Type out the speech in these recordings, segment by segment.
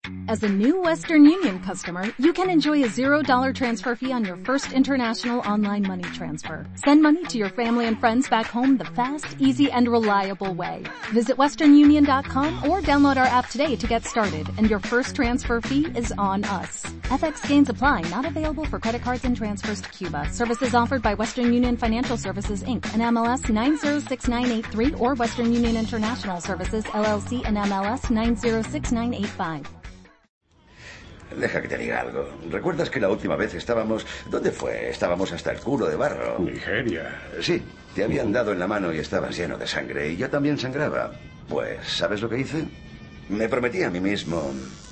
As a new Western Union customer, you can enjoy a $0 transfer fee on your first international online money transfer. Send money to your family and friends back home the fast, easy, and reliable way. Visit westernunion.com or download our app today to get started, and your first transfer fee is on us. FX gains apply, not available for credit cards and transfers to Cuba. Services offered by Western Union Financial Services, Inc., and MLS 906983, or Western Union International Services, LLC, and MLS 906985. Deja que te diga algo. ¿Recuerdas que la última vez estábamos... ¿Dónde fue? Estábamos hasta el culo de barro. Nigeria. Sí, te habían dado en la mano y estabas lleno de sangre. Y yo también sangraba. Pues, ¿sabes lo que hice? Me prometí a mí mismo...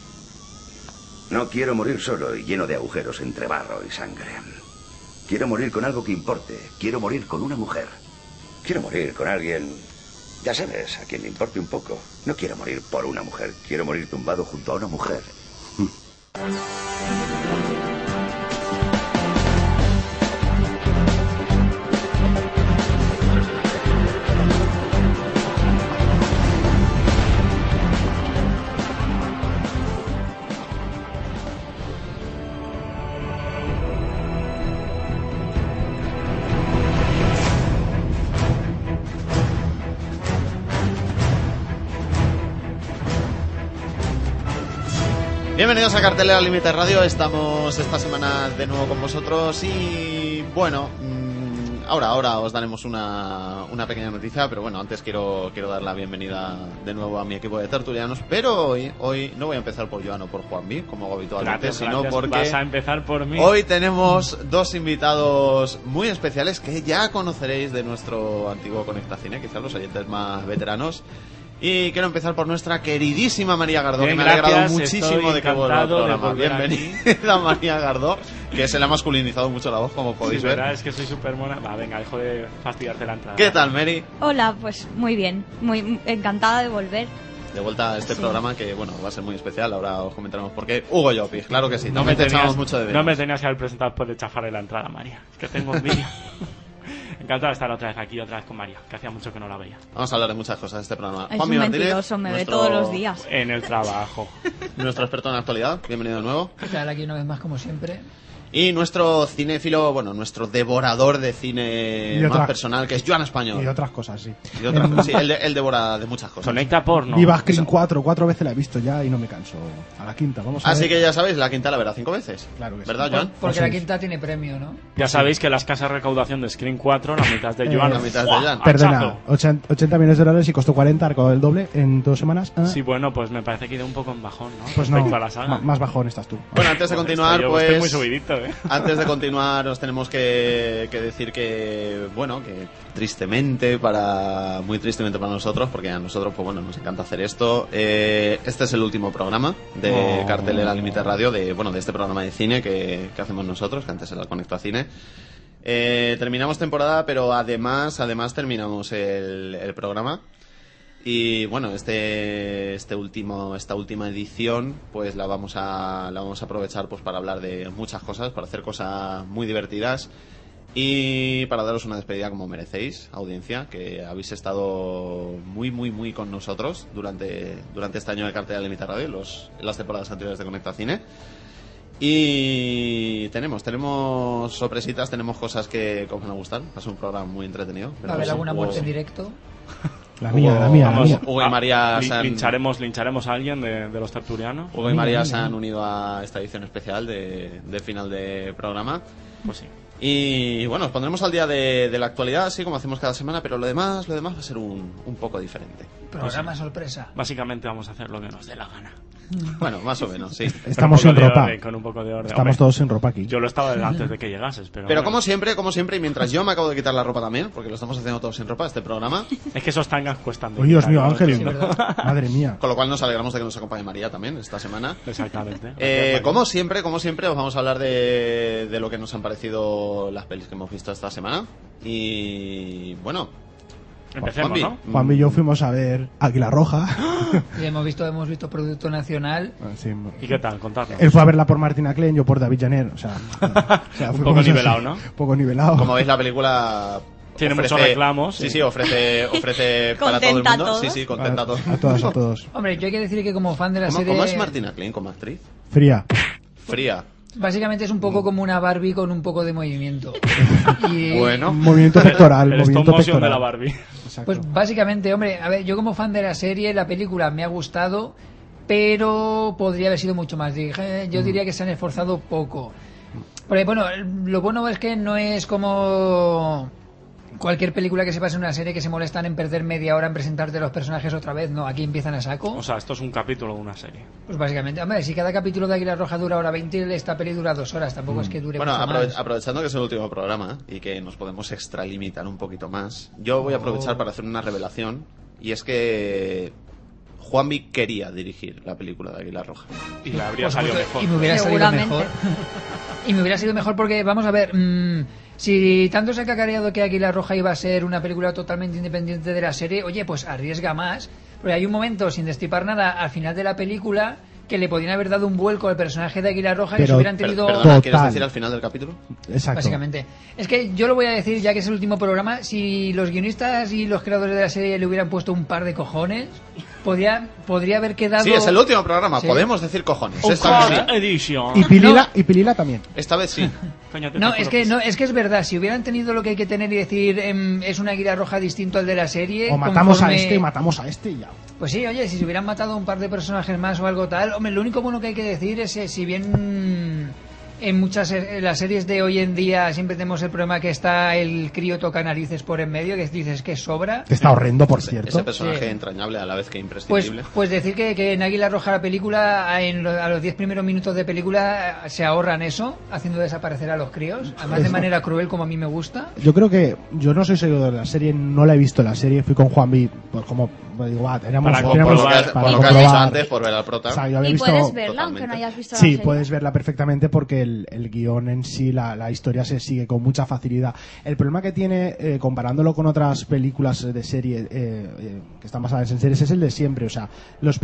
No quiero morir solo y lleno de agujeros entre barro y sangre. Quiero morir con algo que importe. Quiero morir con una mujer. Quiero morir con alguien... Ya sabes, a quien le importe un poco. No quiero morir por una mujer. Quiero morir tumbado junto a una mujer. Bienvenidos a Cartelera Límite Radio, estamos esta semana de nuevo con vosotros y bueno, ahora os daremos una pequeña noticia, pero bueno, antes quiero dar la bienvenida de nuevo a mi equipo de tertulianos, pero hoy no voy a empezar por Joan o por Juanvi, como hago habitualmente, sino porque vas a empezar por mí. Hoy tenemos dos invitados muy especiales que ya conoceréis de nuestro antiguo Conecta Cine, quizás los oyentes más veteranos. Y quiero empezar por nuestra queridísima María Gardó, que me ha alegrado muchísimo de que vuelva al programa. Bienvenida María Gardó, que se le ha masculinizado mucho la voz, como podéis ver. Es que soy súper mona. Va, venga, dejo de fastidiarte la entrada. ¿Qué tal, Mary? Hola, pues muy bien, muy encantada de volver. De vuelta a este programa que, bueno, va a ser muy especial, ahora os comentaremos por qué. Hugo Llopis, claro que sí, no me tenías que haber presentado después de chafarle la entrada, María. Es que tengo envidia. Encantado de estar otra vez con María, que hacía mucho que no la veía. Vamos a hablar de muchas cosas de este programa. Es un mentiroso, me ve todos los días. En el trabajo. Nuestro experto en la actualidad, bienvenido de nuevo. ¿Qué tal? Aquí una vez más, como siempre. Y nuestro cinéfilo, bueno, nuestro devorador de cine más personal, que es Joan Español. Y otras cosas, sí. Y otras cosas, sí, él devora de muchas cosas. Conecta porno. Viva Screen 4 veces la he visto ya y no me canso. A la quinta, vamos a ver. Así que ya sabéis, la quinta la verá 5 veces. Claro que sí. ¿Verdad, Joan? Porque la quinta tiene premio, ¿no? Ya sabéis que las casas de recaudación de Screen 4, la mitad de Joan. La mitad de Joan. Perdona, $80 millones y costó 40, ha recaudado el doble en 2 semanas. Sí, bueno, pues me parece que ido un poco en bajón, ¿no? Pues respecto no, a la saga. más bajón estás tú. Bueno, antes de continuar, pues... Estoy muy subidito, Antes de continuar, os tenemos que decir que, bueno, que muy tristemente para nosotros, porque a nosotros, pues bueno, nos encanta hacer esto. Este es el último programa de Cartelera Límite Radio, de este programa de cine que hacemos nosotros, que antes era el Conecta Cine. Terminamos temporada, pero además terminamos el programa. Y bueno, esta última edición, pues la vamos a aprovechar pues para hablar de muchas cosas, para hacer cosas muy divertidas y para daros una despedida como merecéis, audiencia, que habéis estado muy con nosotros durante este año de Cartelera Límite Radio, en las temporadas anteriores de Conecta Cine. Y tenemos sorpresitas, tenemos cosas que os van a gustar. Va a ser un programa muy entretenido. ¿Va a haber alguna muerte en directo? La mía. Hugo y María lincharemos a alguien de los tertulianos. Hugo y María se han unido a esta edición especial de final de programa. Pues sí. Y bueno, os pondremos al día de la actualidad, así como hacemos cada semana, pero lo demás va a ser un poco diferente. Programa sorpresa. Básicamente vamos a hacer lo que nos dé la gana. Bueno, más o menos, sí. Estamos sin ropa. Con un poco de orden. Estamos todos sin ropa aquí. Yo lo estaba antes de que llegases, pero bueno. como siempre, y mientras yo me acabo de quitar la ropa también, porque lo estamos haciendo todos sin ropa, este programa. Es que esos tangas cuestan de ¡Oh, Dios mío, Ángel! Sí, Madre mía. Con lo cual nos alegramos de que nos acompañe María también esta semana. Exactamente. Como siempre, os vamos a hablar de lo que nos han parecido las pelis que hemos visto esta semana. Y bueno, empecemos, ¿no? Juanmi y yo fuimos a ver Águila Roja. Y hemos visto Producto Nacional. Sí. ¿Y qué tal? Contadnos. Él fue a verla por Martina Klein, yo por David Janer. O sea un poco nivelado, ¿no? Un poco nivelado. Como veis, la película Tiene muchos reclamos. Sí, ofrece para todo el Contenta a mundo. todos. Sí, contenta a todos. A todos. Hombre, yo hay que decir que como fan de la serie... ¿Cómo es Martina Klein como actriz? Fría. Fría. Básicamente es un poco como una Barbie con un poco de movimiento. Y, Bueno. Movimiento pectoral. El stop movimiento motion de pectoral. la Barbie. Exacto. Pues básicamente, hombre, a ver, yo como fan de la serie, la película me ha gustado, pero podría haber sido mucho más. Yo diría que se han esforzado poco. Porque, bueno, lo bueno es que no es como cualquier película que se pase en una serie que se molestan en perder media hora en presentarte los personajes otra vez. No, aquí empiezan a saco. O sea, esto es un capítulo de una serie. Pues básicamente, hombre, si cada capítulo de Águila Roja dura hora 20, esta peli dura 2 horas. Tampoco es que dure Bueno, mucho más. aprovechando que es el último programa y que nos podemos extralimitar un poquito más, yo voy a aprovechar para hacer una revelación, y es que Juanvi quería dirigir la película de Águila Roja. Y le habría Por salido supuesto, mejor. Y me hubiera salido Seguramente. mejor. Y me hubiera sido mejor porque, vamos a ver, si tanto se ha cacareado que Águila Roja iba a ser una película totalmente independiente de la serie, oye, pues arriesga más. Porque hay un momento, sin destripar nada, al final de la película, que le podían haber dado un vuelco al personaje de Águila Roja, que Pero- se hubieran tenido... Perdona, ¿quieres Total. decir al final del capítulo? Exacto. Básicamente. Es que yo lo voy a decir, ya que es el último programa, si los guionistas y los creadores de la serie le hubieran puesto un par de cojones, podría haber quedado... Sí, es el último programa, Sí. podemos decir cojones. Oh, Esta vez God sí. Edition. Y Pilila también. Esta vez sí. Coño, te No, juro es que sí. no, es que es verdad. Si hubieran tenido lo que hay que tener y decir es una Águila Roja distinto al de la serie, O matamos a conforme- este y matamos a este y ya. Pues sí, oye, si se hubieran matado un par de personajes más o algo tal, hombre, lo único bueno que hay que decir es si bien en muchas las series de hoy en día siempre tenemos el problema que está el crío toca narices por en medio, que dices que sobra. Que está horrendo, por Ese cierto. personaje Sí. entrañable a la vez que Pues, imprescindible. pues decir que en Águila Roja la película, a los 10 primeros minutos de película, se ahorran eso, haciendo desaparecer a los críos, además de Eso. manera cruel como a mí me gusta. Yo creo que yo no soy seguidor de la serie, no la he visto la serie, fui con Juanvi, pues como pues digo, va, teníamos Para Por teníamos- lo que has, para por lo que has dicho comprobar. antes, por ver al prota. O sea, yo había Y visto- puedes verla totalmente. aunque no hayas visto la Sí, serie. puedes verla perfectamente porque el guión en sí, la historia se sigue con mucha facilidad. El problema que tiene, comparándolo con otras películas de serie que están basadas en series, es el de siempre. O sea,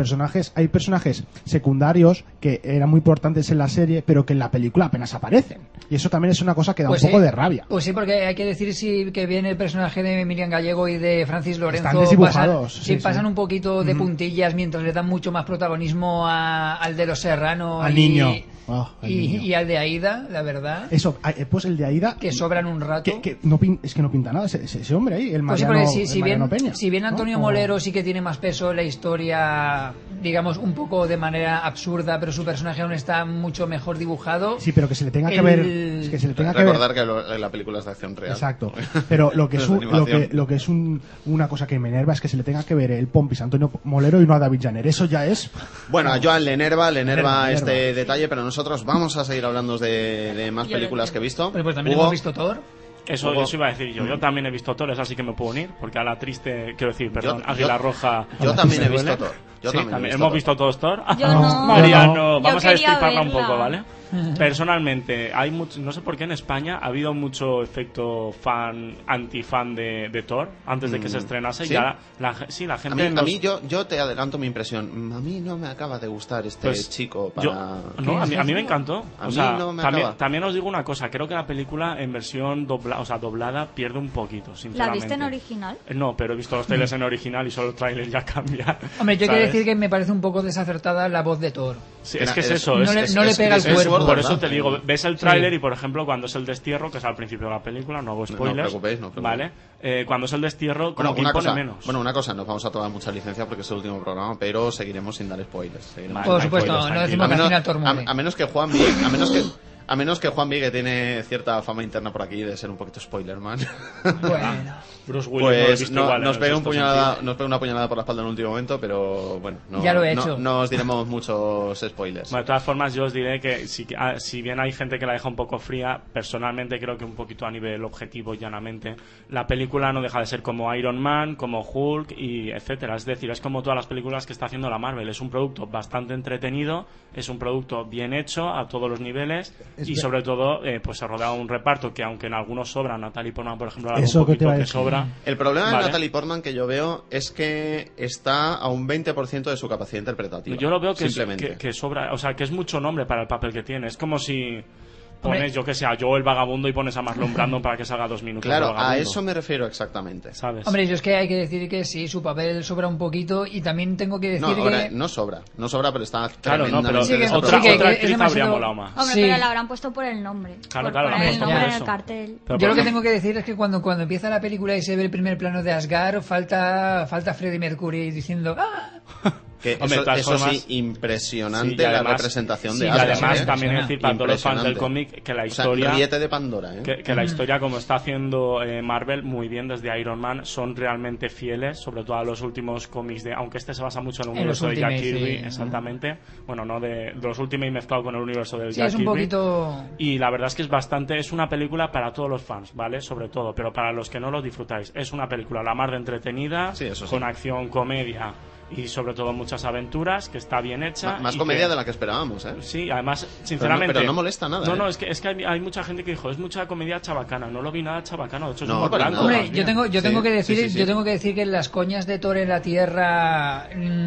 hay personajes secundarios que eran muy importantes en la serie, pero que en la película apenas aparecen. Y eso también es una cosa que da Pues un poco sí. de rabia. Pues sí, porque hay que decir que viene el personaje de Miriam Gallego y de Francis Lorenzo. Están desdibujados, Pasan, sí, pasan sí. un poquito de puntillas mientras le dan mucho más protagonismo al de Los Serrano Al y, niño. Oh, al y, niño. y al de Aida, la verdad. Eso, pues el de Aida, Que sobran un rato. que es que no pinta nada ese hombre ahí, el Pues sí, Mariano, porque el Mariano Peña. si bien Antonio ¿no? Molero sí que tiene más peso en la historia, digamos, un poco de manera absurda, pero su personaje aún está mucho mejor dibujado. Sí, pero que se le tenga que El- ver, es que se le tenga que ver. Recordar que la película es de acción real. Exacto. Pero lo que es, No es de animación. lo que es una cosa que me enerva es que se le tenga que ver el Pompis a Antonio Molero y no a David Janner. Eso ya es. Bueno, a Joan le enerva enerva. este detalle, pero nosotros vamos a seguir hablando de más Yo lo películas que he visto. Pero pues también Hugo, hemos visto Thor. Eso, Hugo. eso iba a decir yo. Yo también he visto Thor, es así que me puedo unir, porque a la triste, quiero decir, perdón, Yo- Águila yo- Roja. Yo también he me visto duele. Thor. Yo Sí, también he visto hemos Thor. visto todos Thor. Yo no. Mariano, Yo vamos a quería destriparla un verla. poco, ¿vale? Personalmente, hay mucho, no sé por qué en España ha habido mucho efecto anti-fan de Thor antes de que se estrenase. ¿sí? Ya sí, la A gente. mí, a mí yo te adelanto mi impresión. A mí no me acaba de gustar este Pues, chico para... No, a mí me encantó. A O mí sea, no me también, acaba. también os digo una cosa, creo que la película en versión doblada pierde un poquito, ¿La sinceramente. viste en original? No, pero he visto los trailers en original y solo el trailer ya cambia. Hombre, yo quiero ¿sabes? decir que me parece un poco desacertada la voz de Thor. Sí, Que es que es era- eso. no es, le pega al es- cuerpo. Por ¿verdad? eso te digo, ves el tráiler y, por ejemplo, cuando es el destierro, que es al principio de la película, no hago spoilers. No os preocupéis. ¿Vale? Cuando es el destierro, como Bueno, que una impone cosa, menos. bueno, una cosa, nos vamos a tomar mucha licencia porque es el último programa, pero seguiremos sin dar spoilers. Seguiremos Vale, Por no hay supuesto, spoilers, no tranquilo. decimos que al final Thor muere. a menos que Juan que tiene cierta fama interna por aquí de ser un poquito spoilerman, Bueno. Bruce Willis no lo he pues visto igual en nos el pega sexto nos pega una puñalada por la espalda en el último momento, pero bueno, no, Ya lo he hecho. no os diremos muchos spoilers. Bueno, de todas formas, yo os diré que si bien hay gente que la deja un poco fría, personalmente creo que un poquito a nivel objetivo, llanamente, la película no deja de ser como Iron Man, como Hulk y etcétera. Es decir, es como todas las películas que está haciendo la Marvel. Es un producto bastante entretenido, es un producto bien hecho a todos los niveles y sobre todo pues se rodea un reparto que aunque en algunos sobra, Natalie Portman, por ejemplo, algo Eso un que te poquito iba a que decir. sobra. El problema Vale. de Natalie Portman que yo veo es que está a un 20% de su capacidad interpretativa. Yo lo veo que, simplemente. que sobra, o sea, que es mucho nombre para el papel que tiene. Es como si pones, yo que sé, a Joe el vagabundo y pones a Marlon Brando para que salga 2 minutos. Claro, de vagabundo. a eso me refiero exactamente. ¿Sabes? Hombre, yo es que hay que decir que sí, su papel sobra un poquito y también tengo que decir que... No sobra, pero está Claro, no, pero Sí, que- otra sí, que actriz es demasiado- habría molado más. Hombre, Sí. pero la habrán puesto por el nombre. Claro, por claro, la poner han el puesto nombre por en el eso. cartel. Pero Yo lo por- que tengo que decir es que cuando empieza la película y se ve el primer plano de Asgard, falta Freddie Mercury diciendo ¡ah! Que Hombre, de todas eso formas- sí, impresionante Sí, y además- la representación sí, de y Y Asgard, además ¿eh? también decir para todos los fans del Impresionante. cómic que la O sea, historia... ríete de Pandora, ¿eh? Que la historia, como está haciendo Marvel muy bien desde Iron Man, son realmente fieles, sobre todo a los últimos cómics de... Aunque este se basa mucho en el En los universo de Jack Ultimate, Kirby, sí. exactamente. Bueno, no de los Ultimate mezclado con el universo del Sí, Jack es un Kirby. poquito... Y la verdad es que es una película para todos los fans, ¿vale? Sobre todo, pero para los que no lo disfrutáis. Es una película la más de entretenida, Sí, eso sí. con acción, comedia y sobre todo muchas aventuras, que está bien hecha. Más y comedia que- de la que esperábamos, ¿eh? Sí, además, sinceramente... pero no molesta nada, No, ¿eh? no, es que hay mucha gente que dijo, es mucha comedia chabacana. No lo vi nada chabacano, de hecho es No, humor para blanco. nada. Hombre, más bien. yo tengo Sí, que decir, sí, sí, sí. yo tengo que decir que las coñas de Thor en la Tierra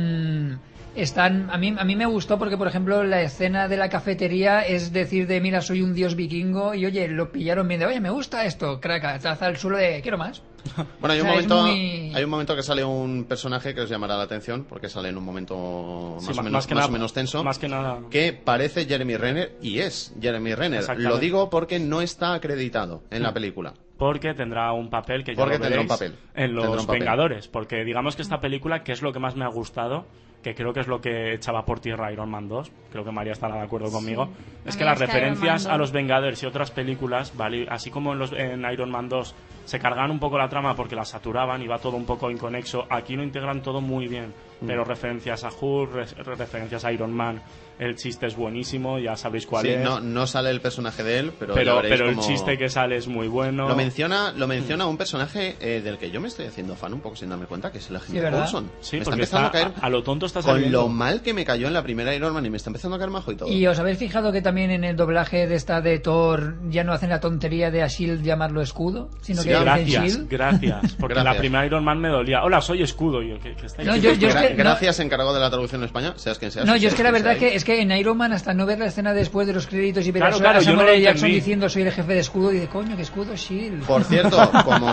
están, a mí me gustó porque, por ejemplo, la escena de la cafetería es decir de mira, soy un dios vikingo y oye, lo pillaron bien de oye, me gusta esto, craca, taza al suelo de quiero más. Bueno, hay O un sea, es momento, muy- hay un momento que sale un personaje que os llamará la atención porque sale en un momento Sí, más, o, menos, más que más nada- o menos tenso. más que nada- que parece Jeremy Renner y es Jeremy Renner. Exactamente. Lo digo porque no está acreditado en la película. Porque tendrá un papel que ya Porque lo tendrá un veréis papel. en Tendrá Los un papel. Vengadores. Porque digamos que esta película, que es lo que más me ha gustado, que creo que es lo que echaba por tierra Iron Man 2, creo que María estará de acuerdo conmigo, A es mí que las es que Iron referencias Man a Los Vengadores y otras películas, ¿vale? Así como en Iron Man 2 se cargan un poco la trama porque la saturaban y va todo un poco inconexo, aquí lo integran todo muy bien. Pero referencias a Hulk, referencias a Iron Man, el chiste es buenísimo, ya sabréis cuál Sí, es. no sale el personaje de él, pero ya pero veréis el cómo- chiste que sale es muy bueno. Lo menciona un personaje del que yo me estoy haciendo fan un poco sin darme cuenta, que es el agente ¿verdad? Coulson. Sí, me está porque empezando a caer a lo tonto está con saliendo. lo mal que me cayó en la primera Iron Man y me está empezando a caer majo y todo. Y os habéis fijado que también en el doblaje de esta de Thor ya no hacen la tontería de a Shield llamarlo escudo, sino Sí, que dicen gracias, Shield. gracias. Porque Gracias. la primera Iron Man me dolía. Hola, soy escudo. Y yo, ¿qué estáis No, diciendo? yo es que- Gracias, encargado de la traducción en España, seas quien seas. No, yo es que la seas verdad quien es que en Iron Man hasta no ver la escena después de los créditos y ver Claro, a claro, yo Samuel no lo L. Jackson entendí. diciendo soy el jefe de escudo y de coño, que escudo Shield. Por cierto, como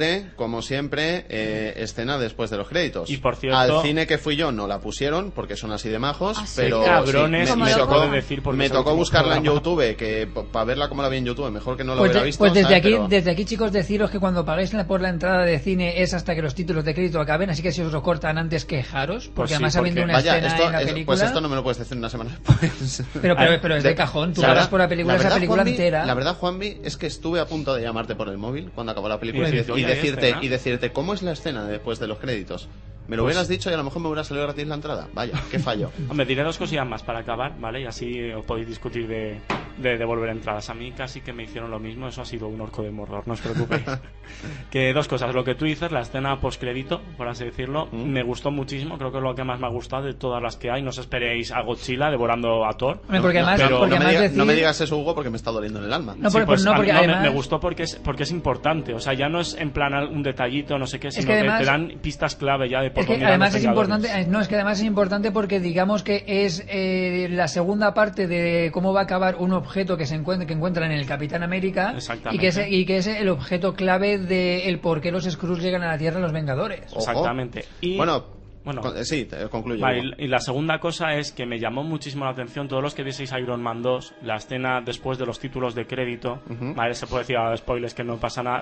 siempre, escena después de los créditos. Y por cierto- al cine que fui yo no la pusieron porque son así de majos, Ah, sí. pero Qué cabrones, Como me loco. tocó, puedo decir porque me es el tocó último buscarla en programa. YouTube, que para verla como la vi en YouTube, mejor que no la Pues, hubiera visto. pues desde ¿sabes? aquí, Pero- desde aquí, chicos, deciros que cuando pagáis por la entrada de cine es hasta que los títulos de crédito acaben, así que si os lo cortan antes, quejaros, porque Pues sí, además porque- habiendo una Vaya, escena en la película. pues esto no me lo puedes decir una semana después. Pero es de cajón, tú La pagas verdad- por la película, esa verdad, película Juanvi, entera. La verdad, Juanvi, es que estuve a punto de llamarte por el móvil cuando acabó la película Y decirte, y "Oye, ¿hay escena?". decirte cómo es la escena después de los créditos. Me lo Pues- hubieras dicho y a lo mejor me hubiera salido gratis la entrada. Vaya, qué fallo. Hombre, diré dos cosillas más para acabar, ¿vale? Y así os podéis discutir de devolver entradas. A mí casi que me hicieron lo mismo, eso ha sido un orco de Mordor, no os preocupéis. Que dos cosas, lo que tú dices, la escena postcrédito, por así decirlo, me gustó muchísimo, creo que es lo que más me ha gustado de todas las que hay. No os esperéis a Godzilla devorando a Thor. Hombre, porque además, pero porque no, me además no me decir- digas eso, Hugo, porque me está doliendo en el alma. No, Sí, pues, no, porque a mí además... me gustó porque es importante, o sea, ya no es en plan un detallito, no sé qué, sino que además- te dan pistas clave ya de por Es que dónde irán además los es Vengadores. importante, no, es que además es importante porque digamos que es la segunda parte de cómo va a acabar un objeto que encuentran en el Capitán América Exactamente. y que es el objeto clave de el por qué los Skrulls llegan a la Tierra los Vengadores. Ojo. Exactamente. Y Bueno, Bueno. Sí, concluye. Vale, Hugo. y la segunda cosa es que me llamó muchísimo la atención todos los que vieseis Iron Man 2, la escena después de los títulos de crédito, vale, se puede decir a spoilers que no pasa nada,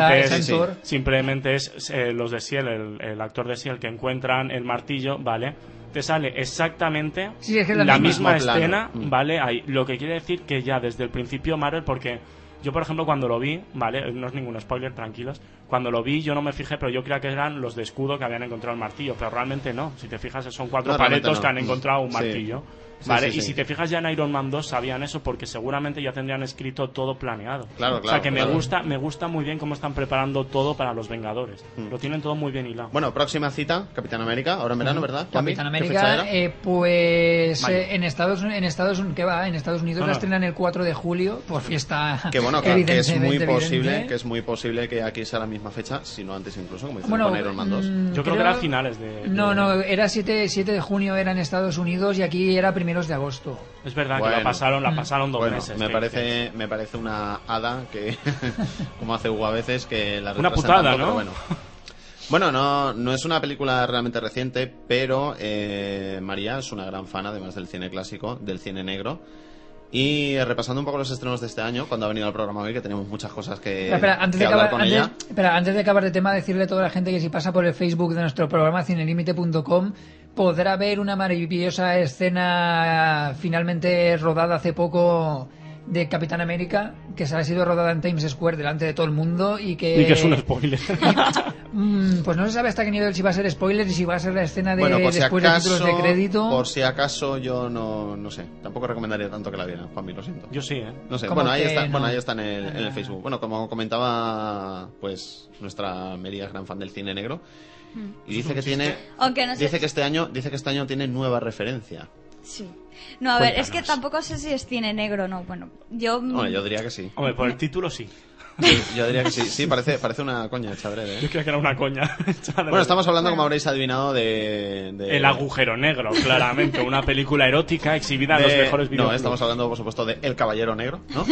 simplemente es los de S.H.I.E.L.D., el actor de S.H.I.E.L.D. que encuentran el martillo, ¿vale? Te sale exactamente Sí, es que la misma mismo plano. escena, ¿vale? Ahí, lo que quiere decir que ya desde el principio Marvel, porque yo, por ejemplo, cuando lo vi, ¿vale? No es ningún spoiler, tranquilos. Cuando lo vi, yo no me fijé, pero yo creía que eran los de escudo que habían encontrado el martillo. Pero realmente no. Si te fijas, son 4 No, realmente paletos no. que han encontrado un Sí. martillo. Sí, ¿Vale? sí, Y sí. si te fijas ya en Iron Man 2 sabían eso porque seguramente ya tendrían escrito todo planeado. Claro, O sea claro, que claro. me gusta muy bien cómo están preparando todo para los Vengadores. Lo tienen todo muy bien hilado. Bueno, próxima cita, Capitán América, ahora en verano, ¿verdad? Juanvi? Capitán ¿Qué fecha América, era? pues Mayo. en Estados ¿qué va? En Estados Unidos No, la no. estrenan el 4 de julio por fiesta Que bueno, que es muy evidentemente posible evidente. que aquí sea la misma misma fecha, sino antes incluso, como hicieron Bueno, con Iron Man 2. Yo creo que era a finales de... No, era 7 de junio era en Estados Unidos y aquí era primeros de agosto. Es verdad Bueno. que la pasaron 2 Bueno, meses. me parece una hada que, como hace Hugo a veces, que la Una retrasan putada, tanto, ¿no? pero bueno. Bueno, no es una película realmente reciente, pero María es una gran fan, además del cine clásico, del cine negro. Y repasando un poco los estrenos de este año, cuando ha venido al programa hoy, que tenemos muchas cosas que hablar con ella. Antes de acabar de tema, decirle a toda la gente que si pasa por el Facebook de nuestro programa cinelimite.com podrá ver una maravillosa escena finalmente rodada hace poco de Capitán América, que ha sido rodada en Times Square delante de todo el mundo y que es un spoiler. Pues no se sabe hasta qué nivel si va a ser spoiler y si va a ser la escena de Bueno, después de títulos de crédito. Por si acaso yo no sé, tampoco recomendaría tanto que la vieran, Juanmi, lo siento. Yo sí, ¿eh? No sé, ¿Cómo bueno, ahí que está, no? bueno, ahí está en el Facebook. Bueno, como comentaba, pues nuestra María es gran fan del cine negro y dice que tiene, Aunque no sé. dice que este año tiene nueva referencia. Sí. No, a ver, es que Cuéntanos. tampoco sé si es cine negro o no. Bueno, yo... Hombre, yo diría que sí. Hombre, por el título sí. Yo diría que sí. Sí, parece una coña hecha adrede, Yo ¿eh? creía que era una coña. Bueno, estamos hablando, como habréis adivinado, de... El agujero negro, claramente. Una película erótica exhibida en los mejores No, videoclubs. estamos hablando, por supuesto, de El Caballero Negro, ¿no?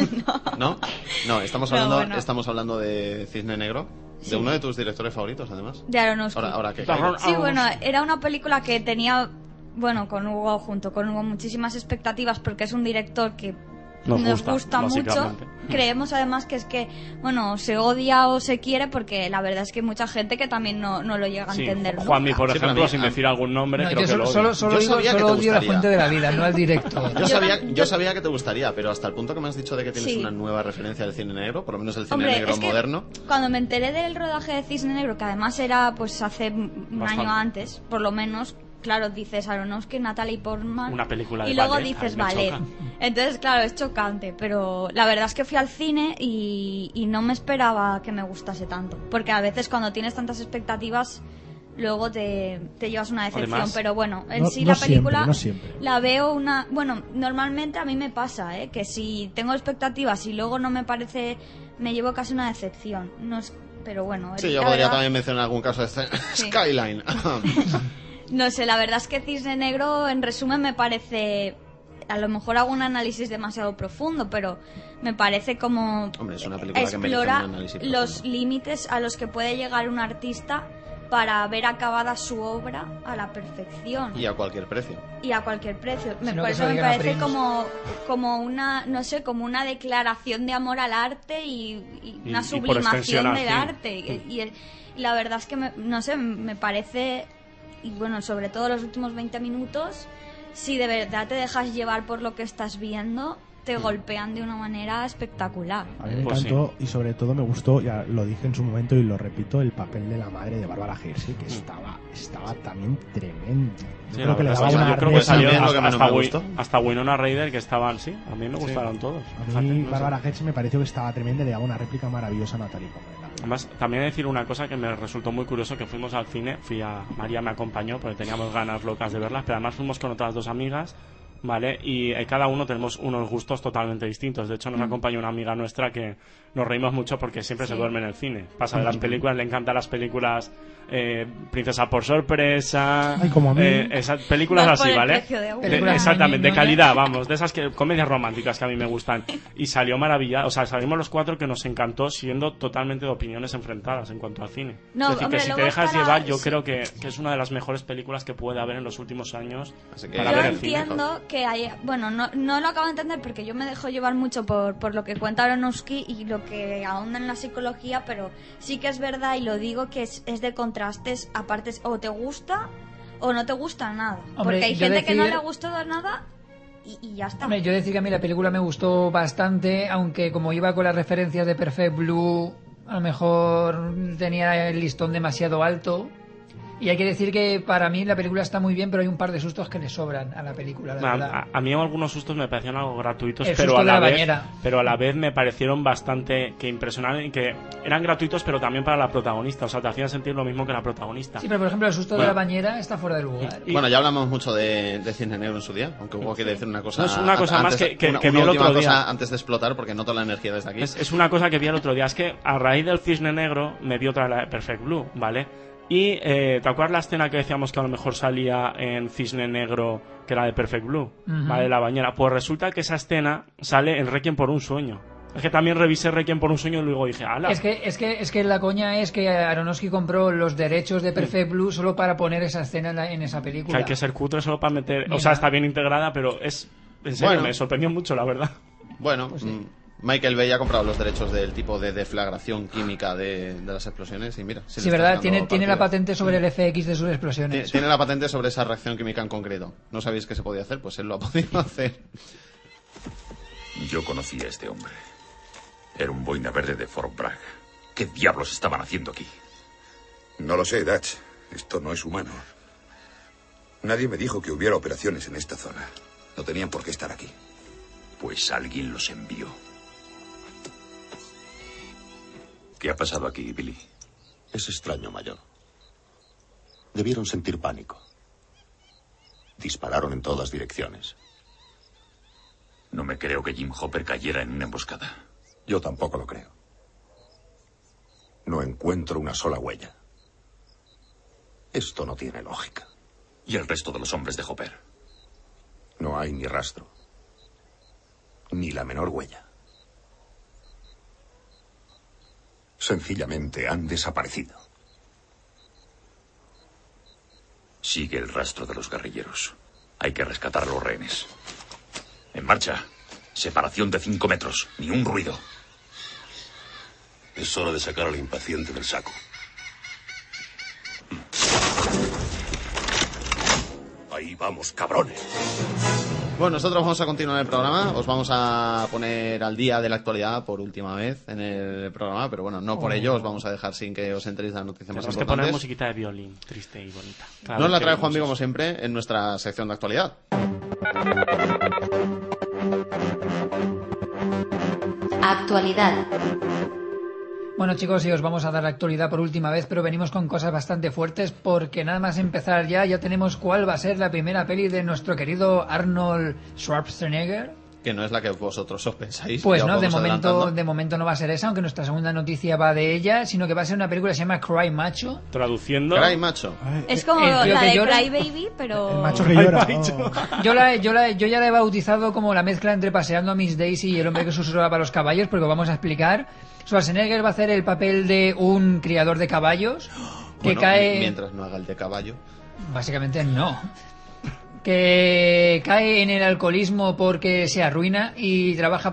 No, estamos hablando de Cisne Negro, de uno de tus directores favoritos, además. De Aronofsky. Ahora que Sí, bueno, era una película que tenía, bueno, junto con Hugo, muchísimas expectativas porque es un director que Nos nos gusta, gusta mucho. básicamente. Creemos además que es que, bueno, se odia o se quiere porque la verdad es que hay mucha gente que también no lo llega a Sí, entender. Juanmi, por Sí, pero ejemplo, a mí- sin decir algún nombre, No, creo yo que lo solo odio. Yo sabía que te odio la gustaría. fuente de la vida, no al director. Yo sabía que te gustaría, pero hasta el punto que me has dicho de que tienes Sí. una nueva referencia del cine negro, por lo menos el cine Hombre, negro es que moderno. cuando me enteré del rodaje de Cisne Negro, que además era pues hace un Bastante. año antes, por lo menos, claro, dices Aronofsky, Natalie Portman, Una película de y luego ballet, dices a mí me ballet. choca. Entonces, claro, es chocante, pero la verdad es que fui al cine y no me esperaba que me gustase tanto, porque a veces cuando tienes tantas expectativas luego te llevas una decepción, Además, pero bueno, en no- sí no la siempre, película no siempre. la veo bueno, normalmente a mí me pasa, que si tengo expectativas y luego no me parece, me llevo casi una decepción, no es, pero bueno, Sí, la yo podría verdad- también mencionar algún caso de Sí. Skyline. No sé, la verdad es que Cisne Negro, en resumen, me parece... A lo mejor hago un análisis demasiado profundo, pero me parece como... Hombre, es una película que merece explora un análisis los profundo. límites a los que puede llegar un artista para ver acabada su obra a la perfección Y a cualquier precio. y a cualquier precio. Si no, Por que eso se lo me digan a parece Prince. como una, no sé, como una declaración de amor al arte y una y por sublimación extensión al del cine. arte. Y la verdad es que, no sé, me parece, y bueno, sobre todo los últimos 20 minutos, si de verdad te dejas llevar por lo que estás viendo, te golpean de una manera espectacular. A mí me Pues encantó y sobre todo me gustó, ya lo dije en su momento y lo repito, el papel de la madre de Bárbara Hershey, que estaba también tremendo. Yo Sí, creo que le la daba verdad, una yo creo que risa. salió También lo que menos me gustó. hasta Winona Ryder, que estaban, sí, a mí me gustaron todos. A Fíjate, mí no sé. Bárbara Hershey me pareció que estaba tremenda y le daba una réplica maravillosa a Natalie Portman. Además, también decir una cosa que me resultó muy curioso, que fuimos al cine, María me acompañó porque teníamos ganas locas de verlas, pero además fuimos con otras 2 amigas, ¿vale? Y cada uno tenemos unos gustos totalmente distintos. De hecho, nos acompañó una amiga nuestra que nos reímos mucho porque siempre se duerme en el cine. Pasa de las películas, le encantan las películas Princesa por sorpresa, Ay, como a mí. esas películas No es por así, el ¿vale? precio de una. Películas Exactamente, de ñoñas. calidad, vamos, de esas comedias románticas que a mí me gustan. Y salió maravillada, o sea, salimos los 4 que nos encantó, siendo totalmente de opiniones enfrentadas en cuanto al cine. No, es decir, hombre, que si te luego dejas está la- llevar, yo sí. creo que es una de las mejores películas que puede haber en los últimos años Así que para Yo ver el cine. entiendo que hay, bueno, no lo acabo de entender porque yo me dejo llevar mucho por lo que cuenta Aronofsky y lo que ahonda en la psicología, pero sí que es verdad y lo digo que es de contrastes, aparte o te gusta o no te gusta nada, Hombre, porque hay yo gente que no decir- le ha gustado nada y ya está. Hombre, yo decir que a mí la película me gustó bastante, aunque como iba con las referencias de Perfect Blue, a lo mejor tenía el listón demasiado alto. Y hay que decir que para mí la película está muy bien, pero hay un par de sustos que le sobran a la película, la verdad. A mí algunos sustos me parecieron algo gratuitos, El pero susto a de la la vez, bañera. pero a la vez me parecieron bastante que impresionantes y que eran gratuitos, pero también para la protagonista, o sea, te hacían sentir lo mismo que la protagonista. Sí, pero por ejemplo el susto de la bañera está fuera de lugar. Bueno, ya hablamos mucho de Cine Negro en su día, aunque hubo que decir una cosa. No, es una cosa antes, más que vi una el última otro día. cosa antes de explotar, porque noto la energía desde aquí. Es una cosa que vi el otro día, es que a raíz del Cisne Negro me vi otra de Perfect Blue, ¿vale? Y ¿te acuerdas la escena que decíamos que a lo mejor salía en Cisne Negro, que era de Perfect Blue, ¿vale? La bañera. Pues resulta que esa escena sale en Requiem por un sueño. Es que también revisé Requiem por un sueño y luego dije, ¡hala! Es que la coña es que Aronofsky compró los derechos de Perfect Blue solo para poner esa escena en esa película. Que hay que ser cutre solo para meter... Mira. O sea, está bien integrada, pero es... En serio, Bueno. me sorprendió mucho, la verdad. Bueno, Pues sí. Michael Bay ha comprado los derechos del tipo de deflagración química de las explosiones y mira. Sí, verdad, tiene la patente sobre el FX de sus explosiones. Tiene la patente sobre esa reacción química en concreto. ¿No sabéis qué se podía hacer? Pues él lo ha podido hacer. Yo conocí a este hombre. Era un boina verde de Fort Bragg. ¿Qué diablos estaban haciendo aquí? No lo sé, Dutch. Esto no es humano. Nadie me dijo que hubiera operaciones en esta zona. No tenían por qué estar aquí. Pues alguien los envió. ¿Qué ha pasado aquí, Billy? Es extraño, mayor. Debieron sentir pánico. Dispararon en todas direcciones. No me creo que Jim Hopper cayera en una emboscada. Yo tampoco lo creo. No encuentro una sola huella. Esto no tiene lógica. ¿Y el resto de los hombres de Hopper? No hay ni rastro. Ni la menor huella. Sencillamente han desaparecido. Sigue el rastro de los guerrilleros. Hay que rescatar a los rehenes. En marcha. Separación de 5 metros. Ni un ruido. Es hora de sacar al impaciente del saco. Ahí vamos, cabrones. Bueno, nosotros vamos a continuar el programa. Os vamos a poner al día de la actualidad por última vez en el programa, pero bueno, no por ello os vamos a dejar sin que os enteréis de las noticias más Tenemos que poner importantes. musiquita de violín, triste y bonita. Nos la trae Juanmi como siempre en nuestra sección de actualidad. Actualidad. Bueno chicos, y os vamos a dar la actualidad por última vez, pero venimos con cosas bastante fuertes porque nada más empezar ya tenemos cuál va a ser la primera peli de nuestro querido Arnold Schwarzenegger. Que no es la que vosotros os pensáis. Pues ya os no, vamos adelantando. de momento no va a ser esa, aunque nuestra segunda noticia va de ella, sino que va a ser una película que se llama Cry Macho. Traduciendo... Cry Macho. Es como El tío la que de llora. Cry Baby, pero... El macho que llora. Yo ya la he bautizado como la mezcla entre Paseando a Miss Daisy y El hombre que susurraba a los caballos, porque vamos a explicar. Schwarzenegger va a hacer el papel de un criador de caballos que Bueno, cae... mientras no haga el de caballo. Básicamente no. Que cae en el alcoholismo porque se arruina y trabaja a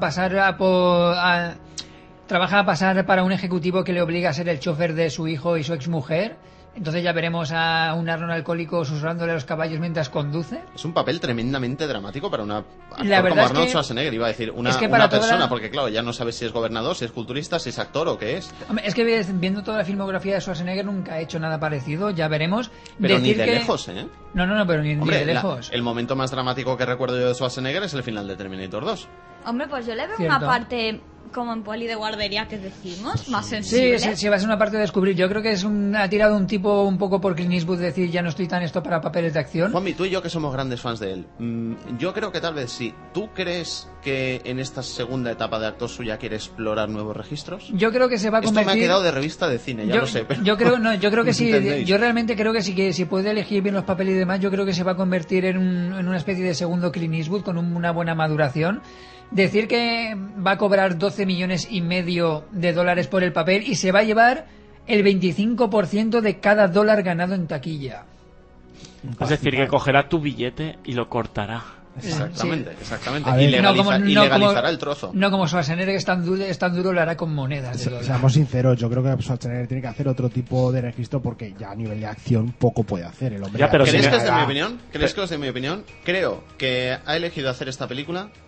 pasar para un ejecutivo que le obliga a ser el chofer de su hijo y su exmujer. Entonces ya veremos a un Arnold alcohólico susurrándole a los caballos mientras conduce. Es un papel tremendamente dramático para una actor La verdad como es Arnold que- Schwarzenegger. Iba a decir una es que para toda persona, la- porque claro, ya no sabes si es gobernador, si es culturista, si es actor o qué es. Hombre, es que viendo toda la filmografía de Schwarzenegger nunca ha hecho nada parecido, ya veremos. Pero ni Decir de que- lejos, ¿eh? No, pero ni Hombre, de lejos. el momento más dramático que recuerdo yo de Schwarzenegger es el final de Terminator 2. Hombre, pues yo le veo Cierto. una parte como en Poli de guardería que decimos, más Sí, sensible. sí, va a ser una parte de descubrir. Yo creo que ha tirado un tipo un poco por Clint Eastwood de decir ya no estoy tan esto para papeles de acción. Juanmi, tú y yo que somos grandes fans de él, yo creo que tal vez sí. ¿Tú crees que en esta segunda etapa de actor suya quiere explorar nuevos registros? Yo creo que se va a Esto me convertir... ha quedado de revista de cine, ya lo sé. Pero... yo creo que sí. ¿Entendéis? Yo realmente creo que sí, que si puede elegir bien los papeles y demás, yo creo que se va a convertir en una especie de segundo Clint Eastwood con una buena maduración. Decir que va a cobrar 12 millones y medio de dólares por el papel y se va a llevar el 25% de cada dólar ganado en taquilla. Es decir, que cogerá tu billete y lo cortará. Exactamente, Sí. exactamente. A ver, Y legalizará el trozo. No como Schwarzenegger, que es tan duro, lo hará con monedas de dólar. Seamos sinceros, yo creo que Schwarzenegger tiene que hacer otro tipo de registro porque ya a nivel de acción poco puede hacer el hombre. Ya, pero ¿Creéis si que me- es de mi opinión? ¿Creéis que es de mi opinión? Creo que ha elegido hacer esta película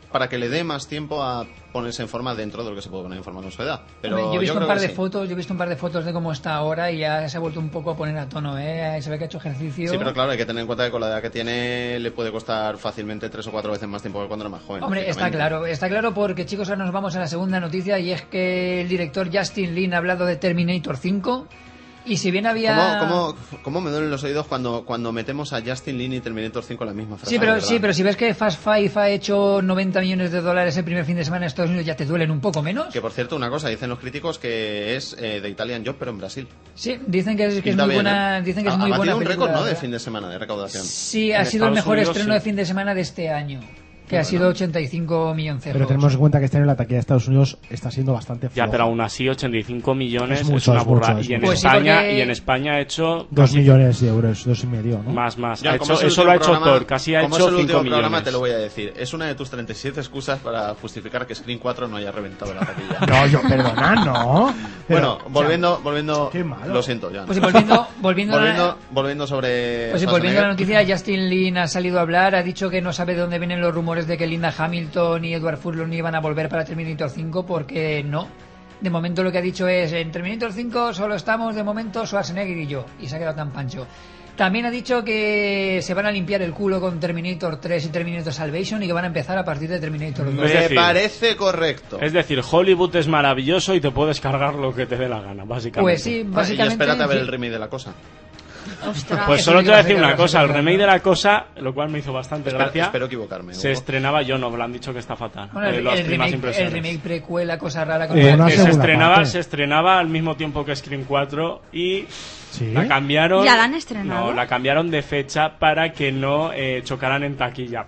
para que le dé más tiempo a ponerse en forma dentro de lo que se puede poner en forma con su edad. Pero Hombre, yo he visto un creo par que de fotos, yo he visto un par de fotos de cómo está ahora y ya se ha vuelto un poco a poner a tono, se ve que ha hecho ejercicio. Sí, pero claro, hay que tener en cuenta que con la edad que tiene le puede costar fácilmente 3 o 4 veces más tiempo que cuando era más joven. Hombre, está claro porque, chicos, ahora nos vamos a la segunda noticia y es que el director Justin Lin ha hablado de Terminator 5 y si bien había... ¿Cómo me duelen los oídos cuando metemos a Justin Lin y Terminator 5 en la misma frase? Sí, pero si ves que Fast Five ha hecho $90 millones el primer fin de semana en Estados Unidos, ¿ya te duelen un poco menos? Que por cierto, una cosa, dicen los críticos que es de Italian Job, pero en Brasil. Sí, dicen que es muy buena. Dicen que es muy buena. Ha batido un récord, ¿no?, de ¿verdad? fin de semana de recaudación. Sí, ha sido el mejor estreno de fin de semana de este año. Que ha sido 85 millones. Pero tenemos en cuenta que este año la taquilla de Estados Unidos está siendo bastante floja. Ya, pero aún así 85 millones es mucho, una burrada. mucho, y en pues España sí, y en España ha hecho 2 millones de euros, 2,5, ¿no? Más. Ya, Eso lo ha hecho Thor, casi ha hecho 5 millones. Como es el último programa, te lo voy a decir. Es una de tus 37 excusas para justificar que Scream 4 no haya reventado la taquilla. No, perdona, no. Bueno, volviendo. Qué malo. Lo siento, ya. Pues volviendo sobre. Pues volviendo a la noticia, Justin Lin ha salido a hablar, ha dicho que no sabe de dónde vienen los rumores de que Linda Hamilton y Edward Furlong iban a volver para Terminator 5 porque no. De momento lo que ha dicho es, en Terminator 5 solo estamos de momento Schwarzenegger y yo, y se ha quedado tan pancho. También ha dicho que se van a limpiar el culo con Terminator 3 y Terminator Salvation y que van a empezar a partir de Terminator 2. Me parece correcto. Es decir, Hollywood es maravilloso y te puedes cargar lo que te dé la gana, básicamente. Pues sí, básicamente. Y espérate a ver el remake de La Cosa. Ostras. Pues solo te voy a decir una cosa, el remake de La Cosa, lo cual me hizo bastante gracia. Espero equivocarme. Se estrenaba, yo no, me lo han dicho que está fatal. Bueno, el remake precuela, cosa rara. Se estrenaba al mismo tiempo que Scream 4 y ¿sí? la cambiaron. ¿Ya la han estrenado? No, la cambiaron de fecha para que no chocaran en taquilla.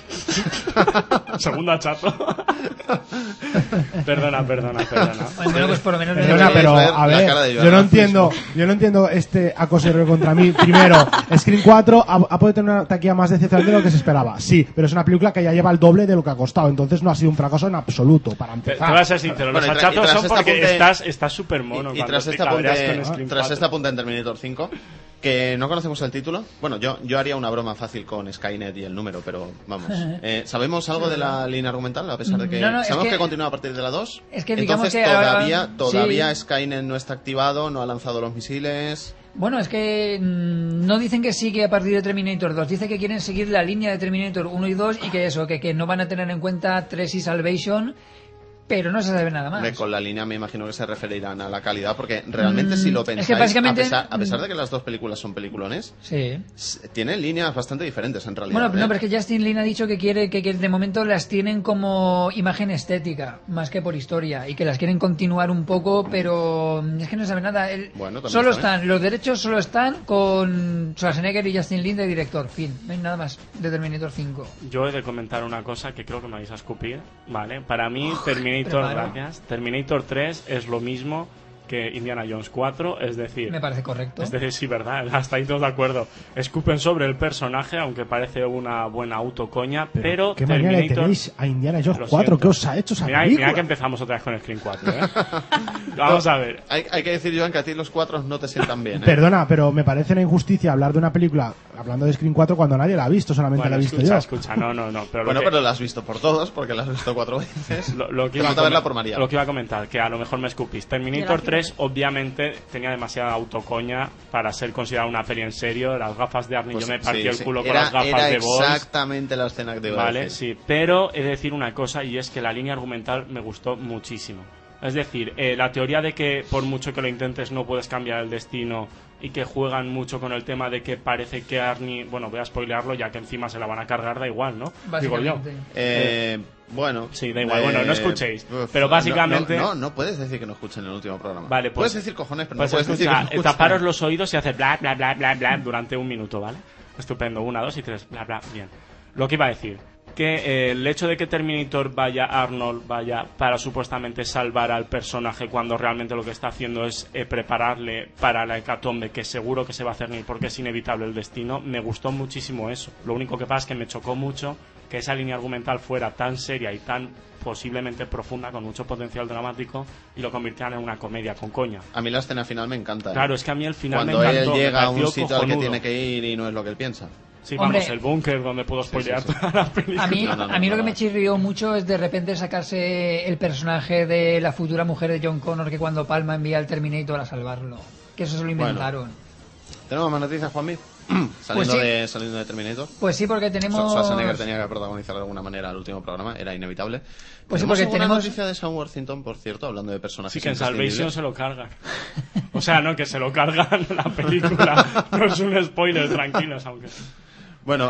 Segundo achazo. Perdona. Bueno, pues por lo menos. Perdona, pero a ver, yo no entiendo este acoso y rollo contra mí. Primero, Scream 4 ha podido tener una taquilla más decepcionante de lo que se esperaba. Sí, pero es una película que ya lleva el doble de lo que ha costado, entonces no ha sido un fracaso en absoluto, para empezar. Te voy a ser sincero, los achazos son porque estás súper mono. Y tras este apunte en Terminator 5, que no conocemos el título. Bueno, yo haría una broma fácil con Skynet y el número, pero vamos. ¿Sabemos algo de la línea argumental? A pesar de que sabemos que continúa a partir de la 2. Es que entonces digamos todavía sí. Skynet no está activado, no ha lanzado los misiles. Bueno, es que no dicen que sigue a partir de Terminator 2, dice que quieren seguir la línea de Terminator 1 y 2 y que no van a tener en cuenta 3 y Salvation, pero no se sabe nada más. Con la línea me imagino que se referirán a la calidad, porque realmente si lo pensáis, es que básicamente, a pesar de que las dos películas son peliculones, sí, tienen líneas bastante diferentes en realidad. Bueno, no, pero es que Justin Lin ha dicho que quiere que de momento las tienen como imagen estética, más que por historia, y que las quieren continuar un poco, pero es que no sabe nada. Los derechos solo están con Schwarzenegger y Justin Lin de director, fin, no hay nada más de Terminator 5. Yo he de comentar una cosa que creo que me vais a escupir, ¿vale? Para mí Terminator 3 es lo mismo que Indiana Jones 4, es decir... Me parece correcto. Es decir, sí, verdad, hasta ahí todos de acuerdo. Escupen sobre el personaje, aunque parece una buena autocoña, pero ¿qué manera le tenéis a Indiana Jones 4? ¿Qué os ha hecho esa película? Mira que empezamos otra vez con Scream 4, ¿eh? Vamos a ver. Hay que decir, Joan, que a ti los 4 no te sientan bien, ¿eh? Perdona, pero me parece una injusticia hablar de una película, hablando de Scream 4, cuando nadie la ha visto, solamente la he visto yo. Escucha, no. Pero pero la has visto por todos, porque la has visto 4 veces. Lo que iba a comentar, que a lo mejor me escupís. Terminator 3, obviamente, tenía demasiada autocoña para ser considerada una peli en serio. Las gafas de Arnie, yo me partí el culo con las gafas de Boss. Exactamente la escena que te iba a decir. Sí, pero he de decir una cosa, y es que la línea argumental me gustó muchísimo. Es decir, la teoría de que por mucho que lo intentes no puedes cambiar el destino, y que juegan mucho con el tema de que parece que Arnie, bueno, voy a spoilearlo ya que encima se la van a cargar, da igual, ¿no? Digo yo. Bueno, sí, da igual, bueno, no escuchéis, pero básicamente... No puedes decir que no escuchen el último programa. Vale, pues... Puedes decir cojones, pero pues no puedes decir que no escuchen. Taparos los oídos y hacer bla, bla, bla, bla, bla durante un minuto, ¿vale? Estupendo, 1, 2 y 3, bla, bla, bien. Lo que iba a decir, que el hecho de que Terminator Arnold vaya para supuestamente salvar al personaje cuando realmente lo que está haciendo es prepararle para la hecatombe, que seguro que se va a cernir porque es inevitable el destino, me gustó muchísimo eso. Lo único que pasa es que me chocó mucho que esa línea argumental fuera tan seria y tan posiblemente profunda, con mucho potencial dramático, y lo convirtieran en una comedia con coña. A mí la escena final me encanta. Claro, es que a mí el final cuando me encantó. Él llega a un sitio al que tiene que ir y no es lo que él piensa. Sí, Hombre, vamos, el búnker donde puedo spoilear todas las películas. A mí lo que me chirrió mucho es de repente sacarse el personaje de la futura mujer de John Connor, que cuando Palma envía al Terminator a salvarlo. Que eso se lo inventaron. ¿Tenemos más noticias, Juanmi? Saliendo de Terminator. Pues sí, porque tenemos... Schwarzenegger tenía que protagonizar de alguna manera el último programa, era inevitable. Pues sí, porque tenemos noticia de Sam Worthington, por cierto, hablando de personajes. Sí, que en Salvation se lo cargan. O sea, no, que se lo cargan la película. No es un spoiler, tranquilos, aunque... Bueno,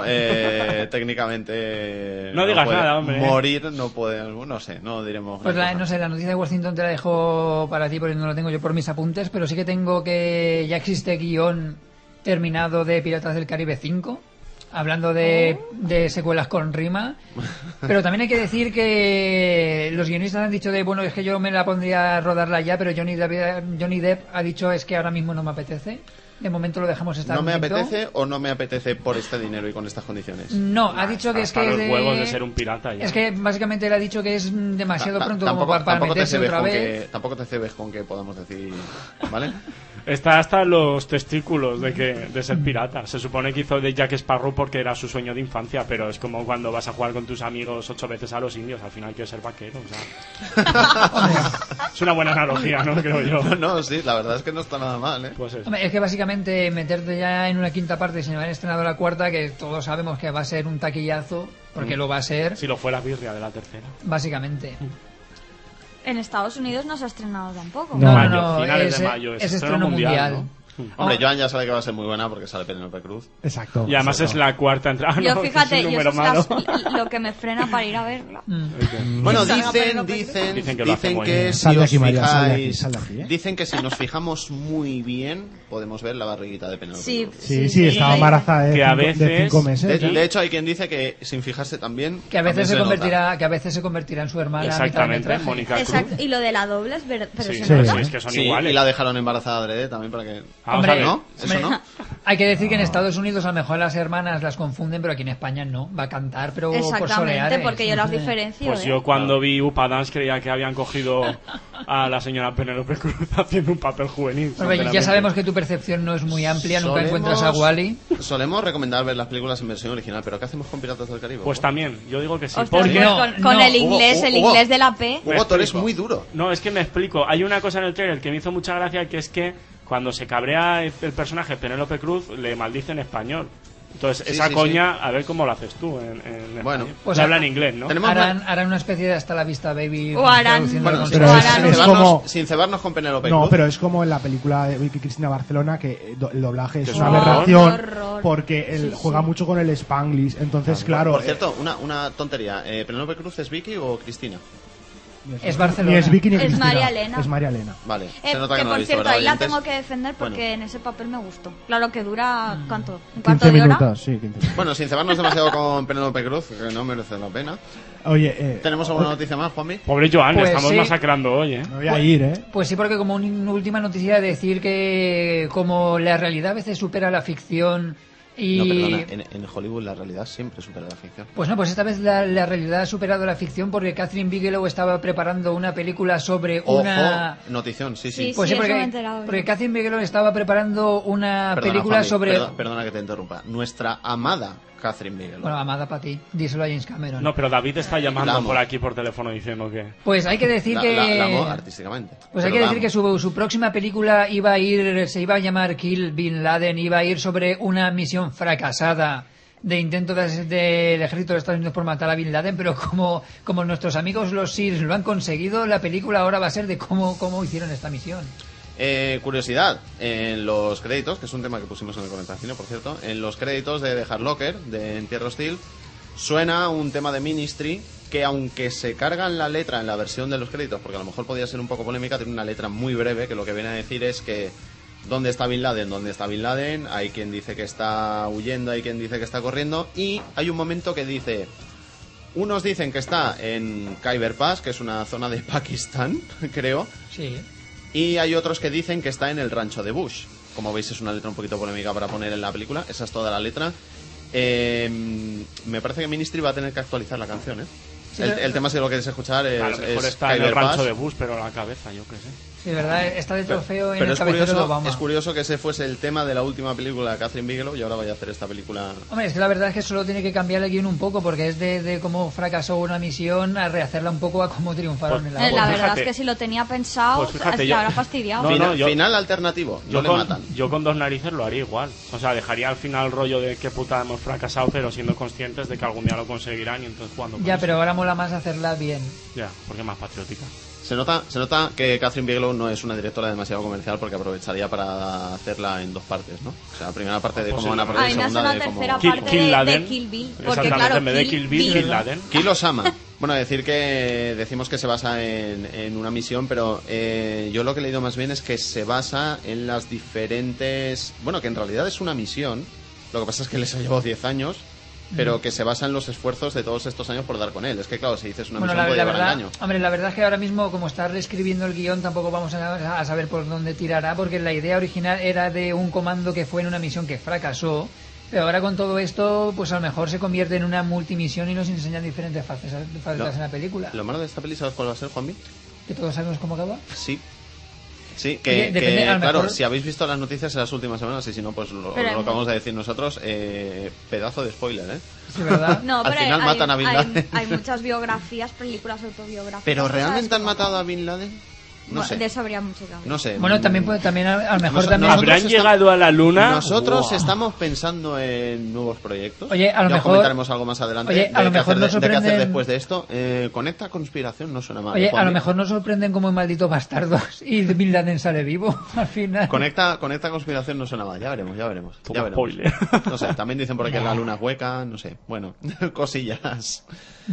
técnicamente... No digas nada, hombre. Morir no puede... No sé, no diremos... Pues no sé, la noticia de Worthington te la dejo para ti porque no lo tengo yo por mis apuntes, pero sí que tengo que ya existe guión terminado de Piratas del Caribe 5, hablando de secuelas con rima, pero también hay que decir que los guionistas han dicho bueno, es que yo me la pondría a rodarla ya, pero Johnny Depp ha dicho es que ahora mismo no me apetece. De momento lo dejamos estar. ¿No me apetece o no me apetece por este dinero y con estas condiciones? No, ha dicho que es que... los huevos de ser un pirata ya. Es que básicamente le ha dicho que es demasiado pronto como para meterse otra vez. Tampoco te cebes con que podamos decir... ¿Vale? Está hasta los testículos de ser pirata. Se supone que hizo de Jack Sparrow porque era su sueño de infancia, pero es como cuando vas a jugar con tus amigos 8 veces a los indios. Al final quieres ser vaquero, o sea... Es una buena analogía, ¿no? Creo yo. No, sí, la verdad es que no está nada mal, ¿eh? Pues eso. Hombre, es que básicamente meterte ya en una quinta parte sin haber estrenado la cuarta, que todos sabemos que va a ser un taquillazo, porque lo va a ser. Si lo fue la birria de la tercera. Básicamente. En Estados Unidos no se ha estrenado tampoco. No, finales de mayo. Es estreno mundial. ¿no? Hombre, Joan ya sabe que va a ser muy buena porque sale Penélope Cruz. Exacto. Y además es la cuarta entrada. Yo fíjate, yo eso es lo que me frena para ir a verla. Bueno, dicen que si os fijáis, dicen que si nos fijamos muy bien podemos ver la barriguita de Penélope Cruz. Sí, estaba embarazada de 5 meses. De hecho, hay quien dice que sin fijarse también que a veces se convertirá en su hermana. Exactamente, Mónica Cruz. Exacto, y lo de la doble es verdad. Sí, es que son iguales. Y la dejaron embarazada adrede también para que... Hombre, ¿no? ¿Eso no? Hay que decir que en Estados Unidos a lo mejor las hermanas las confunden, pero aquí en España no. Va a cantar, pero por soleares. Exactamente, porque yo las diferencio. Pues yo cuando vi Upa Dance creía que habían cogido a la señora Penélope Cruz haciendo un papel juvenil. Hombre, ya sabemos que tu percepción no es muy amplia, nunca encuentras a Wally. Solemos recomendar ver las películas en versión original, pero ¿qué hacemos con Piratas del Caribe? Pues también, yo digo que sí. Porque con el inglés, el inglés de la P. Hugo, tú eres muy duro. No, es que me explico. Hay una cosa en el trailer que me hizo mucha gracia, que es que cuando se cabrea el personaje Penélope Cruz, le maldice en español. Entonces, esa coña, a ver cómo lo haces tú en bueno, pues habla en inglés, ¿no? Harán una especie de hasta la vista, baby. O harán. Bueno, sin cebarnos con Penélope Cruz. No, pero es como en la película de Cristina Barcelona, que el doblaje es una aberración porque él juega mucho con el Spanglish. Entonces, claro. Por cierto, una tontería. ¿Penélope Cruz es Vicky o Cristina? Es Barcelona. Ni es Vicky ni es Cristina. María Elena. Es María Elena. Vale. Se nota que no por cierto, ahí la tengo que defender porque en ese papel me gustó. Claro que dura, ¿cuánto? ¿Un cuarto de hora? Minutos, sí, 15 minutos. Bueno, sin cebarnos demasiado con Penélope Cruz, que no merece la pena. Oye, ¿tenemos alguna noticia más, Juanmi? Pobre Joan, pues le estamos masacrando hoy, Me voy a ir, Pues sí, porque como una última noticia decir que como la realidad a veces supera la ficción. Y... No, perdona, en Hollywood la realidad siempre supera la ficción. Pues no, pues esta vez la realidad ha superado la ficción porque Catherine Bigelow estaba preparando una película sobre una... Notición, sí. Pues sí, porque Catherine Bigelow estaba preparando una película Juanmi, sobre... Perdona que te interrumpa. Nuestra amada Catherine Bigelow. Bueno, amada para ti, díselo a James Cameron. No, pero David está llamando por aquí por teléfono diciendo que... Pues hay que decir que... La amo artísticamente. Pues hay que decir que su próxima película se iba a llamar Kill Bin Laden, iba a ir sobre una misión fracasada de intento del ejército de Estados Unidos por matar a Bin Laden, pero como nuestros amigos los SEALs lo han conseguido, la película ahora va a ser de cómo hicieron esta misión. Curiosidad, en los créditos, que es un tema que pusimos en el comentario, por cierto, en los créditos de The Hard Locker, de Entierro Hostil, suena un tema de Ministry que, aunque se cargan la letra en la versión de los créditos, porque a lo mejor podía ser un poco polémica, tiene una letra muy breve que lo que viene a decir es que ¿dónde está Bin Laden? ¿Dónde está Bin Laden? Hay quien dice que está huyendo, hay quien dice que está corriendo, y hay un momento que dice... Unos dicen que está en Khyber Pass, que es una zona de Pakistán, creo. Sí. Y hay otros que dicen que está en el rancho de Bush. Como veis, es una letra un poquito polémica para poner en la película. Esa es toda la letra. Me parece que Ministry va a tener que actualizar la canción, ¿eh? Sí, el tema, si lo queréis escuchar, es... A lo mejor está en el rancho de Bush, pero la cabeza, yo qué sé. Sí, de verdad, está de trofeo en Pero el cabecero de Obama. es curioso que ese fuese el tema de la última película de Catherine Bigelow y ahora vaya a hacer esta película. Hombre, es que la verdad es que solo tiene que cambiar el guión un poco, porque es de cómo fracasó una misión a rehacerla un poco a cómo triunfaron en la otra. La verdad es que si lo tenía pensado, se habrá fastidiado. Final alternativo, no le matan. Yo con dos narices lo haría igual. O sea, dejaría al final el rollo de qué puta hemos fracasado, pero siendo conscientes de que algún día lo conseguirán y entonces jugando con Ya, eso. pero ahora mola más hacerla bien. Ya, porque es más patriótica. Se nota que Catherine Bigelow no es una directora demasiado comercial porque aprovecharía para hacerla en dos partes, ¿no? O sea, la primera parte de cómo van a perder, A mí me hace segunda una de cómo... tercera parte de Kill Bill. Porque claro, en vez de Kill Bill, Kill Laden. Kill Osama. Bueno, decimos que se basa en una misión, pero yo lo que he leído más bien es que se basa en las diferentes... Bueno, que en realidad es una misión, lo que pasa es que les ha llevado 10 años... pero que se basa en los esfuerzos de todos estos años por dar con él. Es que claro, si dices una misión puede llevar al año. Hombre, la verdad es que ahora mismo, como está reescribiendo el guión, tampoco vamos a saber por dónde tirará, porque la idea original era de un comando que fue en una misión que fracasó, pero ahora con todo esto, pues a lo mejor se convierte en una multimisión y nos enseñan diferentes facetas en la película. Lo malo de esta peli, ¿sabes cuál va a ser, Juanvi? ¿Que todos sabemos cómo acaba? Sí. Sí, Oye, depende, claro, mejor... si habéis visto las noticias en las últimas semanas y si no, pues lo acabamos de decir nosotros, pedazo de spoiler, ¿eh? Sí, ¿verdad? No, al final matan a Bin Laden. Hay muchas biografías, películas autobiográficas. ¿Pero realmente han matado a Bin Laden? No sé. De eso habría mucho que hablar. No sé. Bueno, también a lo mejor también... ¿Habrán llegado a la luna? Nosotros estamos pensando en nuevos proyectos. Oye, a lo ya mejor... comentaremos algo más adelante. Oye, a lo mejor nos sorprenden... de qué hacer después de esto. Conecta Conspiración no suena mal. Oye, a lo mejor nos sorprenden como en Malditos Bastardos y Bin Laden sale vivo al final. Conecta Conspiración no suena mal. Ya veremos. Spoiler. No sé, también dicen por aquí que la luna es hueca, no sé. Bueno, cosillas.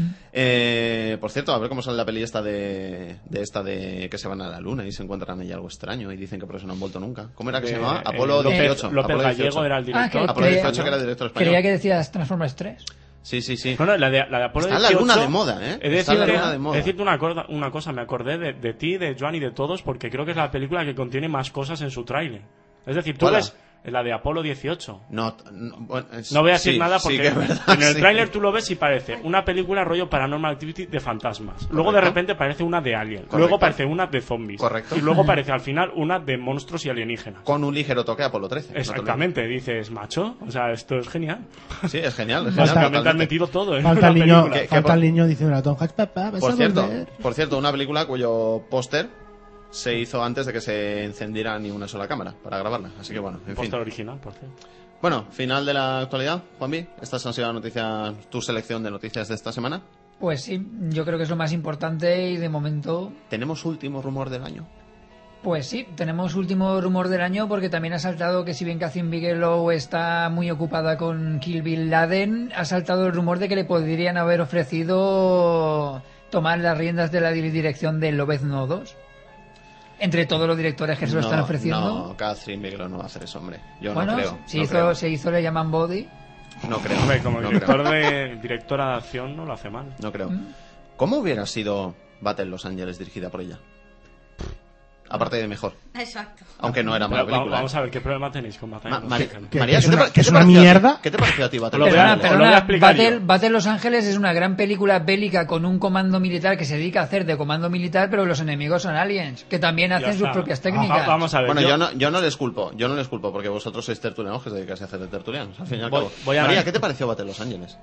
Por cierto, a ver cómo sale la peli esta de que se van a la luna y se encuentran ahí algo extraño y dicen que por eso no han vuelto nunca. ¿Cómo era que se llamaba? Apolo 18. López Apolo Gallego 18. era el director. Apolo 18 que era el director español. Creía que decías Transformers 3. Sí. Bueno, la de Apolo 18... Está la luna de moda, ¿eh? Está la luna de moda. Es decirte una cosa, me acordé de ti, de Joan y de todos, porque creo que es la película que contiene más cosas en su tráiler. Es decir, tú ves la de Apolo 18. No voy a decir nada porque es verdad, en el tráiler tú lo ves y parece una película rollo Paranormal Activity de fantasmas. Luego de repente parece una de Alien. Correcto. Luego parece una de zombies. Correcto. Y luego parece al final una de monstruos y alienígenas. Con un ligero toque a Apolo 13. Exactamente, dices, macho, o sea, esto es genial. Sí, es genial. Básicamente han metido todo en falta una el niño, película. falta el niño diciendo a Tom Hanks, papá, vas a volver. Por cierto, una película cuyo póster se hizo antes de que se encendiera ni una sola cámara para grabarla. Así que bueno, en fin. Póster original, por cierto. Bueno, final de la actualidad, Juanvi. ¿Estas han sido las noticias, tu selección de noticias de esta semana? Pues sí, yo creo que es lo más importante y de momento... ¿Tenemos último rumor del año? Pues sí, tenemos último rumor del año porque también ha saltado que si bien Catherine Bigelow está muy ocupada con Kill Bin Laden, ha saltado el rumor de que le podrían haber ofrecido tomar las riendas de la dirección de Lobezno 2. Entre todos los directores que se lo están ofreciendo. No, Catherine Bigelow no va a hacer eso, hombre. Yo bueno, no creo. Se hizo Le Llaman Body. No creo. Hombre, como directora de acción no lo hace mal. No creo. ¿Cómo hubiera sido Battle Los Ángeles dirigida por ella? Aparte de mejor. Exacto. Aunque no era mala película. Vamos a ver, ¿qué problema tenéis con Battle Los Ángeles? María, ¿qué es una mierda? ¿Qué te pareció a ti, Battle? Battle Los Ángeles es una gran película bélica con un comando militar que se dedica a hacer de comando militar, pero los enemigos son aliens, que también hacen sus propias técnicas. Vamos a ver. Bueno, yo no les culpo, porque vosotros sois tertulianos que os dedicáis a hacer de tertulianos, al fin y al cabo. María, ¿qué te pareció Battle Los Ángeles?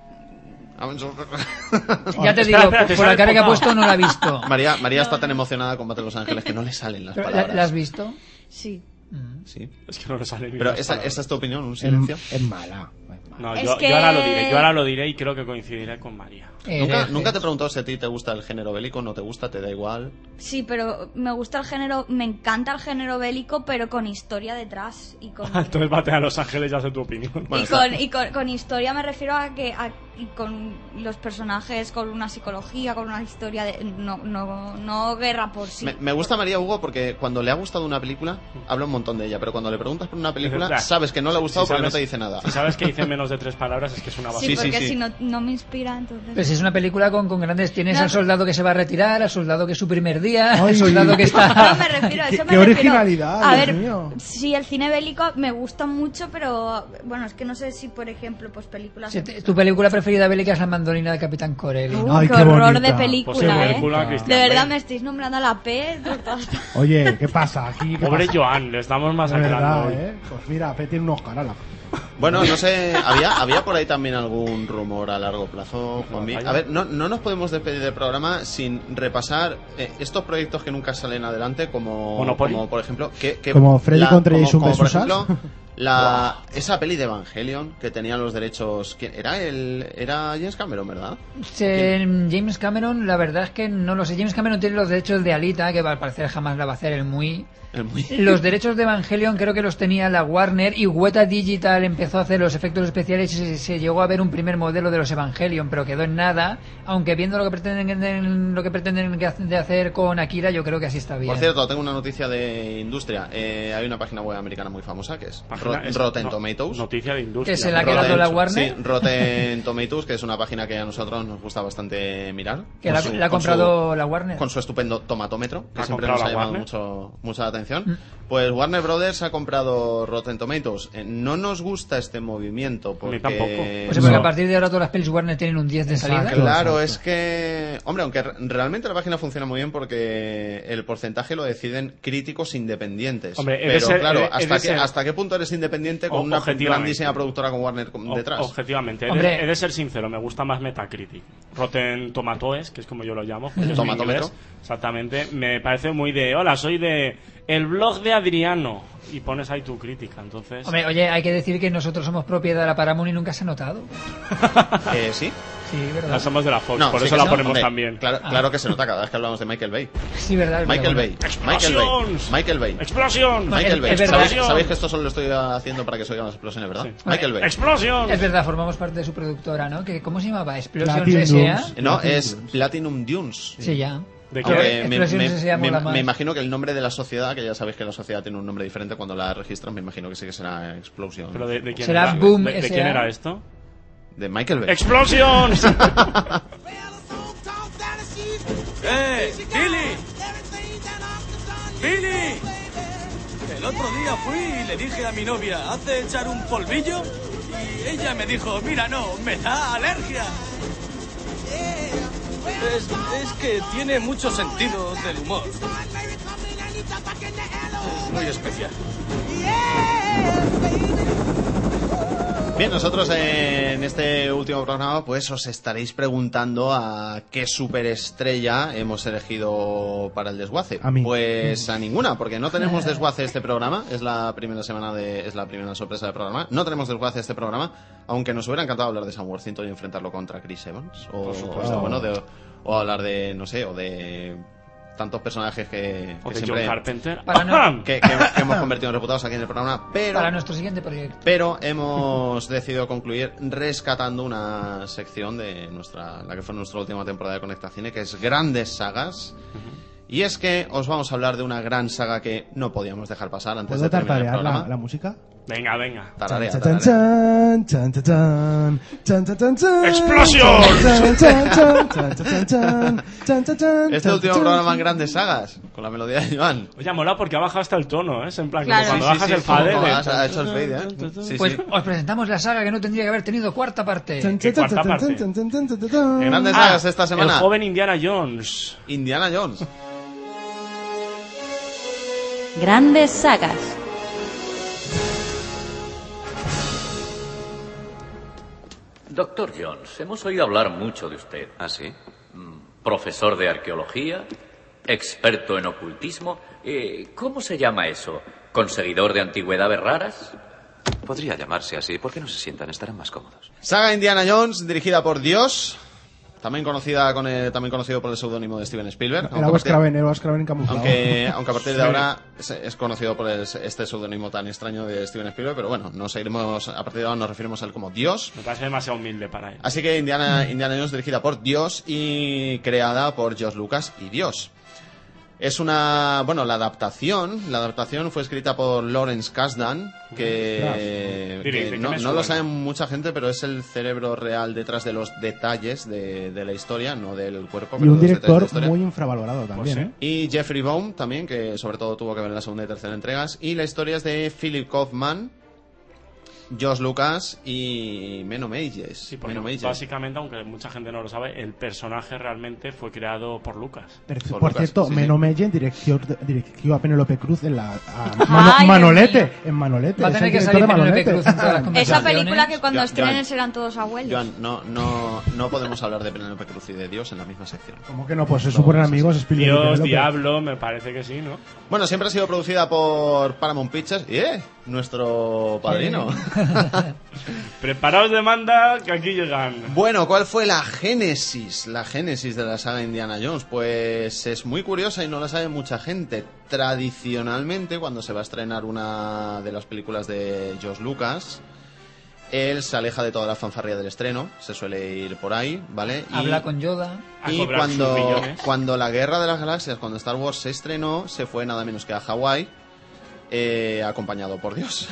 Ya te digo, por la cara que ha puesto no la he visto. María está tan emocionada con Battle Los Ángeles que no le salen las palabras. ¿La has visto? Sí. Sí. Es que no le sale bien. Pero esa es tu opinión, un silencio. Es mala. No, yo ahora lo diré y creo que coincidiré con María. ¿Nunca te he preguntado si a ti te gusta el género bélico, no te gusta, te da igual? Sí, pero me gusta el género, me encanta el género bélico, pero con historia detrás. Y con... Entonces Bate a Los Ángeles, ya sé tu opinión. Bueno, y con historia me refiero a que y con los personajes, con una psicología, con una historia de no guerra por sí. Me gusta María Hugo porque cuando le ha gustado una película habla un montón de ella, pero cuando le preguntas por una película sabes que no le ha gustado porque no te dice nada. Si sabes que dice dice menos de 3 palabras es que es una basura. Sí, porque si no me inspira, entonces... Pues es una película con grandes... Tienes No, al soldado que se va a retirar, al soldado que es su primer día, Ay. al soldado que está... No, me refiero, eso me Qué refiero. originalidad, A Dios ver, mío. sí, el cine bélico me gusta mucho, pero bueno, es que no sé si, por ejemplo, pues películas... Sí, tu película preferida bélica es La mandolina del Capitán Corelli, ¿no? Ay, qué qué horror bonita. de película, Pues sí, ¿eh? película, De Christian verdad Bale. me estáis nombrando a la P. Oye, ¿qué pasa aquí? ¿Qué Pobre pasa? Joan, le estamos De masacrando verdad, hoy. Pues mira, P tiene un Oscar, ala. Bueno, no sé, había por ahí también algún rumor a largo plazo, Juanmi. A ver, no nos podemos despedir del programa sin repasar estos proyectos que nunca salen adelante, como por ejemplo... Como Freddy contra Jason como por vs. ejemplo, esa peli de Evangelion que tenía los derechos... Era James Cameron, ¿verdad? James Cameron, la verdad es que no lo sé. James Cameron tiene los derechos de Alita, que al parecer jamás la va a hacer el muy... Los derechos de Evangelion creo que los tenía la Warner, y Weta Digital empezó a hacer los efectos especiales y se llegó a ver un primer modelo de los Evangelion, pero quedó en nada, aunque viendo lo que pretenden de hacer con Akira, yo creo que así está bien. Por cierto, tengo una noticia de industria. Hay una página web americana muy famosa que es Rotten Tomatoes. Noticia de industria. Que se la ha quedado la Warner. Sí, Rotten Tomatoes, que es una página que a nosotros nos gusta bastante mirar. Que la ha comprado la Warner. Con su estupendo tomatómetro, que ¿Ha siempre nos ha comprado la llamado mucho la atención. Pues Warner Brothers ha comprado Rotten Tomatoes. No nos gusta este movimiento porque... tampoco. Pues porque a partir de ahora todas las pelis Warner tienen un 10 de salida. Claro, es que... Hombre, aunque realmente la página funciona muy bien porque el porcentaje lo deciden críticos independientes. Hombre, pero claro, ¿hasta qué punto eres independiente con una grandísima productora con Warner detrás? Objetivamente. He de ser sincero, me gusta más Metacritic. Rotten Tomatoes, que es como yo lo llamo. Tomatómetro. Exactamente. Me parece muy de... Hola, soy de... El blog de Adriano. Y pones ahí tu crítica, entonces... Hombre, oye, hay que decir que nosotros somos propiedad de la Paramount y nunca se ha notado. ¿Sí? Sí, ¿verdad? No, somos de la Fox, No, por sí eso que la no, ponemos hombre, también. Claro que se nota cada vez que hablamos de Michael Bay. Sí, ¿verdad? Michael Bay. ¡Explosions! Michael Bay. ¡Explosión! Michael Bay. Es verdad. ¿Sabéis que esto solo lo estoy haciendo para que se oigan las explosiones, verdad? Sí. Michael Bay. ¡Explosión! Es verdad, formamos parte de su productora, ¿no? ¿Cómo se llamaba? ¿Explosions Platinum S.A.? No, es Platinum Dunes. Sí, ya. Aunque me me imagino que el nombre de la sociedad, que ya sabéis que la sociedad tiene un nombre diferente cuando la registran, me imagino que sí que será Explosion. ¿Pero de quién será era? Boom ¿De quién era esto? De Michael Bay. ¡Explosions! ¡Billy! ¡Billy! El otro día fui y le dije a mi novia, ¿hace echar un polvillo? Y ella me dijo, mira, no, me da alergia. Es que tiene mucho sentido del humor. Es muy especial. Bien, nosotros en este último programa pues os estaréis preguntando a qué superestrella hemos elegido para el desguace. A mí. Pues a ninguna, porque no tenemos desguace este programa, es la primera sorpresa del programa. No tenemos desguace este programa, aunque nos hubiera encantado hablar de Sam Worthington y enfrentarlo contra Chris Evans o hablar de, no sé, o de tantos personajes que siempre John Carpenter que hemos convertido en reputados aquí en el programa, pero para nuestro siguiente proyecto. Pero hemos decidido concluir rescatando una sección de la que fue nuestra última temporada de Conecta Cine, que es Grandes Sagas. Y es que os vamos a hablar de una gran saga que no podíamos dejar pasar antes de terminar el programa. la música? Venga. ¡Explosión! Este último programa en Grandes Sagas, con la melodía de Iván. Oye, mola porque ha bajado hasta el tono, ¿eh? Es en plan, Claro. como cuando bajas el fade. Ha hecho el fade, ¿eh? Sí, Pues sí. os presentamos la saga que no tendría que haber tenido cuarta parte. ¿Qué cuarta parte? En Grandes Sagas esta semana. El joven Indiana Jones. Indiana Jones. Grandes Sagas. Doctor Jones, hemos oído hablar mucho de usted. ¿Ah, sí? Profesor de arqueología, experto en ocultismo. ¿Cómo se llama eso? ¿Conseguidor de antigüedades raras? Podría llamarse así. ¿Por qué no se sientan? Estarán más cómodos. Saga Indiana Jones, dirigida por Dios. También conocido por el seudónimo de Steven Spielberg. El Wes Craven camuflado. Aunque a partir de ahora es conocido por este seudónimo tan extraño de Steven Spielberg, pero bueno, a partir de ahora nos referimos a él como Dios. Me parece demasiado humilde para él. Así que Indiana Jones dirigida por Dios y creada por George Lucas y Dios. Es una... Bueno, la adaptación fue escrita por Lawrence Kasdan, que no lo sabe mucha gente, pero es el cerebro real detrás de los detalles de la historia, no del cuerpo. Y un director muy infravalorado también, Pues ¿eh? Y Jeffrey Baum también, que sobre todo tuvo que ver en la segunda y tercera entregas. Y la historia es de Philip Kaufman, Josh Lucas y Menno Meyjes. Sí, porque básicamente, aunque mucha gente no lo sabe, el personaje realmente fue creado por Lucas. Por cierto, Menno Meyjes dirigió a Penélope Cruz en la Ay, Manolete. En Manolete. Va a tener que salir Penélope Cruz en todas las Esa conversaciones. película que cuando Joan, estrenen serán todos abuelos. Joan, no podemos hablar de Penélope Cruz y de Dios en la misma sección. ¿Cómo que no? Pues se suponen amigos, Spielberg y Dios, Penélope. Diablo, me parece que sí, ¿no? Bueno, siempre ha sido producida por Paramount Pictures y nuestro padrino. Preparaos demanda, que aquí llegan. Bueno, ¿cuál fue la génesis de la saga Indiana Jones? Pues es muy curiosa y no la sabe mucha gente. Tradicionalmente, cuando se va a estrenar una de las películas de George Lucas, él se aleja de toda la fanfarria del estreno, se suele ir por ahí, ¿vale? Habla con Yoda. Y cuando la Guerra de las Galaxias, cuando Star Wars se estrenó, se fue nada menos que a Hawái, acompañado por Dios.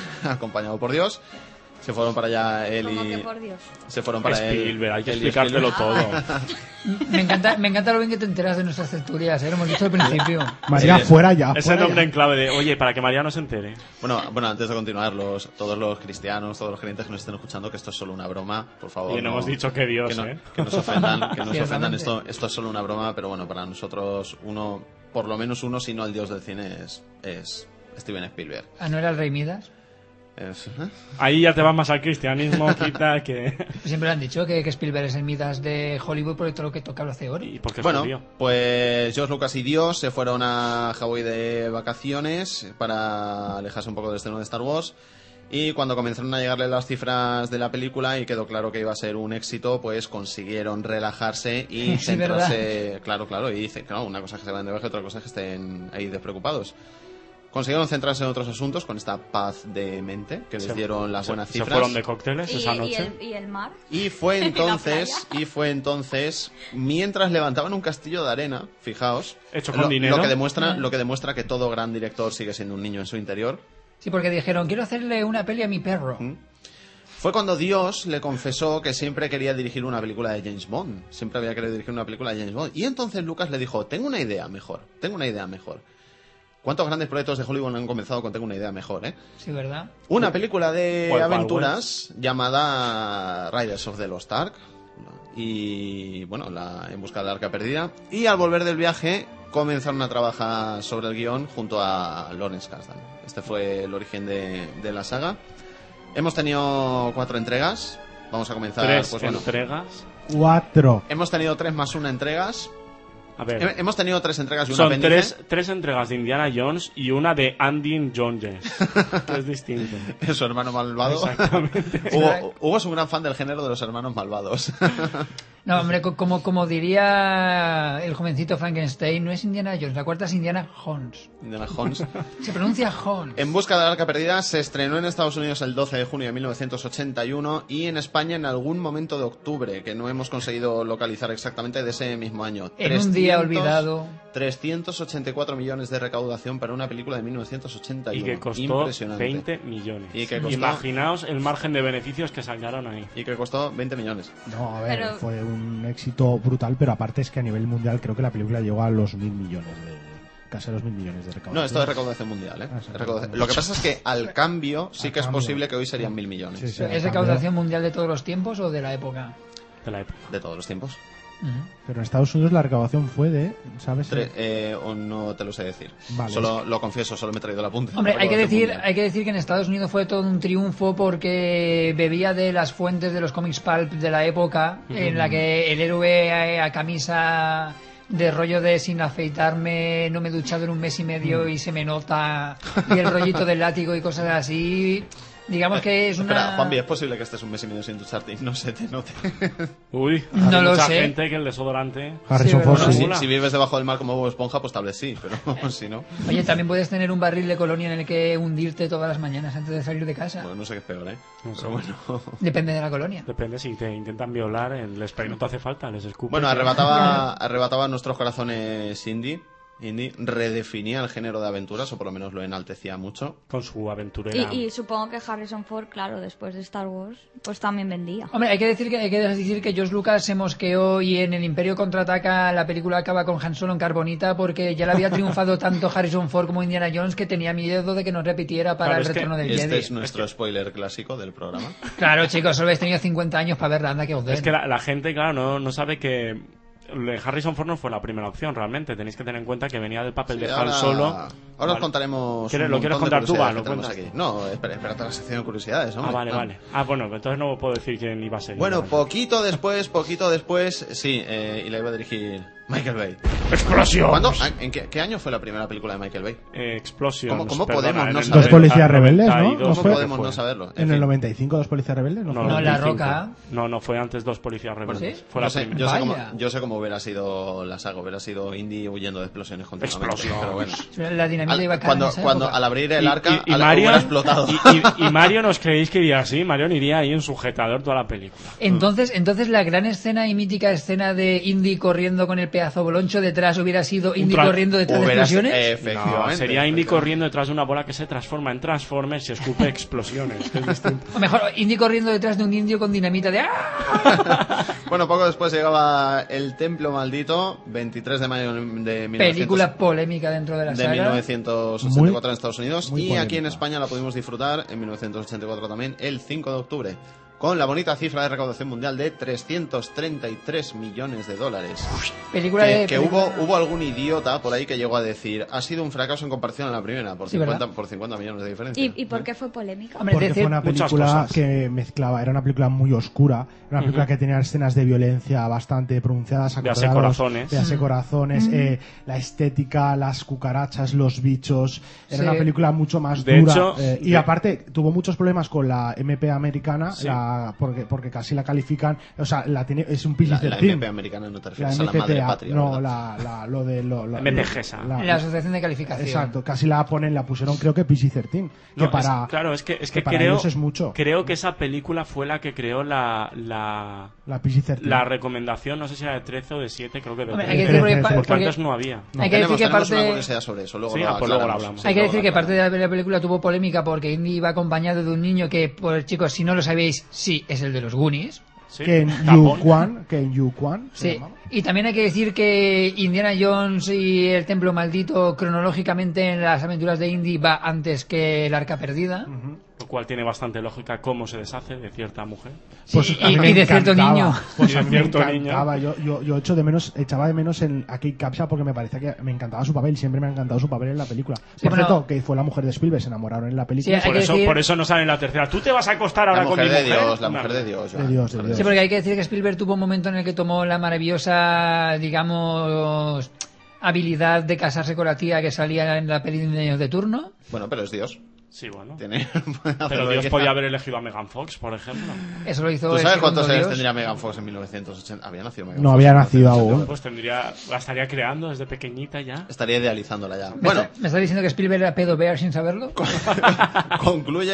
Se fueron para allá él ¿Cómo y... que por Dios? Se fueron para Spielberg, hay que él y explicártelo Spielberg. todo. Me encanta lo bien que te enteras de nuestras tertulias, lo hemos dicho al principio. María, fuera ya. Ese fuera nombre ya. en clave de, oye, para que María no se entere. Bueno, antes de continuar, todos los cristianos, todos los creyentes que nos estén escuchando, que esto es solo una broma, por favor. Y no hemos dicho que Dios, que nos ofendan, Ciertamente. esto es solo una broma, pero bueno, para nosotros por lo menos uno, si no el dios del cine, es Steven Spielberg. ¿Ah, no era el Rey Midas? Ahí ya te vas más al cristianismo, quita que... Siempre le han dicho que Spielberg es el Midas de Hollywood por todo lo que toca lo hace oro. ¿Y por qué es Bueno, judío? pues George Lucas y Dios se fueron a Hawái de vacaciones para alejarse un poco del estreno de Star Wars. Y cuando comenzaron a llegarle las cifras de la película y quedó claro que iba a ser un éxito, pues consiguieron relajarse y Sí, centrarse. Claro, y dice, claro, una cosa es que se vayan de viaje, otra cosa es que estén ahí despreocupados. Consiguieron centrarse en otros asuntos con esta paz de mente que les dieron las buenas cifras. ¿Se fueron de cócteles esa noche? ¿Y el mar? Y fue entonces, mientras levantaban un castillo de arena, fijaos, hecho con dinero. lo que demuestra que todo gran director sigue siendo un niño en su interior. Sí, porque dijeron, quiero hacerle una peli a mi perro. Fue cuando Dios le confesó que siempre quería dirigir una película de James Bond. Siempre había querido dirigir una película de James Bond. Y entonces Lucas le dijo, tengo una idea mejor. ¿Cuántos grandes proyectos de Hollywood han comenzado con tengo una idea mejor, Sí, ¿verdad? Una película de ¿Cuál, aventuras llamada Riders of the Lost Ark. Y bueno, En busca del arca perdida. Y al volver del viaje comenzaron a trabajar sobre el guión junto a Lawrence Kasdan. Este fue el origen de la saga. Hemos tenido 4 entregas. Vamos a comenzar. 3 pues, bueno, entregas. 4. hemos tenido 3 más 1 entregas. A ver. Hemos tenido 3 entregas y una Son apéndice. tres entregas de Indiana Jones y una de Andy Jones, que es distinto. Es su hermano malvado. Exactamente. Hugo es un gran fan del género de los hermanos malvados. No, hombre, como diría el jovencito Frankenstein, no es Indiana Jones, la cuarta es Indiana Jones. Indiana Jones. Se pronuncia Jones. En busca del arca perdida se estrenó en Estados Unidos el 12 de junio de 1981 y en España en algún momento de octubre, que no hemos conseguido localizar exactamente, de ese mismo año. En un día olvidado. 384 millones de recaudación para una película de 1981. Y que costó Impresionante. 20 millones. Y que costó... Imaginaos el margen de beneficios que sacaron ahí. Y que costó 20 millones. No, a ver, Pero- fue un éxito brutal, pero aparte es que a nivel mundial creo que la película llegó a los 1.000 millones casi a los 1.000 millones de recaudación. No, esto es recaudación mundial, ¿eh? Ah, sí. Lo que pasa es que al cambio sí Al que es cambio. posible que hoy serían 1.000 millones. Sí, sí. ¿Es recaudación mundial de todos los tiempos o de la época? De la época. De todos los tiempos. Pero en Estados Unidos la recaudación fue de, ¿sabes? O no te lo sé decir. Vale. Solo lo confieso, solo me he traído el apunte. Hombre, hay que Recaudación decir que en Estados Unidos fue todo un triunfo porque bebía de las fuentes de los comics pulp de la época, en la que el héroe a camisa de rollo de sin afeitarme, no me he duchado en un mes y medio y se me nota, y el rollito del látigo y cosas así. Digamos que es una... Espera, Juanvi, ¿es posible que estés un mes y medio sin ducharte y no se te note? Uy, No hay lo mucha sé. gente que el desodorante... Harrison Sí, Ford, ¿verdad? sí. Si vives debajo del mar como Bob Esponja, pues tal vez sí, pero si no... Oye, también puedes tener un barril de colonia en el que hundirte todas las mañanas antes de salir de casa. Bueno, no sé qué es peor, ¿eh? No sé. Pero bueno... Depende de la colonia. Depende, si te intentan violar, el spray no te hace falta, les escupes. Bueno, arrebataba nuestros corazones Cindy. Indy redefinía el género de aventuras, o por lo menos lo enaltecía mucho. Con su aventurera. Y supongo que Harrison Ford, claro, después de Star Wars, pues también vendía. Hombre, hay que decir que George Lucas se mosqueó y en El Imperio Contraataca la película acaba con Han Solo en carbonita porque ya le había triunfado tanto Harrison Ford como Indiana Jones que tenía miedo de que no repitiera para el retorno del Jedi. Este es nuestro spoiler clásico del programa. Claro, chicos, solo habéis tenido 50 años para verla, anda que os den. Es que la gente, claro, no sabe que Harrison Ford no fue la primera opción realmente. Tenéis que tener en cuenta que venía del papel de Han Solo. Ahora os contaremos. ¿Lo quieres contar tú? ¿Lo cuentas aquí? No, espérate la sección de curiosidades, hombre. Vale. Bueno, entonces no puedo decir quién iba a ser. Bueno, poquito después, sí, y la iba a dirigir Michael Bay. ¡Explosión! ¿Cuándo? ¿En qué año fue la primera película de Michael Bay? Explosión. ¿Cómo podemos no saberlo? Dos policías rebeldes, ¿no? ¿Cómo podemos no saberlo? En el 95, Dos policías rebeldes. No, La Roca. No, fue antes Dos policías rebeldes. ¿Sí? Fue la primera. Yo sé cómo hubiera sido la saga, hubiera sido Indy huyendo de explosiones continuamente. Pero bueno. La dinamita iba a caer cuando al abrir el arca, y Mario, hubiera explotado. Y Mario, ¿nos creéis que iría así? Mario iría ahí en sujetador toda la película. Entonces la gran escena y mítica escena de Indy corriendo con el pedazo boloncho detrás hubiera sido Indy corriendo detrás de explosiones. Efectivamente. No, sería Indy corriendo detrás de una bola que se transforma en Transformers y escupe explosiones. Que es distinto. O mejor, Indy corriendo detrás de un indio con dinamita de ¡ah! Bueno, poco después llegaba El Templo Maldito, 23 de mayo de película polémica dentro de la saga. De 1984 en Estados Unidos. Y polémica. Aquí en España la pudimos disfrutar en 1984 también, el 5 de octubre. Con la bonita cifra de recaudación mundial de $333 millones. Película que hubo algún idiota por ahí que llegó a decir ha sido un fracaso en comparación a la primera, por 50 millones de diferencia. ¿Y por qué fue polémica? Porque fue una película que mezclaba, era una película muy oscura, era una película que tenía escenas de violencia bastante pronunciadas, Véase Corazones, la estética, las cucarachas, los bichos, era una película mucho más de dura, hecho, y aparte tuvo muchos problemas con la MP americana, porque casi la califican, o sea, es un PG-13. La MP americana no te refieres a la madre patria, no, ¿verdad? MPGESA. La asociación de calificación. Exacto, casi la pusieron creo que PG-13. Creo que esa película fue la que creó la PG-13. La recomendación, no sé si era de 13 o de 7, creo que de 13. Hay que decir porque antes no había. Hay que decir que parte una curiosidad sobre eso, luego lo hablamos. Hay que decir que parte de la película tuvo polémica porque Indy iba acompañado de un niño que, pues chicos, si no lo sabéis, sí, es el de los Goonies. Sí. Ken Yu Kwan. Sí. Y también hay que decir que Indiana Jones y el Templo Maldito cronológicamente en las aventuras de Indy va antes que el Arca Perdida. Lo cual tiene bastante lógica cómo se deshace de cierta mujer. Pues y de cierto niño. Pues a mí me encantaba. Yo echaba de menos a Kate Capshaw porque me parecía que me encantaba su papel. Siempre me ha encantado su papel en la película. Por cierto, que fue la mujer de Spielberg, se enamoraron en la película. Sí, por eso no sale en la tercera. Tú te vas a acostar ahora con mi mujer. La mujer de Dios. Sí, porque hay que decir que Spielberg tuvo un momento en el que tomó la maravillosa, digamos, habilidad de casarse con la tía que salía en la peli de Niños de Turno. Bueno, pero es Dios. Sí, bueno. Pero Dios podía haber elegido a Megan Fox, por ejemplo. Eso lo hizo. ¿Tú sabes cuántos años tendría Megan Fox en 1980? ¿Había nacido Megan Fox? No había nacido aún. Pues la estaría creando desde pequeñita ya. Estaría idealizándola ya. Bueno, ¿me estás diciendo que Spielberg era pedo bear sin saberlo? Concluye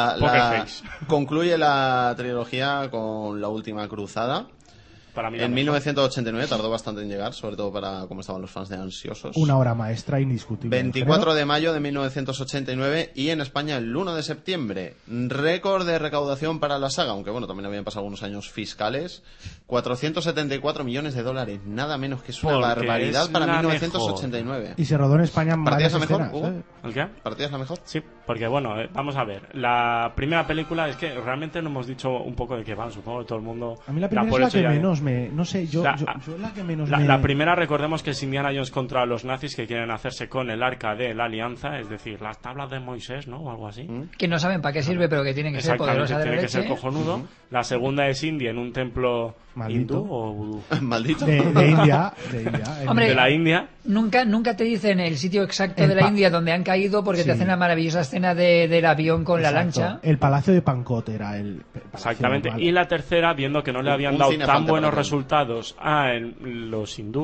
la trilogía con La Última Cruzada. En 1989 tardó bastante en llegar, sobre todo para como estaban los fans de Ansiosos. Una obra maestra indiscutible. 24 de mayo de 1989 y en España el 1 de septiembre. Récord de recaudación para la saga, aunque bueno, también habían pasado algunos años fiscales. $474 millones, nada menos, que es una barbaridad para 1989. Mejor. Y se rodó en España en ¿Partidas varias la mejor? escenas, ¿El qué? ¿Partidas la mejor? Sí, porque bueno, vamos a ver. La primera película es que realmente no hemos dicho un poco de qué va, supongo que todo el mundo. A mí la primera es la que menos no sé, yo la que menos La primera, recordemos que es Indiana Jones contra los nazis que quieren hacerse con el arca de la alianza, es decir, las tablas de Moisés, ¿no? O algo así. Que no saben para qué sirve, pero que tienen que ser poderosa de la leche. Tiene que ser cojonudo. La segunda es Indy en un templo hindú o vudú. Maldito. De India. Hombre, de la India. Nunca te dicen el sitio exacto de la India donde han caído porque te hacen la maravillosa escena del avión con la lancha. El Palacio de Pankot era el palacio. Exactamente. Normal. Y la tercera, viendo que no le habían dado tan buenos resultados a los hindús,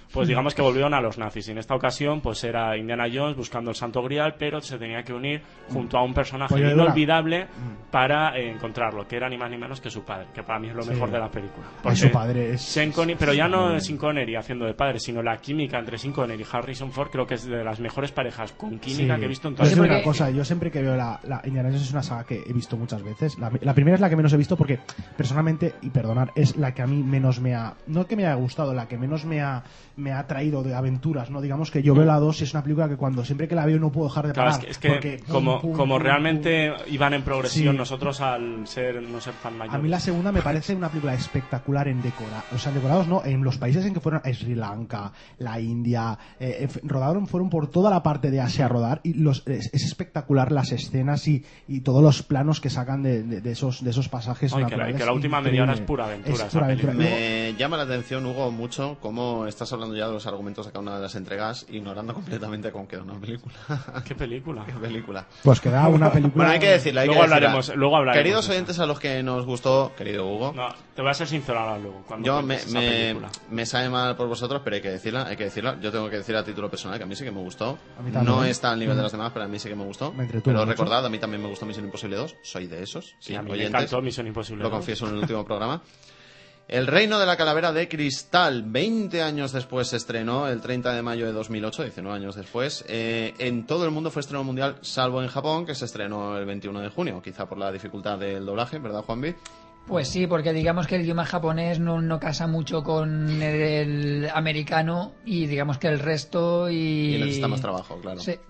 pues digamos que volvieron a los nazis. Y en esta ocasión, pues era Indiana Jones buscando el Santo Grial, pero se tenía que unir junto a un personaje inolvidable para encontrarlo, que era ni más ni menos que su padre, que para mí es lo mejor de la película. Su padre es... Sean Connery, pero ya no Sean Connery haciendo de padre, sino la química entre Sean Connery y Harrison Ford, creo que es de las mejores parejas con química que he visto en toda la vida. Una cosa, yo siempre que veo la Indiana Jones es una saga que he visto muchas veces. La primera es la que menos he visto porque, personalmente, y perdonar, es la que a mí menos me ha... No que me haya gustado, la que menos me ha traído de aventuras, ¿no? Digamos que yo veo la 2 y es una película que siempre que la veo no puedo dejar de parar. Es que como realmente iban en progresión, nosotros al no ser tan mayores. A mí la segunda me parece una película espectacular en decorados no, en los países en que fueron, Sri Lanka, la India, fueron por toda la parte de Asia a rodar y es espectacular las escenas y todos los planos que sacan de esos pasajes naturales. Que la última media hora es pura aventura. Me llama la atención, Hugo, mucho cómo estás hablando ya de los argumentos de cada una de las entregas, ignorando completamente cómo queda una película. ¿Qué película? ¿Qué película? Pues queda una película... Bueno, hay que decirla. Luego hablaremos. Queridos oyentes a los que nos gustó, querido Hugo... No, te voy a ser sincero ahora luego. Yo me sabe mal por vosotros, pero hay que decirla. Yo tengo que decir a título personal que a mí sí que me gustó. No está al nivel de los demás, pero a mí sí que me gustó. Pero recordad, a mí también me gustó Misión Imposible 2. Soy de esos. Sí, a mí me encantó Misión Imposible 2. Lo confieso en el último programa. El Reino de la Calavera de Cristal, 20 años después se estrenó, el 30 de mayo de 2008, 19 años después. En todo el mundo fue estreno mundial, salvo en Japón, que se estrenó el 21 de junio, quizá por la dificultad del doblaje, ¿verdad, Juanvi? Pues sí, porque digamos que el idioma japonés no casa mucho con el americano y digamos que el resto y necesita más trabajo, claro. Sí.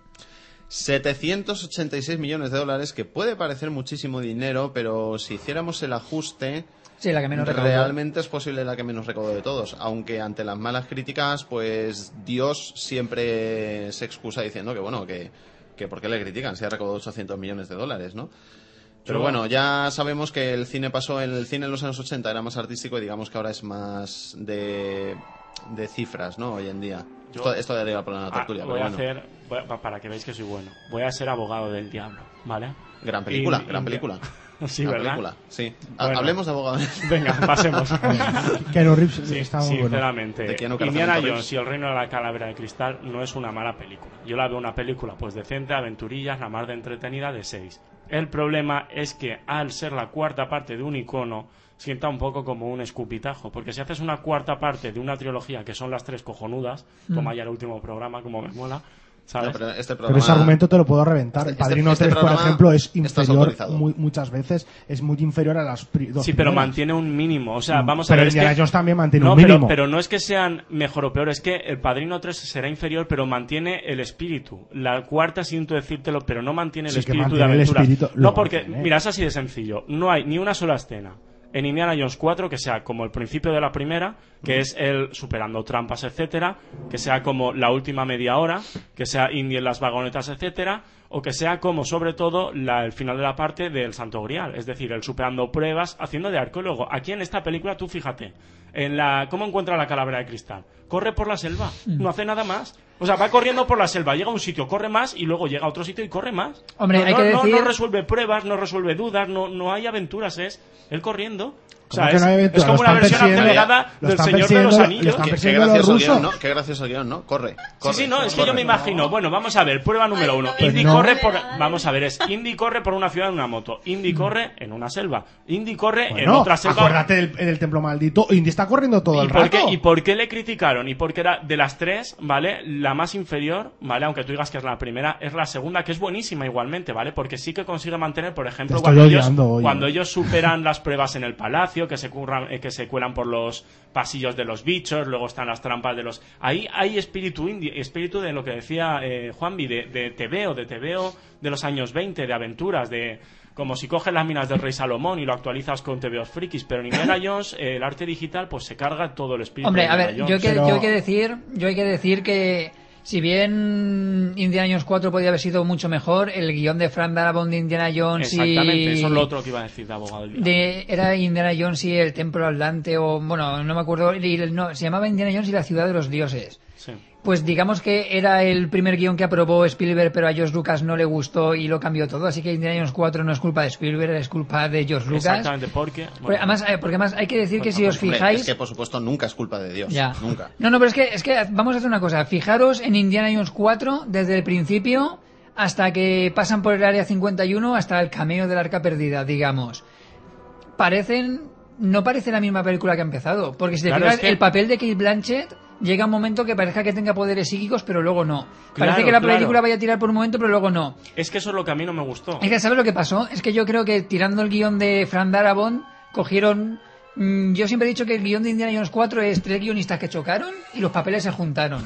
786 millones de dólares, que puede parecer muchísimo dinero, pero si hiciéramos el ajuste... Sí, la que menos recaudó. Realmente es posible la que menos recaudó de todos, aunque ante las malas críticas, pues Dios siempre se excusa diciendo que bueno, que ¿por qué le critican si ha recaudado 800 millones de dólares, ¿no? Pero bueno, ya sabemos que el cine en los años 80 era más artístico y digamos que ahora es más de cifras, ¿no? Hoy en día. Esto daría por una tertulia, pero bueno. Para que veáis que soy bueno, voy a ser abogado del diablo, ¿vale? Gran película, gran película. Sí, gran ¿verdad? Película, sí. Bueno, hablemos de abogado. Venga, pasemos. Keanu Reeves está muy sinceramente, bueno. Indiana Jones y el Reino de la Calavera de Cristal no es una mala película. Yo la veo una película pues decente, aventurillas, la más de entretenida de 6. El problema es que al ser la cuarta parte de un icono sienta un poco como un escupitajo, porque si haces una cuarta parte de una trilogía que son las 3 cojonudas, toma ya el último programa, como me mola, ¿sabes? No, pero ese argumento te lo puedo reventar. El Padrino 3, por ejemplo, es inferior muchas veces, es muy inferior a las dos Sí, pero mantiene un mínimo. O sea, vamos pero a ver. Indiana Jones también mantiene un mínimo. Pero no es que sean mejor o peor, es que el Padrino 3 será inferior, pero mantiene el espíritu. La cuarta, siento decírtelo, pero no mantiene el espíritu de aventura. No, porque, mira, es así de sencillo. No hay ni una sola escena en Indiana Jones 4 que sea como el principio de la primera, que es él superando trampas, etcétera, que sea como la última media hora, que sea Indy en las vagonetas, etcétera, o que sea como sobre todo el final de la parte del Santo Grial, es decir, él superando pruebas, haciendo de arqueólogo. Aquí en esta película, tú fíjate, ¿cómo encuentra la calavera de cristal? Corre por la selva, no hace nada más. O sea, va corriendo por la selva, llega a un sitio, corre más y luego llega a otro sitio y corre más. Hombre, hay que decir... no resuelve pruebas, no resuelve dudas, no hay aventuras, es él corriendo. O sea, que no es como una versión acelerada del Señor de los Anillos. Qué gracioso guión, ¿no? Qué gracioso guión, ¿no? Corre. Sí, no, es que yo me imagino. Bueno, vamos a ver, prueba número 1. Pues Indy corre por... Vamos a ver, Indy corre por una ciudad en una moto. Indy corre en una selva. Indy corre en otra selva. Acuérdate del templo maldito. Indy está corriendo todo el rato. ¿Y por qué le criticaron? Y porque era de las 3, ¿vale? La más inferior, ¿vale? Aunque tú digas que es la primera, es la segunda, que es buenísima igualmente, ¿vale? Porque sí que consigue mantener, por ejemplo, cuando ellos superan las pruebas en el palacio, que se cuelan por los pasillos de los bichos, luego están las trampas de los... Ahí hay espíritu de lo que decía Juanvi, de TVO de los años 20, de aventuras, de... Como si coges las minas del Rey Salomón y lo actualizas con TVOs frikis, pero en Indiana Jones, el arte digital, pues se carga todo el espíritu. Hombre, de a ver, yo hay que decir que si bien Indiana Jones 4 podía haber sido mucho mejor, el guión de Frank Darabont de Indiana Jones Exactamente, eso es lo otro que iba a decir de abogado del diablo. Era Indiana Jones y el Templo Atlante, o bueno, no me acuerdo, se llamaba Indiana Jones y la Ciudad de los Dioses. Sí. pues digamos que era el primer guión que aprobó Spielberg, pero a George Lucas no le gustó y lo cambió todo. Así que Indiana Jones 4 no es culpa de Spielberg, es culpa de George Lucas. Exactamente, porque además hay que decir que si os fijáis... Es que, por supuesto, nunca es culpa de Dios. Ya. Nunca. No, pero es que vamos a hacer una cosa. Fijaros en Indiana Jones 4 desde el principio hasta que pasan por el Área 51 hasta el cameo del Arca Perdida, digamos. No parece la misma película que ha empezado. Porque si te fijas, el papel de Cate Blanchett llega un momento que parezca que tenga poderes psíquicos, pero luego no. Parece que la película vaya a tirar por un momento, pero luego no. Es que eso es lo que a mí no me gustó. Es que, ¿sabes lo que pasó? Es que yo creo que tirando el guión de Frank Darabont, cogieron... Yo siempre he dicho que el guión de Indiana Jones 4 es 3 guionistas que chocaron y los papeles se juntaron.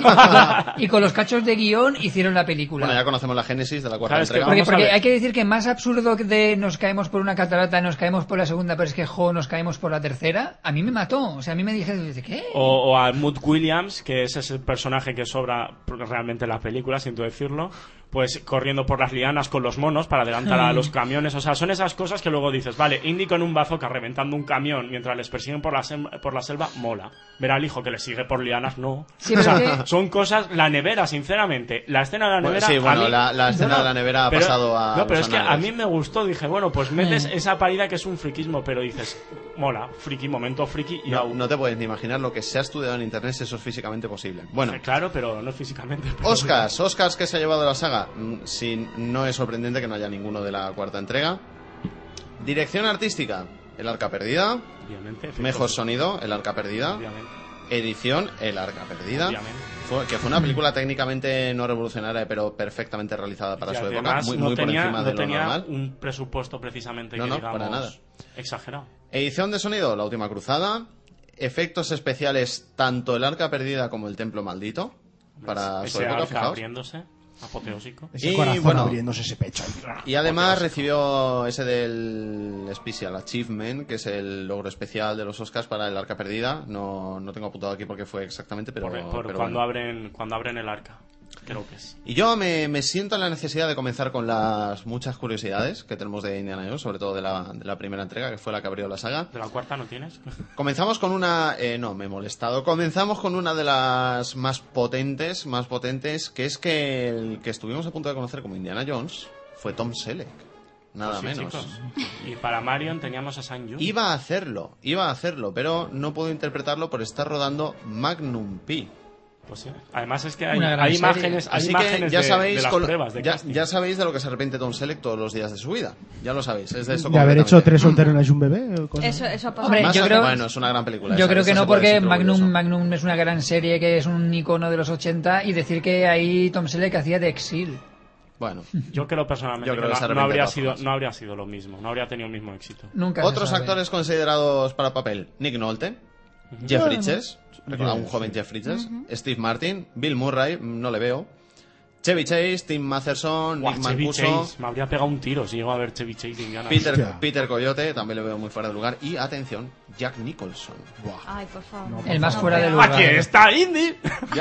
Y con los cachos de guión hicieron la película. Bueno, ya conocemos la génesis de la cuarta entrega. Porque hay que decir que más absurdo de nos caemos por una catarata, nos caemos por la segunda, pero es que nos caemos por la tercera, a mí me mató. O sea, a mí me dije, ¿qué? O a Mood Williams, que ese es el personaje que sobra realmente en la película, siento decirlo, pues corriendo por las lianas con los monos para adelantar a los camiones. O sea, son esas cosas que luego dices, vale, Indy con un bazooka reventando un camión mientras les persiguen por la selva, mola. Ver al hijo que le sigue por lianas, no. Sí, o sea, son cosas... La nevera, sinceramente, la escena de la nevera... Sí, bueno, a mí, la escena de la nevera ha pasado a... No, pero es que a mí me gustó, dije, bueno, pues metes esa parida que es un friquismo, pero dices, mola, friki, momento friki y no te puedes ni imaginar lo que se ha estudiado en internet si eso es físicamente posible. Bueno. Claro, pero no físicamente. Oscars que se ha llevado la saga. Sí, no es sorprendente que no haya ninguno de la cuarta entrega. Dirección artística, El Arca Perdida. Obviamente. Mejor sonido, El Arca Perdida. Obviamente. Edición, El Arca Perdida. Que fue una película técnicamente no revolucionaria, pero perfectamente realizada para su época. Muy por encima de lo normal. No tenía un presupuesto precisamente no, digamos, para nada. Exagerado. Edición de sonido, La Última Cruzada. Efectos especiales, tanto El Arca Perdida como El Templo Maldito. Para su época, fijaos. Abriéndose. Apoteósico. Ese corazón abriéndose ese pecho. Y además recibió ese del Special Achievement, que es el logro especial de los Oscars para El Arca Perdida. No tengo apuntado aquí porque fue exactamente, pero cuando abren el arca. Creo que es. Y yo me siento en la necesidad de comenzar con las muchas curiosidades que tenemos de Indiana Jones, sobre todo de la primera entrega, que fue la que abrió la saga. ¿De la cuarta no tienes? Comenzamos con una... no, me he molestado. Comenzamos con una de las más potentes, que es que el que estuvimos a punto de conocer como Indiana Jones fue Tom Selleck. Nada pues sí, menos. Chicos. Y para Marion teníamos a Sam Yu. Iba a hacerlo, pero no puedo interpretarlo por estar rodando Magnum P. Pues sí. Además es que hay imágenes, que ya sabéis de las pruebas de ya sabéis de lo que se arrepiente Tom Selleck todos los días de su vida. Ya lo sabéis. Es de esto ¿De haber hecho 3 solteros y un bebé? Eso ha pasado. Hombre, bueno, es una gran película. Yo creo que no, porque Magnum es una gran serie que es un icono de los 80 y decir que ahí Tom Selleck hacía de Exil. Bueno, yo creo personalmente que no habría sido lo mismo, no habría tenido el mismo éxito. Nunca. Otros actores considerados para papel: Nick Nolte, Jeff Bridges, un joven Jeff Bridges, Steve Martin, Bill Murray, no le veo, Chevy Chase, Tim Matheson, Nick Mancuso. Me habría pegado un tiro si llego a ver Chevy Chase de Indiana. Peter Coyote, también le veo muy fuera de lugar. Y atención, Jack Nicholson. Wow. Ay, por favor. No, el más fuera de lugar. Aquí está Indy.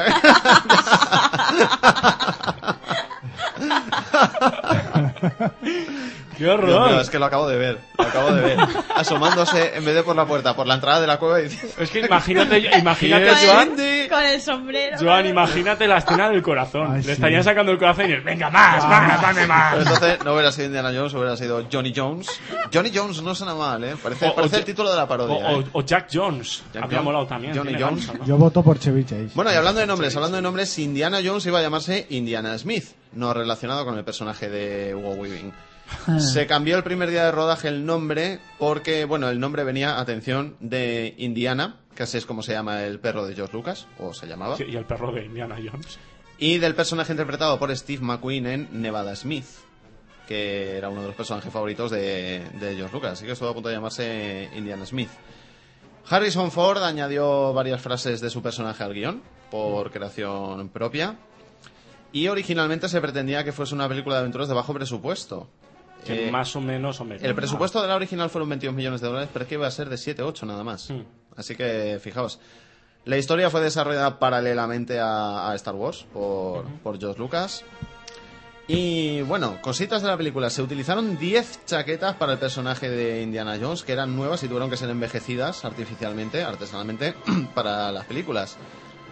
¡Qué horror! No, es que lo acabo de ver. Asomándose, en vez de por la puerta, por la entrada de la cueva y dice... Es que imagínate Joan... Con el sombrero. Joan, imagínate la escena del corazón. Le estarían sacando el corazón y él, venga, más, dame más. Pero entonces no hubiera sido Indiana Jones, hubiera sido Johnny Jones. Johnny Jones no suena mal, ¿eh? Parece el título de la parodia. O Jack Jones. Habría molado también. Johnny Jones. Yo voto por Chevy Chase. Bueno, y hablando de nombres, Indiana Jones iba a llamarse Indiana Smith, no relacionado con el personaje de Hugo Weaving. Se cambió el primer día de rodaje el nombre porque, bueno, el nombre venía, atención, de Indiana, que así es como se llama el perro de George Lucas, o se llamaba. Sí, y el perro de Indiana Jones. Y del personaje interpretado por Steve McQueen en Nevada Smith, que era uno de los personajes favoritos de George Lucas, así que estuvo a punto de llamarse Indiana Smith. Harrison Ford añadió varias frases de su personaje al guión, por creación propia, y originalmente se pretendía que fuese una película de aventuras de bajo presupuesto. Que más o menos. El presupuesto de la original fueron 22 millones de dólares, pero es que iba a ser de 7-8 nada más. Así que, fijaos. La historia fue desarrollada paralelamente a Star Wars por George Lucas. Y, bueno, cositas de la película. Se utilizaron 10 chaquetas para el personaje de Indiana Jones, que eran nuevas y tuvieron que ser envejecidas artificialmente, artesanalmente, para las películas.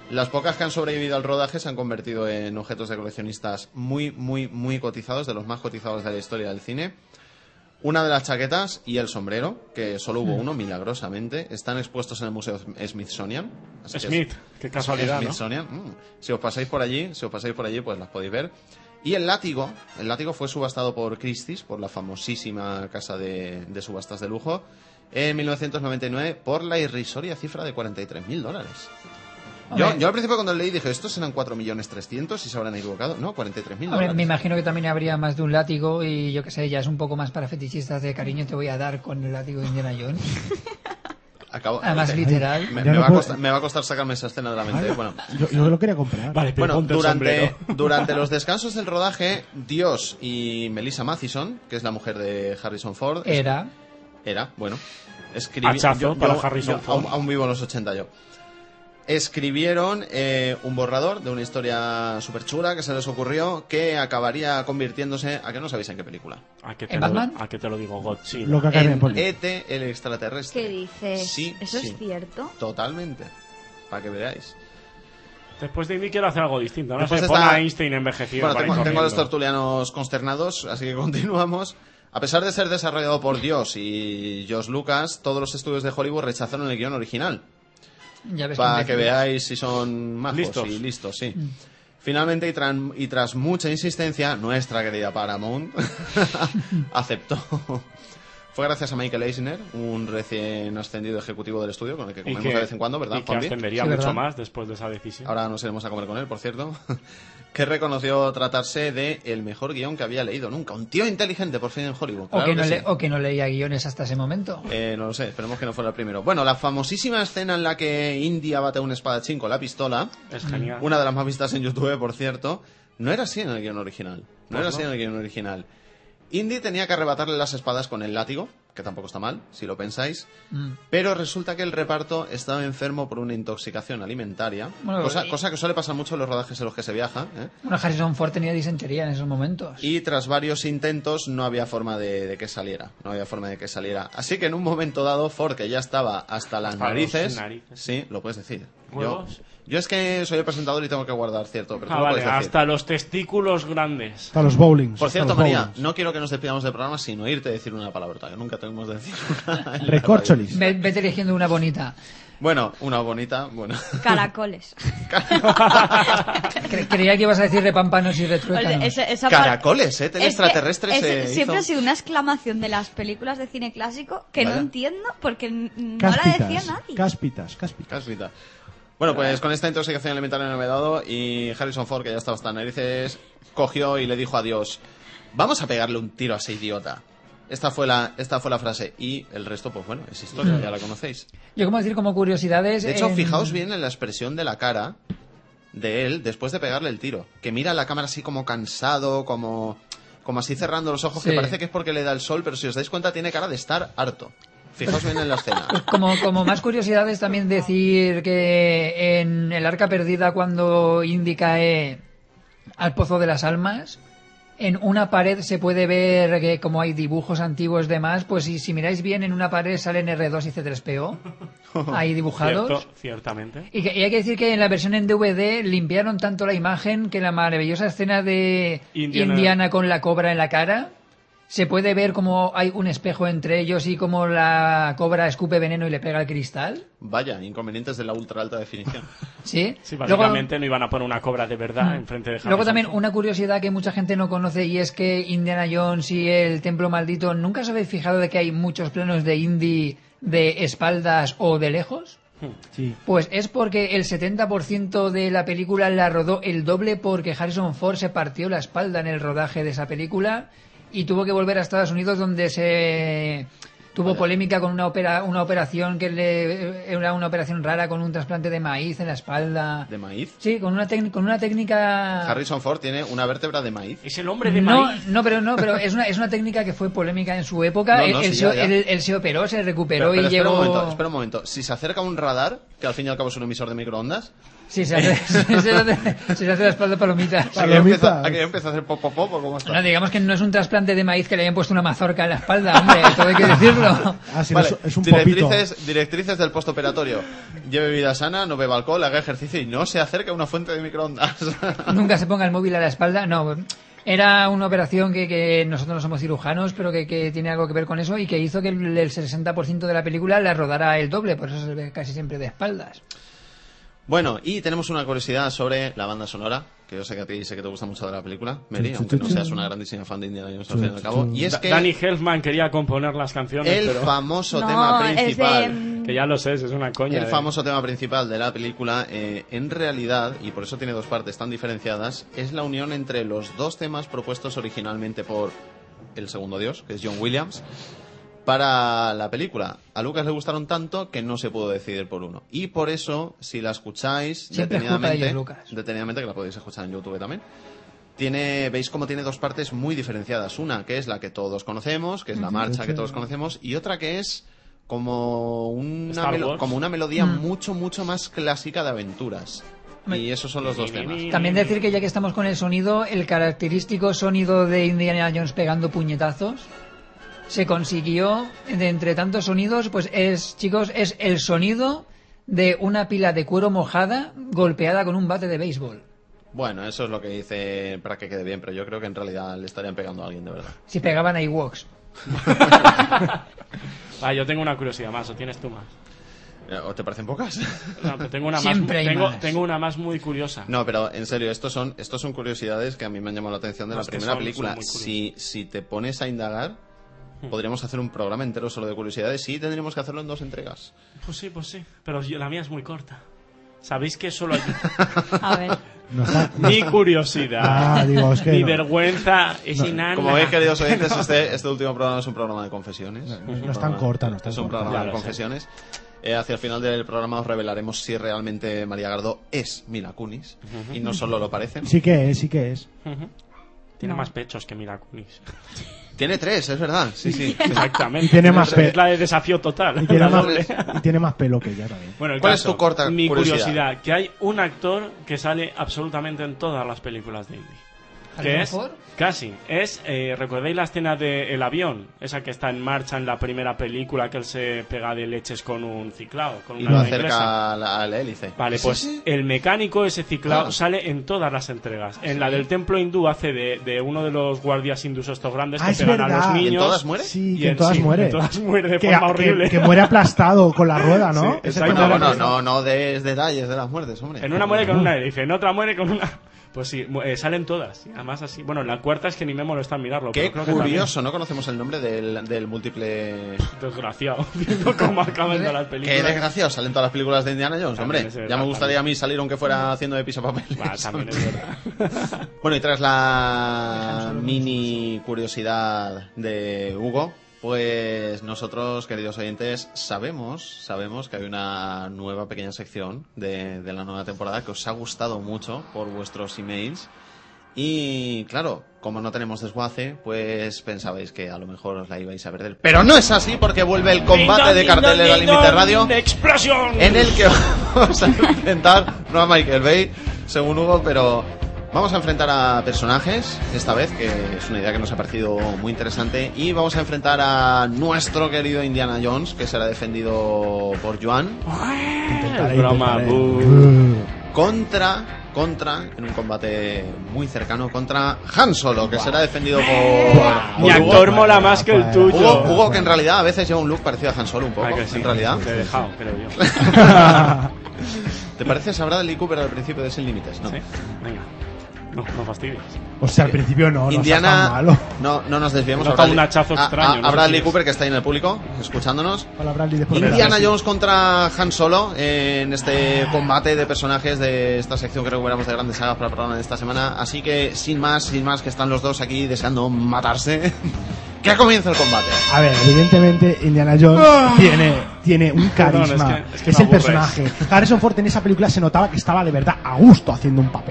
Las pocas que han sobrevivido al rodaje se han convertido en objetos de coleccionistas muy, muy, muy cotizados, de los más cotizados de la historia del cine. Una de las chaquetas y el sombrero, que solo hubo uno, milagrosamente, están expuestos en el Museo Smithsonian. Qué casualidad, Smithsonian. Si os pasáis por allí, pues las podéis ver. Y el látigo fue subastado por Christie's, por la famosísima casa de subastas de lujo, en 1999 por la irrisoria cifra de $43.000. Yo al principio cuando leí dije, estos serán 4.300.000 y se habrán equivocado. No, $43.000. Me imagino que también habría más de un látigo y yo que sé, ya es un poco más para fetichistas de cariño te voy a dar con el látigo de Indiana Jones. Además literal. Me va a costar sacarme esa escena de la mente. Bueno, yo lo quería comprar. Vale, pero durante los descansos del rodaje, Dios y Melissa Mathison, que es la mujer de Harrison Ford... Hachazo para Harrison Ford. Aún vivo en los 80 yo. Escribieron un borrador de una historia súper chula que se les ocurrió que acabaría convirtiéndose... ¿A qué no sabéis en qué película? ¿A qué te lo digo? Godzilla. En E.T. el extraterrestre. ¿Qué dices? Sí, ¿Eso es cierto? Totalmente. Para que veáis. Después de mí quiero hacer algo distinto. No Después sé, pon a Einstein envejecido. Bueno, tengo a los tertulianos consternados, así que continuamos. A pesar de ser desarrollado por Dios y George Lucas, todos los estudios de Hollywood rechazaron el guión original. Para que veáis si son majos y listos, sí. Finalmente, y tras mucha insistencia, nuestra querida Paramount aceptó. Fue gracias a Michael Eisner, un recién ascendido ejecutivo del estudio, con el que comemos de vez en cuando, ¿verdad, Juanvi? Y que ascendería mucho más después de esa decisión. Ahora nos iremos a comer con él, por cierto. Que reconoció tratarse de el mejor guión que había leído nunca. Un tío inteligente, por fin, en Hollywood. O que no leía guiones hasta ese momento. No lo sé, esperemos que no fuera el primero. Bueno, la famosísima escena en la que India bate a un espadachín con la pistola, es genial. Una de las más vistas en YouTube, por cierto, no era así en el guión original. Indy tenía que arrebatarle las espadas con el látigo, que tampoco está mal, si lo pensáis, pero resulta que el reparto estaba enfermo por una intoxicación alimentaria, cosa que suele pasar mucho en los rodajes en los que se viaja. Bueno, Harrison Ford tenía disentería en esos momentos. Y tras varios intentos no había forma de que saliera. Así que en un momento dado, Ford, que ya estaba hasta las narices... Sí, lo puedes decir. Yo es que soy el presentador y tengo que guardar cierto... Pero vale, hasta los testículos grandes. Hasta los bowlings. Por cierto, María, no quiero que nos despidamos del programa sin oírte decir una palabrota, que nunca tenemos de decir una. Recorcholis. Vete eligiendo una bonita. Bueno, una bonita, bueno. Caracoles. Creía que ibas a decir repámpanos y retruécanos. Caracoles, extraterrestres. Siempre ha sido una exclamación de las películas de cine clásico que no entiendo porque no la decía nadie. Cáspitas. Bueno, pues con esta intoxicación alimentaria no me he dado y Harrison Ford, que ya estaba hasta narices, cogió y le dijo a Dios, vamos a pegarle un tiro a ese idiota. Esta fue la frase y el resto, pues bueno, es historia, ya la conocéis. Yo como decir como curiosidades... De hecho, fijaos bien en la expresión de la cara de él después de pegarle el tiro. Que mira la cámara así como cansado, como así cerrando los ojos, que parece que es porque le da el sol, pero si os dais cuenta tiene cara de estar harto. Fijaos bien en la escena. Como más curiosidades también decir que en El Arca Perdida, cuando Indy cae al Pozo de las Almas, en una pared se puede ver que como hay dibujos antiguos de más, pues si miráis bien en una pared salen R2 y C3PO ahí dibujados. Ciertamente. Y hay que decir que en la versión en DVD limpiaron tanto la imagen que la maravillosa escena de Indiana con la cobra en la cara se puede ver como hay un espejo entre ellos y como la cobra escupe veneno y le pega al cristal. Vaya, inconvenientes de la ultra alta definición. Sí, básicamente luego, no iban a poner una cobra de verdad enfrente de Harrison. Luego también una curiosidad que mucha gente no conoce y es que Indiana Jones y el Templo Maldito, ¿nunca os habéis fijado de que hay muchos planos de Indy de espaldas o de lejos? Sí. Pues es porque el 70% de la película la rodó el doble porque Harrison Ford se partió la espalda en el rodaje de esa película y tuvo que volver a Estados Unidos, donde se tuvo polémica con una operación que era una operación rara con un trasplante de maíz en la espalda. ¿De maíz? Sí, con una técnica... Harrison Ford tiene una vértebra de maíz. ¿Es el hombre de maíz? No, pero es una técnica que fue polémica en su época. Él se operó, se recuperó y llegó... Espera un momento. Si se acerca un radar, que al fin y al cabo es un emisor de microondas. Sí, se hace la espalda palomitas. Aquello empieza a hacer pop, pop, pop, ¿cómo está? No, digamos que no es un trasplante de maíz que le hayan puesto una mazorca en la espalda, hombre, todo hay que decirlo. Sí, vale, es un popito. Directrices del postoperatorio. Lleve vida sana, no beba alcohol, haga ejercicio y no se acerque a una fuente de microondas. Nunca se ponga el móvil a la espalda, no. Era una operación que nosotros no somos cirujanos, pero que tiene algo que ver con eso y que hizo que el 60% de la película la rodara el doble, por eso se ve casi siempre de espaldas. Bueno, y tenemos una curiosidad sobre la banda sonora, que yo sé que a ti sé que te gusta mucho de la película, Mary, aunque no seas una grandísima fan de Indiana Jones al fin y al cabo. Y es que Danny Elfman quería componer las canciones, el famoso tema principal, que ya lo sé, es una coña. El famoso tema principal de la película, en realidad, y por eso tiene dos partes tan diferenciadas, es la unión entre los dos temas propuestos originalmente por el segundo dios, que es John Williams, para la película. A Lucas le gustaron tanto que no se pudo decidir por uno. Y por eso, si la escucháis detenidamente, que la podéis escuchar en YouTube también, veis cómo tiene dos partes muy diferenciadas. Una que es la que todos conocemos, que es la marcha que todos conocemos, y otra que es como una melodía mucho, mucho más clásica de aventuras. Y esos son los dos temas. También decir que ya que estamos con el sonido, el característico sonido de Indiana Jones pegando puñetazos se consiguió de entre tantos sonidos, pues es el sonido de una pila de cuero mojada golpeada con un bate de béisbol. Bueno, eso es lo que dice para que quede bien, pero yo creo que en realidad le estarían pegando a alguien de verdad. Si pegaban a Ewoks. Yo tengo una curiosidad más, ¿o tienes tú más? ¿O te parecen pocas? No, pero tengo una tengo una más muy curiosa. No, pero en serio, estos son curiosidades que a mí me han llamado la atención de la primera película. Si te pones a indagar, podríamos hacer un programa entero solo de curiosidades. Sí, tendríamos que hacerlo en 2 entregas. Pues sí. Pero la mía es muy corta. ¿Sabéis que solo hay... A ver. Mi curiosidad. Mi vergüenza es inana. Como veis, queridos oyentes, este último programa es un programa de confesiones. No es tan corta, Es un programa de confesiones. Hacia el final del programa os revelaremos si realmente María Gardó es Mila Kunis y no solo lo parece. Sí que es. Tiene más pechos que Mila Kunis. Tiene 3, es verdad. Sí. Exactamente. Y tiene más es la de Desafío Total. Y tiene más pelo que ella también. Bueno, ¿cuál es tu corta mi curiosidad? Que hay un actor que sale absolutamente en todas las películas de Indy. Que es casi ¿recordáis la escena del avión? Esa que está en marcha en la primera película, que él se pega de leches con un ciclado, con una y lo acerca a la hélice. Vale, pues el mecánico, ese ciclado, sale en todas las entregas. En la del templo hindú hace de uno de los guardias hindúes estos grandes que pegan a los niños. ¿En todas muere? Sí, que en todas muere. En todas muere de forma horrible. Que muere aplastado con la rueda, ¿no? Sí, no des detalles de las muertes, hombre. En una muere con una hélice, en otra muere con una... Pues sí, salen todas. Además así. Bueno, la cuarta es que ni me molesta en mirarlo. Qué curioso, no conocemos el nombre del múltiple... Desgraciado, viendo cómo acaban todas las películas. Qué desgraciado, salen todas las películas de Indiana Jones, hombre. Ya me gustaría a mí salir aunque fuera haciendo de pisapapeles. También es verdad. Bueno, y tras la mini curiosidad de Hugo, pues nosotros, queridos oyentes, sabemos que hay una nueva pequeña sección de la nueva temporada que os ha gustado mucho por vuestros emails. Y claro, como no tenemos desguace, pues pensabais que a lo mejor os la ibais a perder. Pero no es así, porque vuelve el combate de Cartelera Límite Radio, en el que vamos a enfrentar, no a Michael Bay, según Hugo, pero vamos a enfrentar a personajes, esta vez, que es una idea que nos ha parecido muy interesante, y vamos a enfrentar a nuestro querido Indiana Jones, que será defendido por Joan, contra, en un combate muy cercano, contra Han Solo, que será defendido por mi actor mola más que el tuyo. Hugo, que en realidad a veces lleva un look parecido a Han Solo un poco, sí, en realidad. Te he dejado, creo yo. ¿Te pareces a Bradley Cooper al principio de Sin Límites? ¿No? Sí, venga. No fastidies. O sea, al principio no Indiana, tan malo. No nos desviemos. Un hachazo extraño. A Bradley Cooper, que está ahí en el público, escuchándonos. Hola, Bradley, Indiana Jones contra Han Solo en este combate de personajes de esta sección que recuperamos de Grandes Sagas para el programa de esta semana. Así que, sin más, que están los dos aquí deseando matarse, que comienza el combate. A ver, evidentemente Indiana Jones tiene un carisma. Es el personaje. Harrison Ford en esa película se notaba que estaba de verdad a gusto haciendo un papel. Porque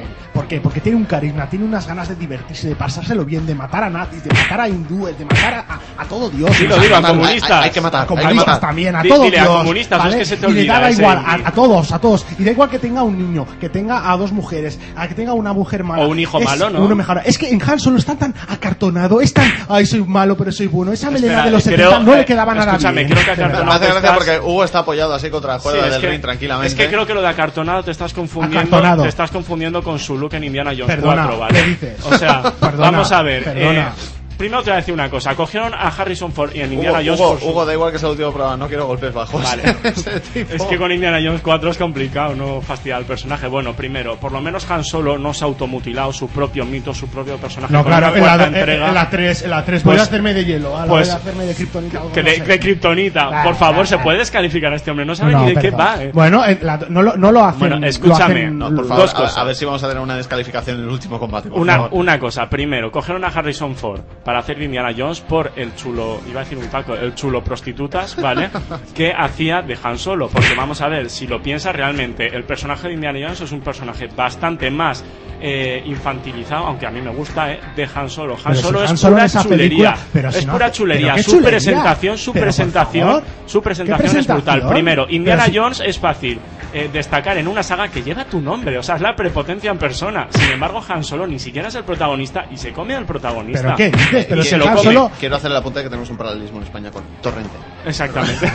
qué? Porque tiene un carisma, tiene unas ganas de divertirse, de pasárselo bien, de matar a nazis, de matar a hindúes, de matar a todo Dios. Sí, lo digo, a comunistas. Hay que matar. A comunistas también, a todo Dile Dios. a comunistas, ¿vale? es que se te y le olvida da ese- igual a todos. Y da igual que tenga un niño, que tenga a dos mujeres, a que tenga una mujer mala. O un hijo malo, ¿no? Uno mejor. Es que en Han Solo está tan acartonado, es tan, ay, soy malo, pero soy bueno. Esa melena Espera, de los creo- 70 no le quedaba nada escúchame, bien. creo que de verdad. Me hace gracia estás- porque Hugo está apoyado así contra la cuerda Sí, es del que- ring tranquilamente. Es que creo que lo de acartonado te estás confundiendo. Acartonado. Te estás confundiendo con su look en Indiana Jones Perdona, 4, ¿vale? ¿qué dices? O sea, Perdona, vamos a ver. perdona. Primero te voy a decir una cosa. Cogieron a Harrison Ford y en Indiana Jones. por su- Hugo, da igual que sea el último programa, no quiero golpes bajos. Vale. Ese tipo. Es que con Indiana Jones 4 es complicado, no fastidiar al personaje. Bueno, primero, por lo menos Han Solo no se ha automutilado su propio mito, su propio personaje. No, con claro, una en cuarta la entrega. 3 Pues- voy a hacerme de hielo, pues- voy a hacerme de kriptonita. algo, Que no sé. de kriptonita. Por favor, ¿se puede descalificar a este hombre? No sabe No, ni de qué perdón. va. Bueno, no lo hacen. Bueno, lo escúchame, hacen- No, por favor, dos cosas. a ver si vamos a tener una descalificación en el último combate. por Una, favor. una cosa, primero, cogieron a Harrison Ford para hacer de Indiana Jones por el chulo, iba a decir un taco, el chulo prostitutas, ¿vale? Que hacía de Han Solo, porque vamos a ver, si lo piensas realmente, el personaje de Indiana Jones es un personaje bastante más infantilizado, aunque a mí me gusta, de Han Solo. Han Pero si Solo Han es Solo en pura esa chulería, película- pero si es no pura hace- chulería. pero qué Su chulería. presentación, su Pero, por presentación, favor, su ¿qué presentación es brutal. presentación? Primero, Indiana Pero si- Jones es fácil destacar en una saga que lleva tu nombre, o sea, es la prepotencia en persona. Sin embargo, Han Solo ni siquiera es el protagonista y se come al protagonista. ¿Pero qué dices? Pero Y si se el lo Han come. Solo- Quiero hacer el apunte de que tenemos un paralelismo en España con Torrente. Exactamente.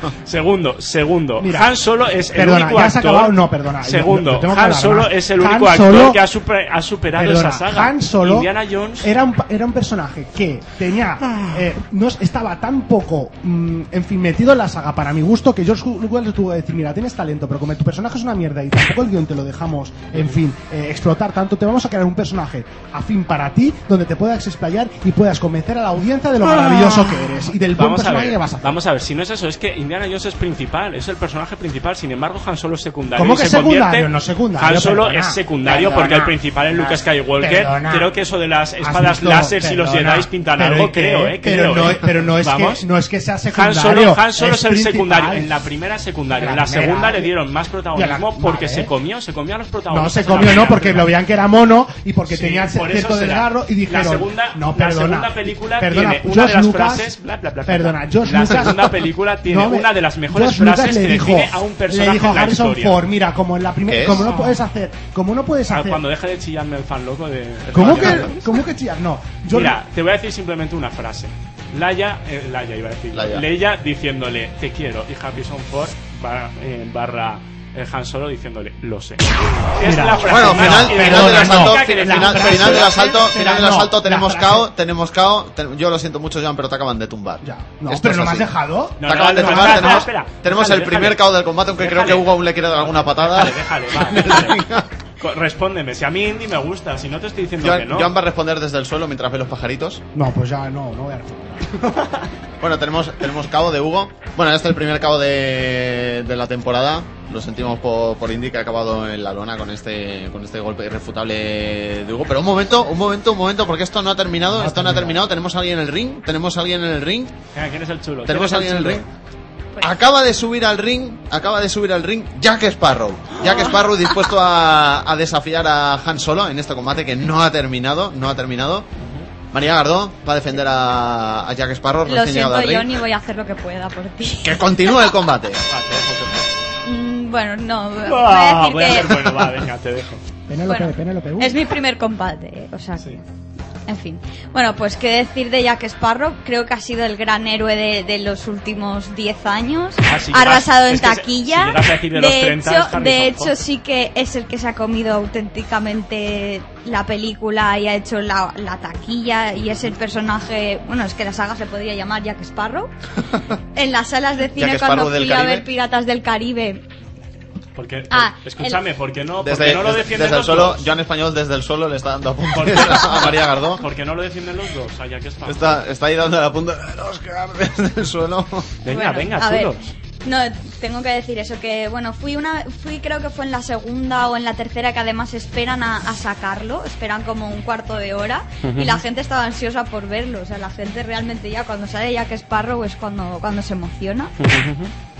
Segundo, Mira, Han Solo es el perdona, único ¿ya has actor. acabado? No, perdona, Segundo, lo tengo que Han hablar Solo más. es el Han único actor Solo- que ha superado Perdona, esa saga. Han Solo Indiana Jones era un personaje que tenía no estaba tan poco en fin metido en la saga para mi gusto que George Lucas le tuvo que decir, mira, tienes talento, pero como tu personaje es una mierda y tampoco el guión te lo dejamos en fin explotar tanto, te vamos a crear un personaje afín para ti donde te puedas explayar y puedas convencer a la audiencia de lo maravilloso que eres y del buen Vamos a personaje ver, que vas a hacer. vamos a ver, si no es eso, es que Indiana Jones es principal, es el personaje principal, sin embargo Han Solo es secundario. ¿Cómo y que se secundario? convierte- No secundario, Han Solo perdona, es secundario perdona, porque el principal es Luke Skywalker. perdona. Creo que eso de las ¿Has espadas visto? láser, si los Perdona, Jedi pintan pero algo, ¿y qué? creo, Pero no es Vamos. que no es que sea Han secundario. Solo es el principal. secundario. En la primera secundario. En la primera, segunda le dieron más y protagonismo a la- porque vale. se comió a los No protagonistas. se en la comió, no, primera porque película. lo veían que era mono y porque Sí, tenía por eso cierto será. desgarro y dijeron, La segunda, no, perdona, la segunda película perdona, tiene una George de las Lucas, frases. Bla, bla, bla, bla, perdona, bla. George La Lucas, segunda película tiene no me- una de las mejores George Lucas frases le que dijo, define a un personaje le dijo en la Harrison historia. Ford, mira, como en la ¿Qué primera, es? como no puedes hacer, Cuando deje de chillarme el fan loco de. ¿Cómo que chillar? No, yo Mira, te voy a decir simplemente una frase. Leia iba a decir. Leia. Leia diciéndole te quiero y Harrison Ford barra Han Solo diciéndole lo sé. Es Mira, la frase Bueno, más final del asalto, idéntica que define final del asalto, no, tenemos la KO, yo lo siento mucho, Joan, pero te acaban de tumbar. Ya. No, Esto pero es no me has así. dejado. No, Te acaban de no, tumbar, espera, tenemos déjale, el primer déjale. KO del combate, aunque creo que Déjale. Hugo aún le quiere dar alguna patada. Déjale, va. Respóndeme, si a mí Indy me gusta, si no te estoy diciendo que no. Joan va a responder desde el suelo mientras ve los pajaritos. No, pues ya no voy a responder. Bueno, tenemos KO de Hugo. Bueno, este es el primer KO de la temporada. Lo sentimos por Indy, que ha acabado en la lona con este golpe irrefutable de Hugo. Pero un momento, porque esto no ha terminado. Tenemos a alguien en el ring. Venga, ¿quién es el chulo? Tenemos a ¿Quién es alguien en el el ring. chulo? Acaba de subir al ring Jack Sparrow. Jack Sparrow dispuesto a desafiar a Han Solo en este combate que no ha terminado. María Gardó va a defender a Jack Sparrow. Lo recién llegado siento, al yo ring. ni voy a hacer lo que pueda por ti. Que continúe el combate. Bueno, no, voy a decir que Bueno, va, venga, te dejo. Penélope. es mi primer combate, o sea que... En fin. Bueno, pues qué decir de Jack Sparrow. Creo que ha sido el gran héroe de los últimos 10 años. Si Ha arrasado en es que taquilla. si llegas a decir de los 30, es Harrison de hecho, Ford. sí que es el que se ha comido auténticamente la película y ha hecho la taquilla. Y es el personaje. Bueno, es que la saga se podría llamar Jack Sparrow. En las salas de cine, Jack cuando Sparrow del fui a Caribe. ver Piratas del Caribe. Escúchame, ¿por qué no lo Desde defienden el los suelo, dos? Joan Español desde el suelo le está dando apuntes a María Gardó. ¿Por qué no lo defienden los dos? A Jack Sparrow. Está ahí dando la punta de Oscar desde el suelo. Venga, Bueno, a ver, chulos. no, tengo que decir eso, que bueno, fui creo que fue en la segunda o en la tercera, que además esperan a sacarlo, esperan como un cuarto de hora, y la gente estaba ansiosa por verlo, o sea, la gente realmente ya cuando sale Jack Sparrow es cuando se emociona.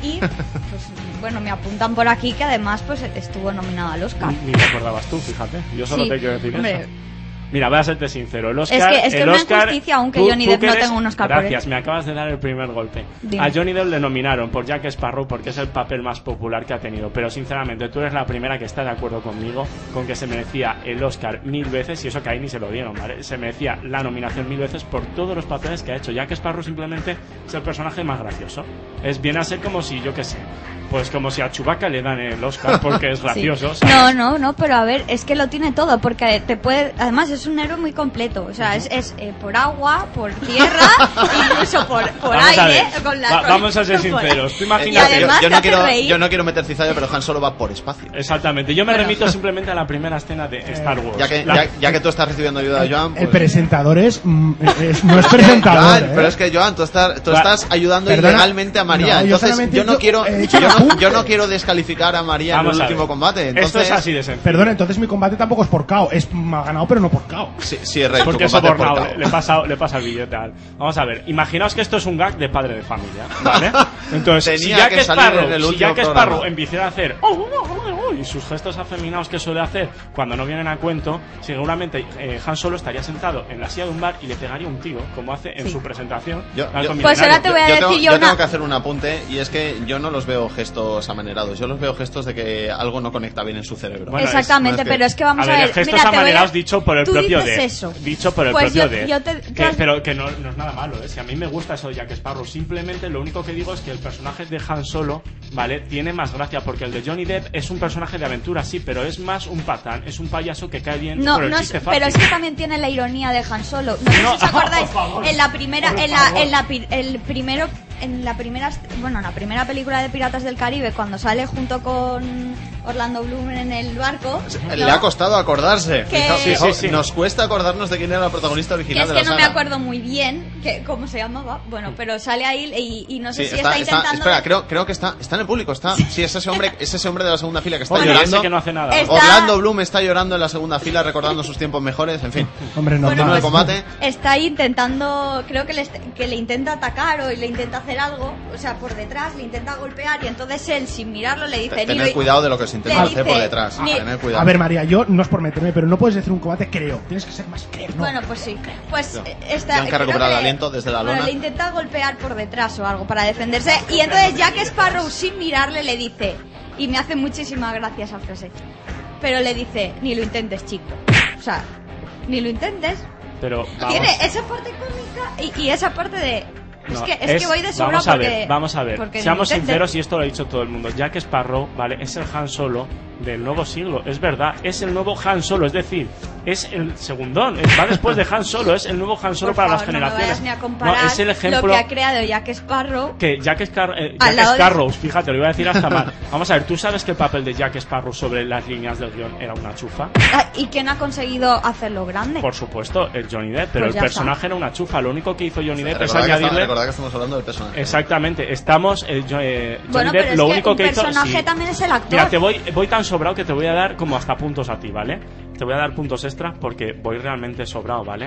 Y, pues, bueno, me apuntan por aquí que además pues estuvo nominado al Oscar. Ni te acordabas tú, fíjate. Yo solo Sí, te quiero decir hombre. eso. Mira, voy a serte sincero. El Oscar, es que el una Oscar, injusticia, aunque tú Johnny Depp que no eres- tenga un Oscar por Gracias, él. me acabas de dar el primer golpe. Dime. A Johnny Depp le nominaron por Jack Sparrow porque es el papel más popular que ha tenido. Pero sinceramente, tú eres la primera que está de acuerdo conmigo con que se merecía el Oscar 1000 veces, y eso que ahí ni se lo dieron, ¿vale? Se merecía la nominación 1000 veces por todos los papeles que ha hecho. Jack Sparrow simplemente es el personaje más gracioso. Viene a ser como si, yo qué sé, pues como si a Chewbacca le dan el Oscar porque es gracioso, Sí. ¿sabes? No, pero a ver, es que lo tiene todo, porque te puede, además es un héroe muy completo, o sea, es por agua, por tierra, incluso por Vamos a aire, ver. con la, Vamos a ser por- sinceros. Tú Y imagínate. además te hace reír. Yo no quiero meter cizaña, pero Han Solo va por espacio. Exactamente. Yo me remito simplemente a la primera escena de Star Wars. Ya que tú estás recibiendo ayuda de Joan, El pues... presentador no es presentador. Joan, pero es que Joan, tú estás ayudando Perdona. ilegalmente a María. No, yo Entonces solamente yo no quiero he hecho yo no quiero descalificar a María Vamos en el a ver. último combate. Esto Entonces, es así de sencillo. Perdona, entonces mi combate tampoco es por KO. Me ha ganado, pero no por KO. Sí, es rey, tu Porque es combate por sobornado, KO. le pasa el billete al. Vamos a ver, imaginaos que esto es un gag de padre de familia, ¿vale? Entonces, si Tenía Jack que salir Sparrow, en el si último Jack Sparrow programa. empieza a hacer y sus gestos afeminados que suele hacer cuando no vienen a cuento, seguramente Han Solo estaría sentado en la silla de un bar y le pegaría un tiro, como hace en su presentación. Pues ahora te voy a decir yo tengo una... que hacer un apunte, y es que yo no los veo gestos amanerados, yo los veo gestos de que algo no conecta bien en su cerebro. Bueno, Exactamente, pero es que vamos a ver. gestos mira, te voy a- amanerados dicho por el Tú propio dices Depp. eso. Dicho por el Pues propio yo- Depp. yo te- Pero que no es nada malo, ¿eh? Si a mí me gusta eso de Jack Sparrow, simplemente lo único que digo es que el personaje de Han Solo, ¿vale? Tiene más gracia, porque el de Johnny Depp es un personaje de aventura, sí, pero es más un patán, es un payaso que cae bien No, por el no es- chiste fácil. pero es que también tiene la ironía de Han Solo. No sé si os acordáis, por favor. en la primera, Por en favor. la primera película de Piratas del Caribe, cuando sale junto con Orlando Bloom en el barco, ¿no? Le ha costado acordarse. Que- Fijaos, Sí, sí. Nos cuesta acordarnos de quién era la protagonista Que original es de la que no me saga. acuerdo muy bien cómo se llamaba. Bueno, pero sale ahí y no sé Sí, si está intentando. espera, creo que está en el público. Sí, es ese hombre de la segunda fila que está Oye, llorando. ese que no hace nada. Está- Orlando Bloom está llorando en la segunda fila, recordando sus tiempos mejores. En fin, Hombre, Bueno, normal. de combate. Está ahí intentando, creo que le intenta atacar o le intenta hacer algo, o sea, por detrás, le intenta golpear y entonces él, sin mirarlo, le dice... Tener cuidado de lo que se intenta le hacer dice, por detrás. ni- Tener cuidado. A ver, María, yo no es por meterme, pero no puedes decir un combate creo. Tienes que ser más creo. No. Bueno, pues sí. Pues está... Tienen que recuperar creo el aliento desde la bueno, lona. le intenta golpear por detrás o algo para defenderse y entonces Jack Sparrow, sin mirarle, le dice... Y me hace muchísima gracia esa frase. Pero le dice, ni lo intentes, chico. O sea, ni lo intentes. Pero vamos. Tiene esa parte cómica y esa parte de... No, es que voy de sobra vamos a porque... ver, vamos a ver. porque Seamos de- sinceros, y esto lo ha dicho todo el mundo. Jack Sparrow, ¿vale? Es el Han Solo del nuevo siglo. Es verdad, es el nuevo Han Solo. Es decir, es el segundón. Va después de Han Solo. Es el nuevo Han Solo Por para favor, las generaciones. No me vayas ni a comparar No, es el ejemplo lo que ha creado Jack Sparrow. que Jack Al lado de- Sparrow, fíjate, lo iba a decir hasta mal. Vamos a ver, ¿tú sabes que el papel de Jack Sparrow sobre las líneas del guión era una chufa? Ah, ¿Y quién ha conseguido hacerlo grande? Por supuesto, el Johnny Depp, pero Pues el ya personaje era una chufa. Lo único que hizo Johnny Depp es Recordad añadirle... que estamos hablando del personaje. Exactamente, estamos... Johnny Bueno, Depp, pero es lo que único un que hizo... personaje sí. también es el actor. Mira, voy tan sobrado que te voy a dar como hasta puntos a ti, ¿vale? Te voy a dar puntos extra porque voy realmente sobrado, ¿vale?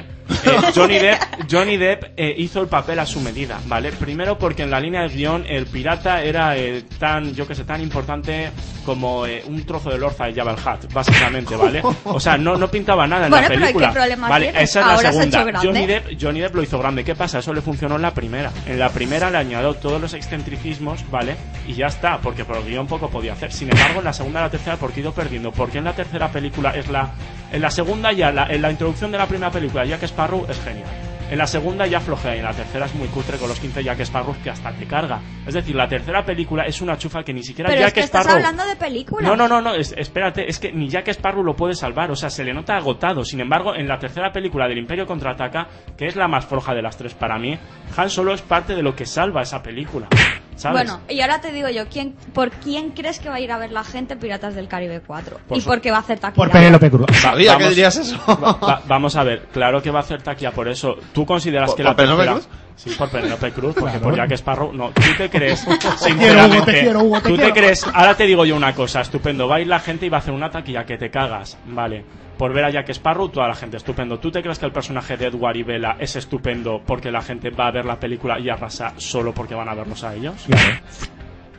Johnny Depp hizo el papel a su medida, ¿vale? Primero porque en la línea del guión el pirata era tan importante como un trozo de lorza de Jabba el Hutt, básicamente, ¿vale? O sea, no pintaba nada en Bueno, la pero película. ¿qué problema Vale, tienes? esa es la Ahora se ha segunda. hecho grande. Johnny Depp lo hizo grande. ¿Qué pasa? Eso le funcionó en la primera. En la primera le añadió todos los excentricismos, ¿vale? Y ya está, porque por el guión poco podía hacer. Sin embargo, en la segunda y la tercera, ¿por qué ha ido perdiendo? Porque en la tercera película en la segunda ya, en la introducción de la primera película, Jack Sparrow es genial. En la segunda ya flojea y en la tercera es muy cutre con los 15 Jack Sparrow que hasta te carga. Es decir, la tercera película es una chufa que ni siquiera Pero Jack es que Sparrow... estás hablando de películas. No, espérate, es que ni Jack Sparrow lo puede salvar, o sea, se le nota agotado. Sin embargo, en la tercera película del Imperio Contraataca, que es la más floja de las tres para mí, Han Solo es parte de lo que salva esa película, ¿sabes? Bueno, y ahora te digo yo, ¿por quién crees que va a ir a ver la gente Piratas del Caribe 4? Por ¿Y su- por qué va a hacer taquilla? Por Penélope Cruz. Sabía Vamos- que dirías eso. Vamos a ver, claro que va a hacer taquilla por eso. ¿Tú consideras que la ¿Por Penélope tercera... Cruz? Sí, por Penélope Cruz, porque por Jack Sparrow... No, ¿tú te crees, Hugo, sinceramente... te quiero, Hugo, te ¿Tú te quiero. crees... Ahora te digo yo una cosa, estupendo. Va a ir la gente y va a hacer una taquilla que te cagas, vale. Por ver a Jack Sparrow, toda la gente, estupendo. ¿Tú te crees que el personaje de Edward y Bella es estupendo porque la gente va a ver la película y arrasa solo porque van a verlos a ellos?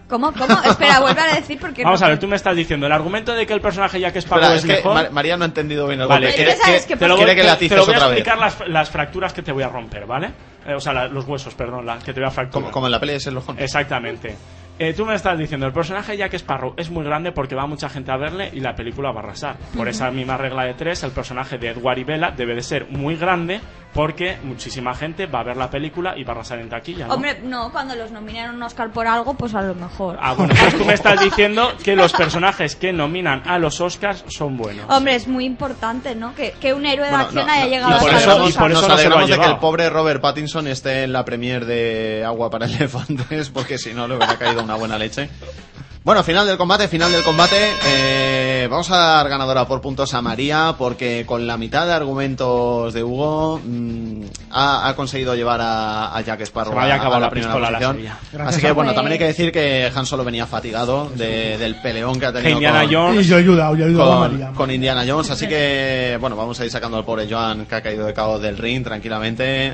¿Cómo? Espera, vuelve a decir porque... Vamos a ver, tú me estás diciendo el argumento de que el personaje Jack Sparrow es mejor... María no ha entendido bien el Vale, golpe. te lo voy a explicar explicar las fracturas que te voy a romper, ¿vale? O sea, los huesos, perdón, que te voy a fracturar. Como en la peli de Sherlock Holmes. Exactamente. Tú me estás diciendo, el personaje Jack Sparrow es muy grande porque va mucha gente a verle y la película va a arrasar. Por esa misma regla de 3, el personaje de Edward y Bella debe de ser muy grande porque muchísima gente va a ver la película y va a arrasar en taquilla, ¿no? Hombre, no, cuando los nominan a un Oscar por algo, pues a lo mejor. Ah, bueno, pues tú me estás diciendo que los personajes que nominan a los Oscars son buenos. Hombre, es muy importante, ¿no? Que un héroe de acción haya llegado y por hasta eso, los Oscars. nos alegramos de que el pobre Robert Pattinson esté en la premier de Agua para Elefantes, porque si no le hubiera caído una buena leche. Bueno, final del combate. Vamos a dar ganadora por puntos a María, porque con la mitad de argumentos de Hugo ha conseguido llevar a Jack Sparrow a la primera posición. Así que bueno, también hay que decir que Han Solo venía fatigado del peleón que ha tenido Indiana Jones. Y yo he ayudado a María. Con Indiana Jones, así que bueno, vamos a ir sacando al pobre Joan, que ha caído de cabo del ring tranquilamente,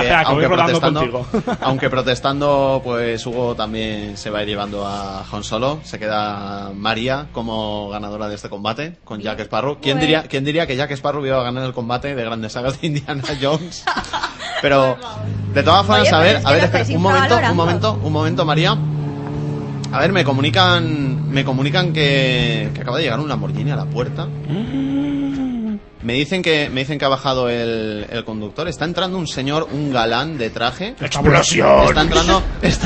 aunque protestando, pues Hugo también se va a ir llevando a Han Solo. Se queda María como ganadora de este combate con Jack Sparrow. ¿Quién diría que Jack Sparrow iba a ganar el combate de Grandes Sagas de Indiana Jones? Pero de todas formas, a ver, espera, un momento, María. A ver, me comunican que acaba de llegar un Lamborghini a la puerta. Me dicen que ha bajado el conductor. Está entrando un señor, un galán de traje. ¡Explosión! Está entrando.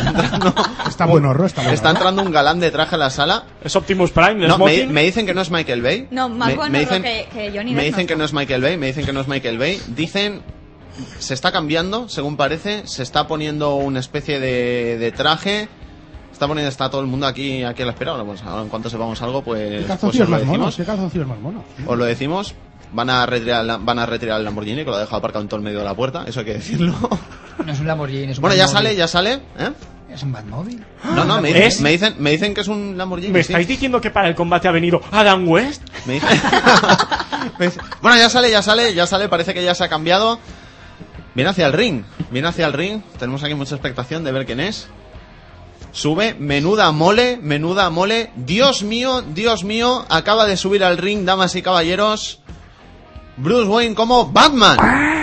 Está entrando un galán de traje a la sala. ¿Es Optimus Prime? No, me dicen que no es Michael Bay. No, más bueno que Johnny Depp. Me dicen que no es Michael Bay. Dicen, se está cambiando, según parece. Se está poniendo una especie de traje. Está todo el mundo aquí a la espera. Ahora, en cuanto sepamos algo, pues os lo decimos. ¿Qué calzoncillos más monos? Os lo decimos. Van a retirar el Lamborghini, que lo ha dejado aparcado en todo el medio de la puerta, eso hay que decirlo. No es un Lamborghini, es un Bueno, Batmóvil. ya sale, ¿eh? ¿Es un Batmóvil? No, me dicen que es un Lamborghini. ¿Me estáis diciendo que para el combate ha venido Adam West? Me dicen... Bueno, ya sale, parece que ya se ha cambiado. Viene hacia el ring, tenemos aquí mucha expectación de ver quién es. Sube, menuda mole. Dios mío, acaba de subir al ring, damas y caballeros, Bruce Wayne como Batman.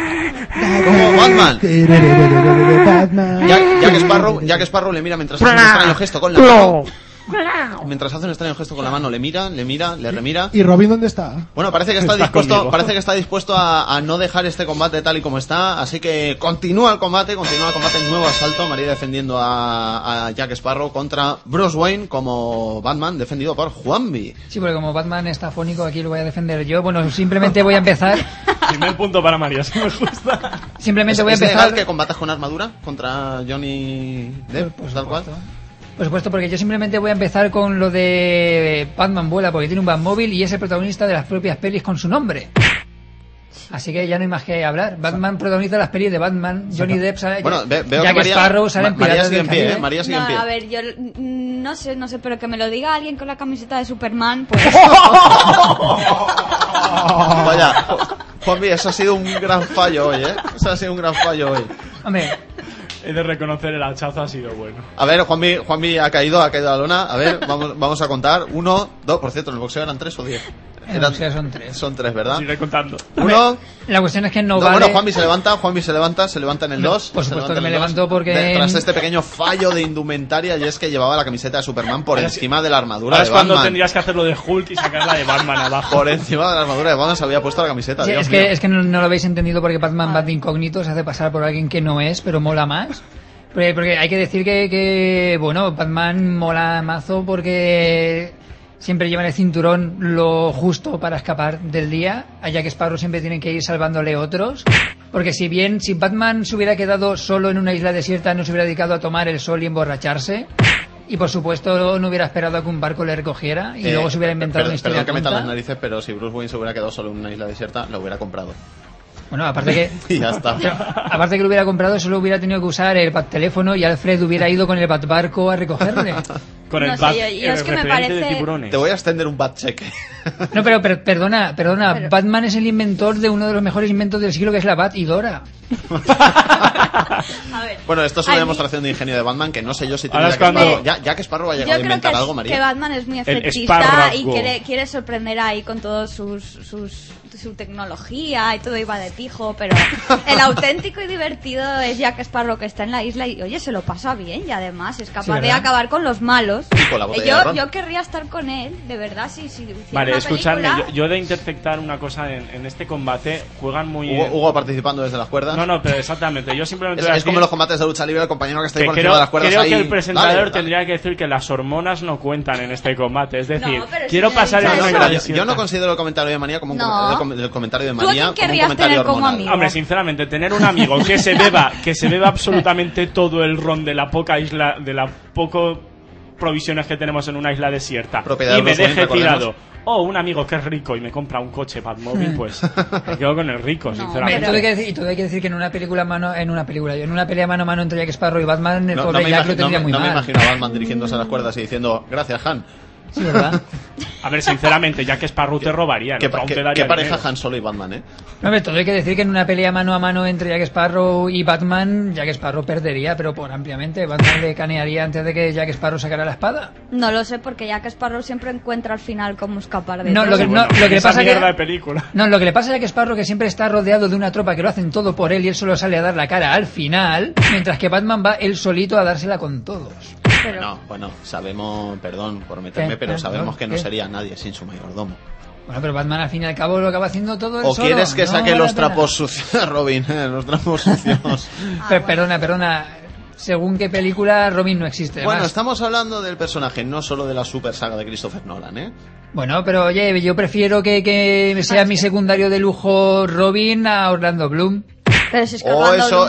Jack Sparrow le mira mientras hace un extraño gesto con la mano. Le mira, le remira. ¿Y Robin dónde está? Bueno, parece que está dispuesto a no dejar este combate tal y como está, así que continúa el combate, nuevo asalto, María defendiendo a Jack Sparrow contra Bruce Wayne como Batman, defendido por Juanvi. Sí, porque como Batman está afónico, aquí lo voy a defender yo. Bueno, simplemente voy a empezar. Primer punto para María, si me gusta. Simplemente voy a ¿Es empezar. legal que combatas con armadura contra Johnny Depp, pues tal cual? Por supuesto, porque yo simplemente voy a empezar con lo de Batman vuela, porque tiene un Batmóvil y es el protagonista de las propias pelis con su nombre. Así que ya no hay más que hablar. Batman protagoniza las pelis de Batman, Johnny Depp sale, bueno, veo Jack que Sparrow sale en Piratas del Caribe. María sigue en pie. A ver, yo no sé, pero que me lo diga alguien con la camiseta de Superman, pues... Vaya, Juanvi, eso ha sido un gran fallo hoy, Hombre, he de reconocer, el hachazo ha sido bueno. A ver, Juanvi ha caído a la lona. A ver, vamos a contar. 1, 2, por cierto, en el boxeo eran 3 o 10. Son 3, ¿verdad? Sigue contando. 1. La cuestión es que no vale. Bueno, Juanvi se levanta en el 2. Por supuesto que me levanto porque... Tras este pequeño fallo de indumentaria, y es que llevaba la camiseta de Superman por encima de la armadura de Batman. Ahora es cuando tendrías que hacerlo de Hulk y sacarla de Batman abajo. Por encima de la armadura de Batman se había puesto la camiseta. Sí, es que no lo habéis entendido, porque Batman va de incógnito, se hace pasar por alguien que no es, pero mola más. Porque hay que decir que bueno, Batman mola mazo porque siempre lleva en el cinturón lo justo para escapar del día. A Jack Sparrow siempre tienen que ir salvándole otros. Porque si Batman se hubiera quedado solo en una isla desierta, no se hubiera dedicado a tomar el sol y emborracharse. Y por supuesto no hubiera esperado a que un barco le recogiera y luego se hubiera inventado una historia. Perdón que metan las narices, pero si Bruce Wayne se hubiera quedado solo en una isla desierta, lo hubiera comprado. Bueno, aparte que... y ya está. Aparte que lo hubiera comprado, solo hubiera tenido que usar el teléfono y Alfred hubiera ido con el barco a recogerle. Con el yo es que me parece... Te voy a extender un bad check. No, pero perdona. Batman es el inventor de uno de los mejores inventos del siglo, que es la Batidora. A ver. Bueno, esto es una demostración de ingenio de Batman que no sé yo si tiene Jack Sparrow ha llegado a inventar algo, María. Que Batman es muy efectista y quiere sorprender ahí con todo su tecnología y todo iba de pijo, pero el auténtico y divertido es Jack Sparrow, que está en la isla y, oye, se lo pasa bien y además es capaz de acabar con los malos. Yo querría estar con él, de verdad, si vale, escuchadme, yo de interceptar una cosa en este combate, juegan muy... Hugo participando desde las cuerdas. No, pero exactamente, yo simplemente... Es como los combates de lucha libre, el compañero que está ahí por encima de las cuerdas. Creo ahí, que el presentador tendría que decir que las hormonas no cuentan en este combate, es decir, quiero pasar el... Yo no considero el comentario de Manía como el comentario de Manía como un comentario hormonal. Hombre, sinceramente, tener un amigo que se beba absolutamente todo el ron de la poca isla, de la poco provisiones que tenemos en una isla desierta y me deje tirado, o un amigo que es rico y me compra un coche Batmóvil, pues me quedo con el rico, sinceramente. Y todo hay que decir que en una pelea mano a mano entre Jack Sparrow y Batman, el pobre Jack lo tendría muy mal. No me imagino a Batman dirigiéndose a las cuerdas y diciendo, gracias, Han. Sí, ¿verdad? A ver, sinceramente, Jack Sparrow te robaría. ¿Qué pareja Han Solo y Batman, eh? No, todo hay que decir que en una pelea mano a mano entre Jack Sparrow y Batman, Jack Sparrow perdería, pero por ampliamente. Batman le canearía antes de que Jack Sparrow sacara la espada. No lo sé, porque Jack Sparrow siempre encuentra al final cómo escapar de lo que le pasa de película. No, lo que le pasa a Jack Sparrow que siempre está rodeado de una tropa que lo hacen todo por él y él solo sale a dar la cara al final, mientras que Batman va él solito a dársela con todos. Bueno, sabemos, perdón por meterme, pero sabemos que no sería nadie sin su mayordomo. Bueno, pero Batman al fin y al cabo lo acaba haciendo todo él solo. ¿O quieres que saque los trapos sucios, Robin? Los trapos sucios. Perdona. Según qué película, Robin no existe. Bueno, estamos hablando del personaje, no solo de la super saga de Christopher Nolan, ¿eh? Bueno, pero oye, yo prefiero que sea mi secundario de lujo Robin a Orlando Bloom. Pero si es que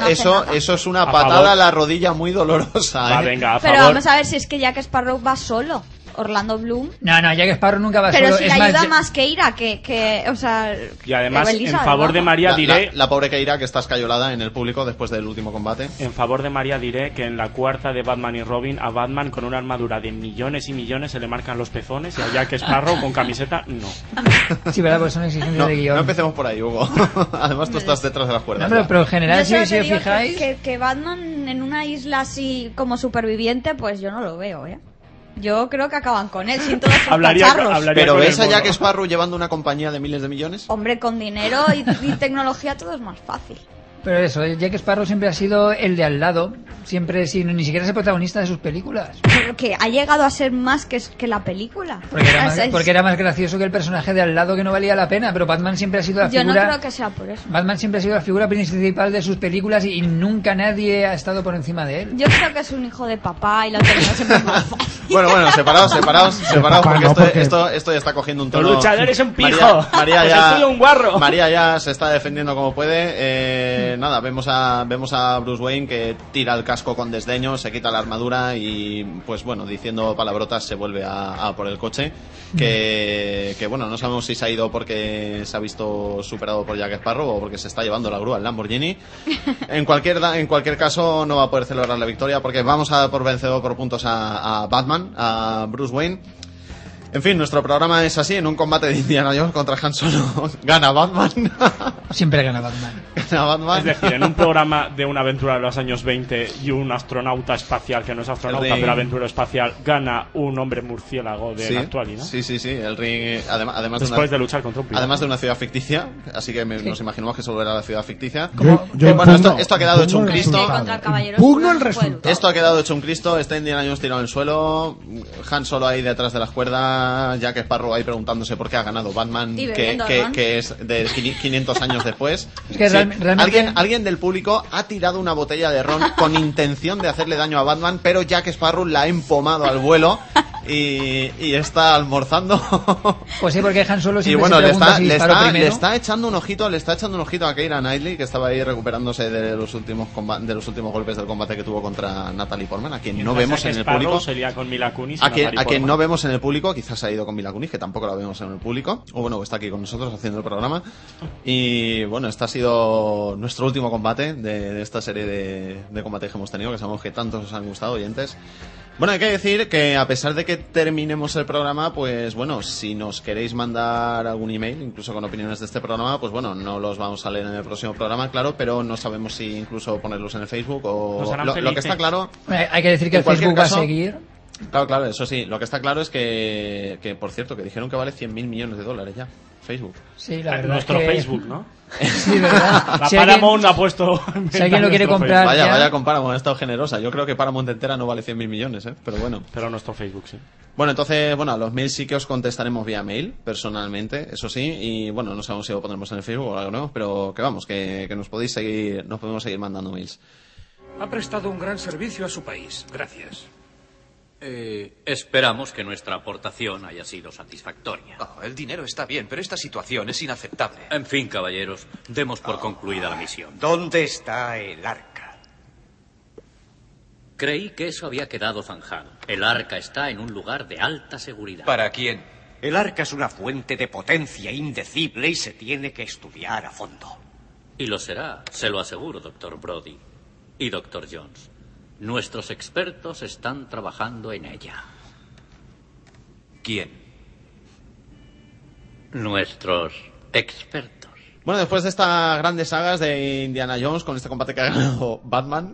eso es una patada a la rodilla muy dolorosa, ¿eh? Venga, pero vamos a ver si es que Jack Sparrow va solo. Orlando Bloom. No, Jack Sparrow nunca va pero solo. Pero si le ayuda más Keira, o sea... Y además, en favor de María diré... La pobre Keira que está escayolada en el público después del último combate. En favor de María diré que en la cuarta de Batman y Robin, a Batman con una armadura de millones y millones se le marcan los pezones y a Jack Sparrow con camiseta, no. Sí, ¿verdad? Pues son exigencias de guión. No empecemos por ahí, Hugo. Además tú estás detrás de las cuerdas. No, pero en general, si os fijáis... Que Batman en una isla así como superviviente, pues yo no lo veo, ¿eh? Yo creo que acaban con él sin todos sus cacharros. Pero ¿ves a Jack Sparrow llevando una compañía de miles de millones? Hombre, con dinero y tecnología todo es más fácil. Pero eso, Jack Sparrow siempre ha sido el de al lado. Siempre, ni siquiera es el protagonista de sus películas. Pero que ha llegado a ser más que la película. Porque era más gracioso que el personaje de al lado, que no valía la pena. Pero Batman siempre ha sido la figura... Yo no creo que sea por eso. Batman siempre ha sido la figura principal de sus películas y nunca nadie ha estado por encima de él. Yo creo que es un hijo de papá y lo tenemos siempre más fácil. Bueno, separados porque esto ya está cogiendo un tono... El luchador es un pijo. María ya, un guarro. María ya se está defendiendo como puede. Nada, vemos a Bruce Wayne que tira el casco con desdeño, se quita la armadura y, pues bueno, diciendo palabrotas se vuelve a por el coche. Que bueno, no sabemos si se ha ido porque se ha visto superado por Jack Sparrow o porque se está llevando la grúa al Lamborghini. En cualquier caso no va a poder celebrar la victoria porque vamos a dar por vencedor por puntos a Batman, a Bruce Wayne. En fin, nuestro programa es así, en un combate de Indiana Jones contra Han Solo gana Batman. Siempre gana Batman. Es decir, en un programa de una aventura de los años 20 y un astronauta espacial, que no es astronauta, pero aventura espacial, gana un hombre murciélago de la actualidad. Sí, el ring, además después de luchar contra un piloto. Además de una ciudad ficticia, así que nos imaginamos que se volverá a la ciudad ficticia. Bueno, esto ha quedado hecho un Cristo. Pugno el resultado. Esto ha quedado hecho un Cristo, está Indiana Jones tirado en el suelo, Han Solo ahí detrás de las cuerdas, Jack Sparrow ahí preguntándose por qué ha ganado Batman, que es de 500 años después. Es que realmente... alguien del público ha tirado una botella de ron con intención de hacerle daño a Batman, pero Jack Sparrow la ha empomado al vuelo y está almorzando. Pues sí, porque Han Solo siempre y bueno, le está echando un ojito a Keira Knightley, que estaba ahí recuperándose de los últimos golpes del combate que tuvo contra Natalie Portman, a quien no vemos en el público. Con Mila Kunis, a quien no vemos en el público, quizás ha ido con Mila Kunis, que tampoco la vemos en el público, o bueno, está aquí con nosotros haciendo el programa. Y bueno, este ha sido nuestro último combate de esta serie de combates que hemos tenido, que sabemos que tantos os han gustado, oyentes. Bueno, hay que decir que a pesar de que terminemos el programa, pues bueno, si nos queréis mandar algún email, incluso con opiniones de este programa, pues bueno, no los vamos a leer en el próximo programa, claro, pero no sabemos si incluso ponerlos en el Facebook o... Lo que está claro... Hay que decir que el Facebook va a seguir. Claro, eso sí. Lo que está claro es que por cierto, que dijeron que vale $100.000 millones ya, Facebook. Sí, la verdad nuestro es que... Facebook, ¿no? Sí, ¿verdad? La Paramount ha puesto... Si alguien lo quiere comprar Vaya con Paramount, ha estado generosa. Yo creo que Paramount entera no vale 100.000 millones, pero bueno. Pero nuestro Facebook, sí. Bueno, entonces, a los mails sí que os contestaremos vía mail, personalmente, eso sí, y bueno, no sabemos si lo pondremos en el Facebook o algo nuevo, pero que vamos, que nos podemos seguir mandando mails. Ha prestado un gran servicio a su país. Gracias. Esperamos que nuestra aportación haya sido satisfactoria. El dinero está bien, pero esta situación es inaceptable. En fin, caballeros, demos por concluida la misión. ¿Dónde está el arca? Creí que eso había quedado zanjado. El arca está en un lugar de alta seguridad. ¿Para quién? El arca es una fuente de potencia indecible y se tiene que estudiar a fondo. Y lo será, se lo aseguro, Dr. Brody y Dr. Jones. Nuestros expertos están trabajando en ella. ¿Quién? Nuestros expertos. Bueno, después de estas grandes sagas de Indiana Jones con este combate que ha ganado Batman,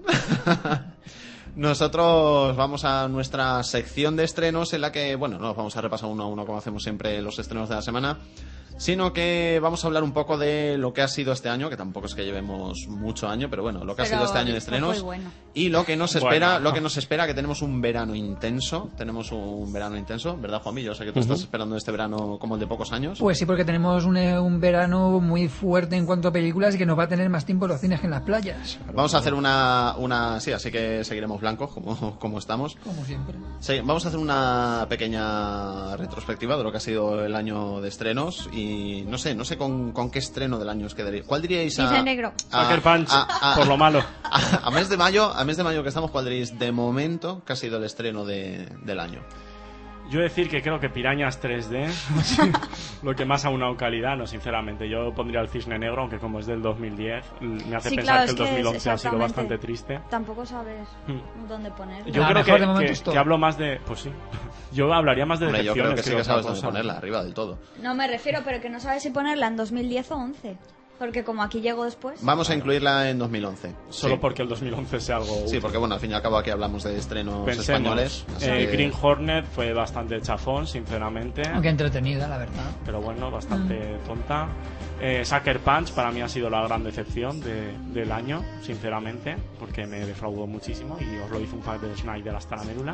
nosotros vamos a nuestra sección de estrenos en la que, bueno, no vamos a repasar uno a uno como hacemos siempre los estrenos de la semana, sino que vamos a hablar un poco de lo que ha sido este año, que tampoco es que llevemos mucho año, pero bueno, lo que ha sido este año de estrenos y lo que nos espera, que tenemos un verano intenso, ¿verdad, Juanmi? Yo sé que tú estás esperando este verano como el de pocos años. Pues sí, porque tenemos un verano muy fuerte en cuanto a películas y que nos va a tener más tiempo en los cines que en las playas. Vamos a hacer sí, así que seguiremos blancos como estamos. Como siempre. Sí, vamos a hacer una pequeña retrospectiva de lo que ha sido el año de estrenos y no sé con qué estreno del año os quedaría. ¿Cuál diríais Cisne Negro. Sucker Punch, por lo malo. A mes de mayo que estamos, ¿cuál diríais de momento que ha sido el estreno del año? Yo decir que creo que Pirañas 3D, lo que más ha aunado calidad, no, sinceramente. Yo pondría el Cisne Negro, aunque como es del 2010, me hace pensar que el 2011 ha sido bastante triste. Tampoco sabes dónde ponerlo. Yo creo que hablo más de... Pues sí. Yo hablaría más de decepciones. Yo creo que sí que sabes dónde ponerla, arriba del todo. No me refiero, pero que no sabes si ponerla en 2010 o 11. Porque como aquí llegó después... Vamos a incluirla en 2011. Solo porque el 2011 sea algo... Sí, porque bueno, al fin y al cabo aquí hablamos de estrenos españoles. Green Hornet fue bastante chafón, sinceramente. Aunque entretenida, la verdad. Pero bueno, bastante tonta. Sucker Punch para mí ha sido la gran decepción del año, sinceramente, porque me defraudó muchísimo y os lo hizo un fan de Snyder hasta la médula.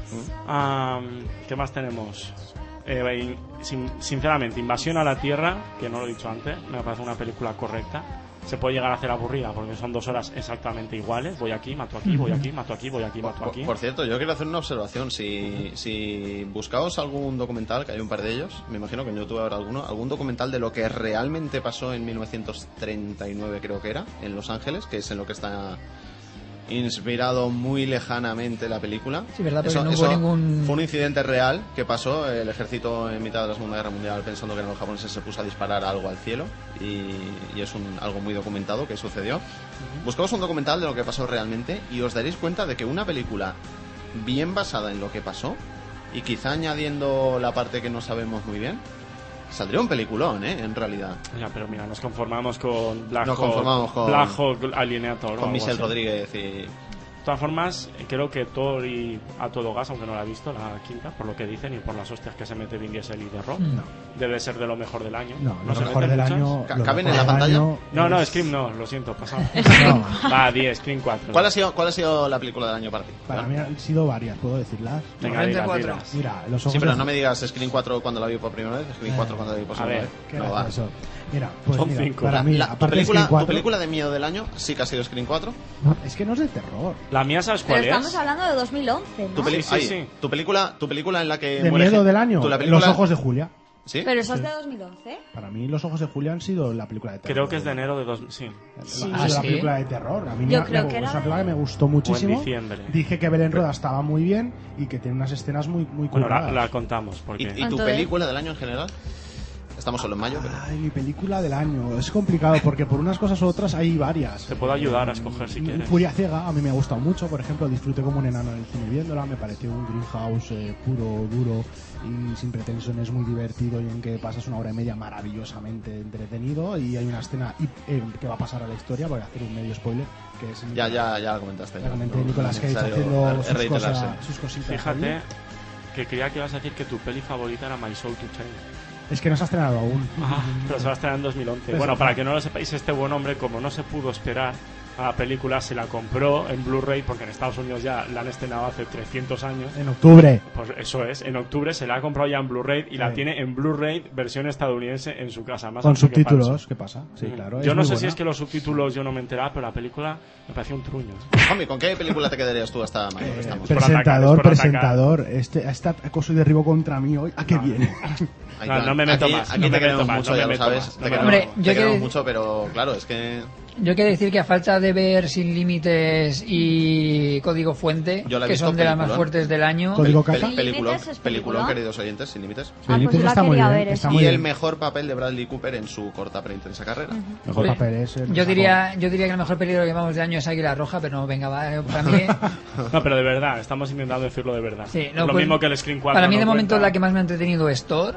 ¿Qué más tenemos? Sinceramente, Invasión a la Tierra, que no lo he dicho antes, me parece una película correcta. Se puede llegar a hacer aburrida porque son 2 horas exactamente iguales. Voy aquí, mato aquí, voy aquí, mato aquí, voy aquí, mato aquí. Por cierto, yo quiero hacer una observación. Si buscaos algún documental, que hay un par de ellos, me imagino que en YouTube habrá algún documental de lo que realmente pasó en 1939, creo que era, en Los Ángeles, que es en lo que está inspirado muy lejanamente la película. Sí, verdad, porque no hubo ningún... Fue un incidente real que pasó. El ejército en mitad de la Segunda Guerra Mundial, pensando que eran los japoneses, se puso a disparar algo al cielo y es algo muy documentado que sucedió. Buscamos un documental de lo que pasó realmente y os daréis cuenta de que una película bien basada en lo que pasó y quizá añadiendo la parte que no sabemos muy bien, saldría un peliculón, en realidad. Ya, pero mira, nos conformamos con Black Hawk Alienator. Con Michelle Rodríguez y... De todas formas, creo que Thor y A Todo Gas, aunque no la he visto, la quinta, por lo que dicen y por las hostias que se mete Vin Diesel y The Rock, debe ser de lo mejor del año. No lo mejor del año... ¿Caben en la pantalla? No, Scream no, lo siento, pasado. Va, 10, Scream 4. ¿Cuál ha sido la película del año para ti? Para mí han sido varias, ¿puedo decirlas? Venga, dilas. Mira, los ojos... Sí, pero no me digas Scream 4 cuando la vi por primera vez, Scream 4 cuando la vi por segunda vez. No va. Eso. Mira, pues son 5. Para mí, tu película de miedo del año sí que ha sido Scream 4. No, es que no es de terror. La mía, ¿sabes cuál es? Estamos hablando de 2011, ¿no? Sí. Tu película en la que de muere miedo del año, Los Ojos de Julia. ¿Sí? Pero eso es de 2011. Para mí Los Ojos de Julia han sido la película de terror. Creo que es de enero de 2000. Sí. Ha sido la película de terror. A mí Yo creo que es una película que me gustó muchísimo. Dije que Belén Rueda estaba muy bien y que tiene unas escenas muy bueno, curradas. la contamos. Porque... ¿Y tu película del año en general? Estamos solo en mayo, pero... Ay, mi película del año. Es complicado porque por unas cosas u otras hay varias. Te puedo ayudar a escoger si quieres. Furia Ciega, a mí me ha gustado mucho. Por ejemplo, disfruté como un enano en el cine viéndola. Me pareció un Greenhouse puro, duro y sin pretensiones, muy divertido y en que pasas una hora y media maravillosamente entretenido. Y hay una escena que va a pasar a la historia, voy a hacer un medio spoiler, que es... Ya lo comentaste. Ya comenté, Nicolas Cage haciendo sus cositas. Fíjate que creía que ibas a decir que tu peli favorita era My Soul to Change. Es que no se ha estrenado aún. Pero se va a estrenar en 2011. Bueno, para que no lo sepáis, este buen hombre, como no se pudo esperar a la película, se la compró en Blu-ray, porque en Estados Unidos ya la han estrenado hace 300 años. En octubre. Pues eso es, en octubre se la ha comprado ya en Blu-ray y la tiene en Blu-ray versión estadounidense en su casa. Más con subtítulos, ¿qué pasa? Sí, claro. Yo no sé si es que los subtítulos yo no me enteraba, pero la película me pareció un truño. Hombre, ¿con qué película te quedarías tú hasta mayo? Presentador. Esta acoso y derribo contra mí hoy. ¿A qué viene? No me meto más. Aquí te queremos mucho, ya lo sabes. Te queremos mucho, pero claro, es que... Yo quiero decir que a falta de ver Sin Límites y Código Fuente, que son de las más fuertes del año. ¿Código Caca? Peliculón, queridos oyentes, Sin Límites. Sin Límites está muy bien. Está muy y bien. El mejor papel de Bradley Cooper en su corta pero intensa carrera. Mejor papel es yo diría que el mejor peligro que llevamos de año es Águila Roja, pero no, venga, va, para mí... No, pero de verdad, estamos intentando decirlo de verdad. Sí, no, lo mismo que el Screen 4. Para mí de momento la que más me ha entretenido es Thor.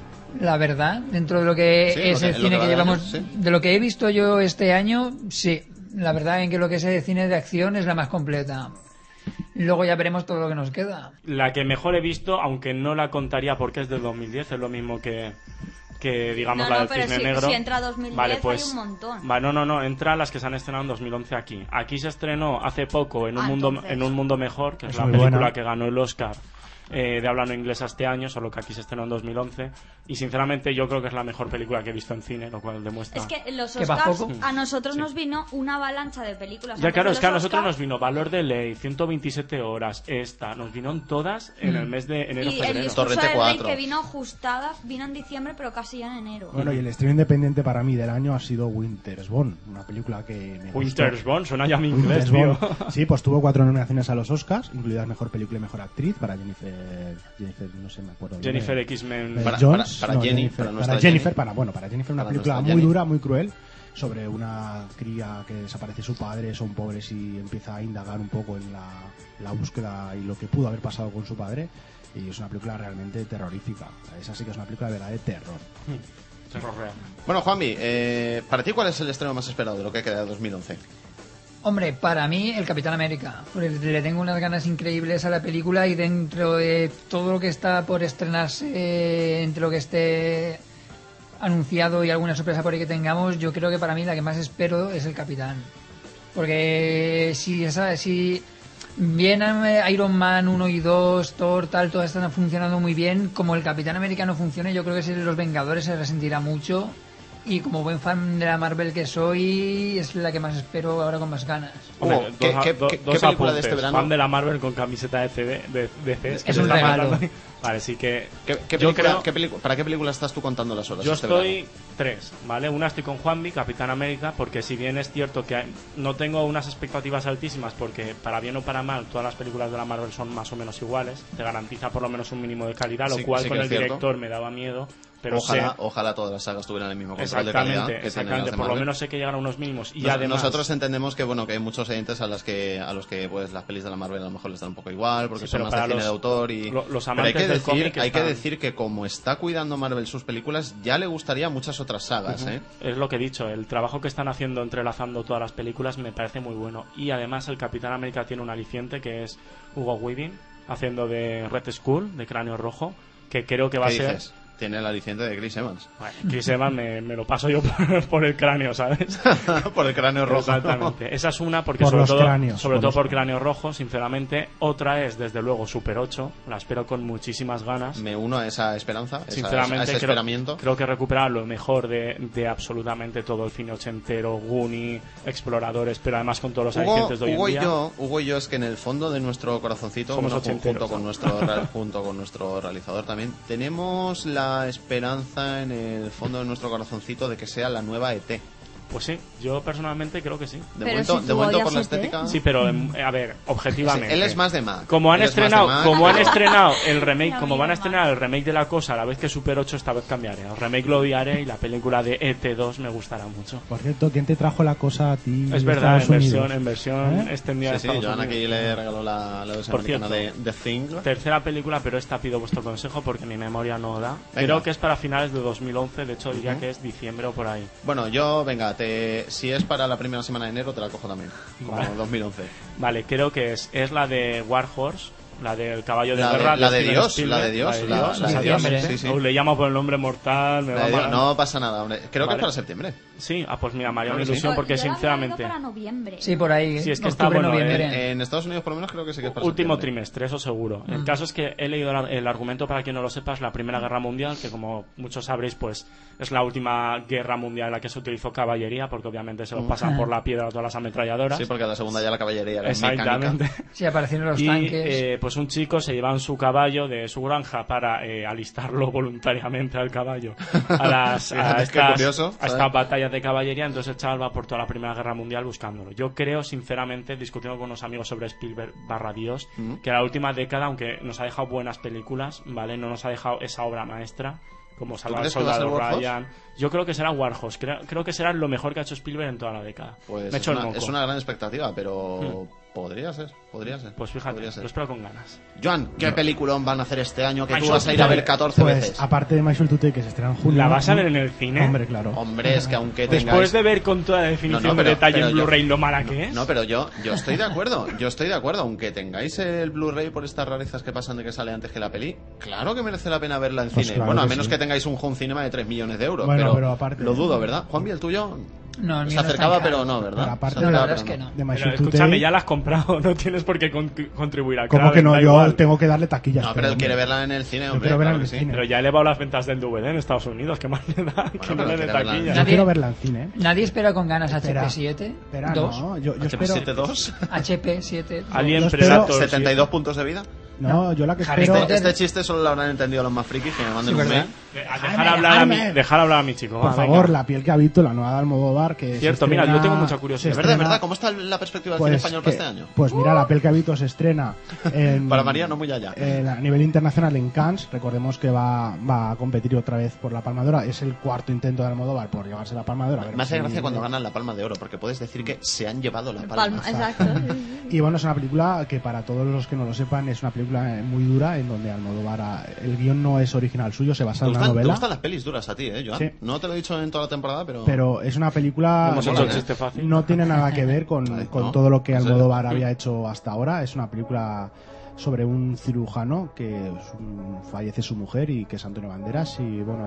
La verdad, dentro de lo que es el cine que llevamos, de lo que he visto yo este año, sí. La verdad en que lo que es el cine de acción es la más completa. Luego ya veremos todo lo que nos queda. La que mejor he visto, aunque no la contaría porque es del 2010, es lo mismo que digamos la del Cisne Negro. Si entra 2010 vale, pues, hay un montón. No, entra las que se han estrenado en 2011 aquí. Aquí se estrenó hace poco en Un Mundo Mejor, que es la película buena, que ganó el Oscar de habla no inglesa este año, solo que aquí se estrenó en 2011 y sinceramente yo creo que es la mejor película que he visto en cine, lo cual demuestra... Es que los Oscars a nosotros nos vino una avalancha de películas. Ya claro, es que a nosotros nos vino Valor de Ley, 127 horas, nos vino todas en el mes de enero-febrero. Y el Discurso del Rey, que vino ajustada, vino en diciembre pero casi ya en enero. Bueno, y el estreno independiente para mí del año ha sido Winter's Bone, una película que me Winter's Bone, suena ya mi inglés, tío. Sí, pues tuvo 4 nominaciones a los Oscars, incluidas Mejor Película y Mejor Actriz para Jennifer, no sé, me acuerdo. Jennifer X-Men. Para Jennifer, una película muy dura, muy cruel, sobre una cría que desaparece su padre, son pobres y empieza a indagar un poco en la búsqueda y lo que pudo haber pasado con su padre. Y es una película realmente terrorífica. Esa sí que es una película de verdad de terror. Terror real. Bueno, Juanvi, para ti, ¿cuál es el estreno más esperado de lo que queda de 2011? Hombre, para mí el Capitán América. Le tengo unas ganas increíbles a la película y dentro de todo lo que está por estrenarse, entre lo que esté anunciado y alguna sorpresa por ahí que tengamos, yo creo que para mí la que más espero es el Capitán. Porque si bien Iron Man 1 y 2, Thor, todas están funcionando muy bien, como el Capitán América no funcione, yo creo que si Los Vengadores se resentirá mucho. Y como buen fan de la Marvel que soy, es la que más espero ahora con más ganas. ¿Qué película de este verano? Fan de la Marvel con camiseta de DC. Es un regalo. Vale, sí que... ¿Para qué película estás tú contando las horas? Yo estoy 3, ¿vale? Una estoy con Juanvi, Capitán América, porque si bien es cierto que no tengo unas expectativas altísimas, porque para bien o para mal todas las películas de la Marvel son más o menos iguales, te garantiza por lo menos un mínimo de calidad, lo cual con el director me daba miedo. Pero ojalá todas las sagas tuvieran el mismo control de calidad que exactamente, por lo menos sé que llegan a unos mínimos. Y además nosotros entendemos que hay muchos oyentes a los que pues las pelis de la Marvel a lo mejor les dan un poco igual, porque son más de cine de autor y... Los amantes del cómic hay que decir que como está cuidando Marvel sus películas, ya le gustaría muchas otras sagas, Es lo que he dicho, el trabajo que están haciendo entrelazando todas las películas me parece muy bueno. Y además el Capitán América tiene un aliciente que es Hugo Weaving, haciendo de Red Skull, de Cráneo Rojo, que creo que va a ser... Tiene el aliciente de Chris Evans. Bueno, Chris Evans me lo paso yo por el cráneo, ¿sabes? Por el cráneo rojo. Exactamente. Esa es una, porque sobre todo por Cráneo Rojo, sinceramente. Otra es, desde luego, Super 8. La espero con muchísimas ganas. Me uno a esa esperanza, sinceramente, a ese esperamiento. Creo que recupera lo mejor de absolutamente todo el cine ochentero, Goonie, Exploradores, pero además con todos los alicientes de hoy en día. Hugo y yo es que en el fondo de nuestro corazoncito, junto con nuestro realizador también, tenemos la esperanza en el fondo de nuestro corazoncito de que sea la nueva ET. Pues sí, yo personalmente creo que sí. De momento por la estética... Sí, pero, a ver, objetivamente. Sí, pero, a ver, objetivamente. Él es más de Mac. Como han estrenado el remake, como van a estrenar el remake de La Cosa a la vez que Super 8, esta vez cambiaré. El remake lo odiaré y la película de ET2 me gustará mucho. Por cierto, ¿quién te trajo La Cosa a ti? Es verdad, en versión extendida de Estados Joan Unidos. aquí le regaló la versión americana de The Thing. Tercera película, pero esta pido vuestro consejo porque mi memoria no da. Venga. Creo que es para finales de 2011, de hecho diría que es diciembre o por ahí. Bueno, yo, venga, si es para la primera semana de enero te la cojo también, como 2011. Vale, creo que es la de Warhorse, la del caballo de La de- guerra. la de Steven Dios, Spielberg, la de Dios, exactamente. sí, sí. O le llamo por el nombre mortal. No pasa nada, hombre. Creo que Vale. es para septiembre. Sí, pues mira, María, Creo una que sí. ilusión porque Yo la sinceramente... veo para noviembre. Sí, por ahí. Sí, es que octubre, está bueno. noviembre. En Estados Unidos, por lo menos, creo que sí que es para Último septiembre. trimestre, eso seguro. El caso es que he leído el argumento, para quien no lo sepa, es la Primera Guerra Mundial, que como muchos sabréis, pues es la última guerra mundial en la que se utilizó caballería, porque obviamente se los pasan por la piedra todas las ametralladoras. Sí, porque la segunda ya la caballería era Exactamente. mecánica. Sí, aparecieron los tanques. Pues un chico se lleva en su caballo de su granja para alistarlo voluntariamente al caballo a Fíjate, qué curioso, ¿sabes? estas batallas de caballería. Entonces el chaval va por toda la Primera Guerra Mundial buscándolo. Yo creo, sinceramente, discutiendo con unos amigos sobre Spielberg / Dios, que la última década, aunque nos ha dejado buenas películas, ¿vale? No nos ha dejado esa obra maestra como Salvar al crees que va a ser Soldado Warhorse? Ryan. Yo creo que será Warhorse. Creo que será lo mejor que ha hecho Spielberg en toda la década. Pues Me echo el moco. es una gran expectativa, pero podría ser. Pues fíjate, lo espero con ganas. Joan, ¿qué peliculón van a hacer este año que My tú vas a ir a ver 14 Pues, veces? aparte de My Soul Today, que se estrena en junio... ¿La vas a ver en el cine? Hombre, claro. Hombre, es que aunque Después tengáis... de ver con toda la definición de detalle en Blu-ray lo mala que es. No, pero yo estoy de acuerdo. Yo estoy de acuerdo. Aunque tengáis el Blu-ray por estas rarezas que pasan de que sale antes que la peli, claro que merece la pena verla en Pues cine. claro Bueno, a que menos sí. que tengáis un home cinema de 3 millones de euros. Bueno, pero pero aparte- lo dudo, ¿verdad? Juanvi, el tuyo... No, el mío se no es acercaba, tan pero caro. no, ¿verdad? Pero aparte Se de acercaba, la- pero que no. de My Pero Soul escúchame, Today... ya la has comprado, no tienes por qué contribuir a ¿Cómo que no? da Yo igual. tengo que darle taquillas. No, pero él quiere verla en el cine, hombre. quiero verla claro en que el sí. cine. Pero ya he elevado las ventas del DVD en Estados Unidos, ¿qué más le da? que no pero le dé quiere verla en taquilla. Yo quiero verla en cine. Nadie espera con ganas Espera, HP7. Espera, 2. no, yo espero... HP7-2. HP7. Alien Yo espero- Predator. 72 puntos de vida. No, yo la que Harry espero... Potter. Este chiste solo lo habrán entendido los más frikis que me manden Sí, un ¿verdad? mail. Dejar hablar a mi chico. Por venga. favor, La piel que habito, la nueva de Almodóvar, que Cierto, se mira, estrena- yo tengo mucha se curiosidad. Es verdad, estrena- ¿verdad? ¿Cómo está la perspectiva del Pues cine español que- para este año? Pues mira, La piel que habito se estrena en- Para María no muy allá. a nivel internacional en Cannes. Recordemos que va a competir otra vez por la Palma de Oro. Es el cuarto intento de Almodóvar por llevarse la Palma de Oro. A ver Me hace si- gracia cuando ganan la Palma de Oro, porque puedes decir que se han llevado la palma. Palma, exacto. Y bueno, es una película que para todos los que no lo sepan es una película muy dura en donde Almodóvar, el guión no es original suyo, se basa ¿Te en una gustan, te novela. gustan las pelis duras a ti, Joan? Sí. No te lo he dicho en toda la temporada, pero... Pero es una película Hemos hecho el chiste fácil. no tiene nada que ver con ¿no? todo lo que ¿En serio? Almodóvar había hecho hasta ahora. Es una película sobre un cirujano que fallece su mujer y que es Antonio Banderas y bueno,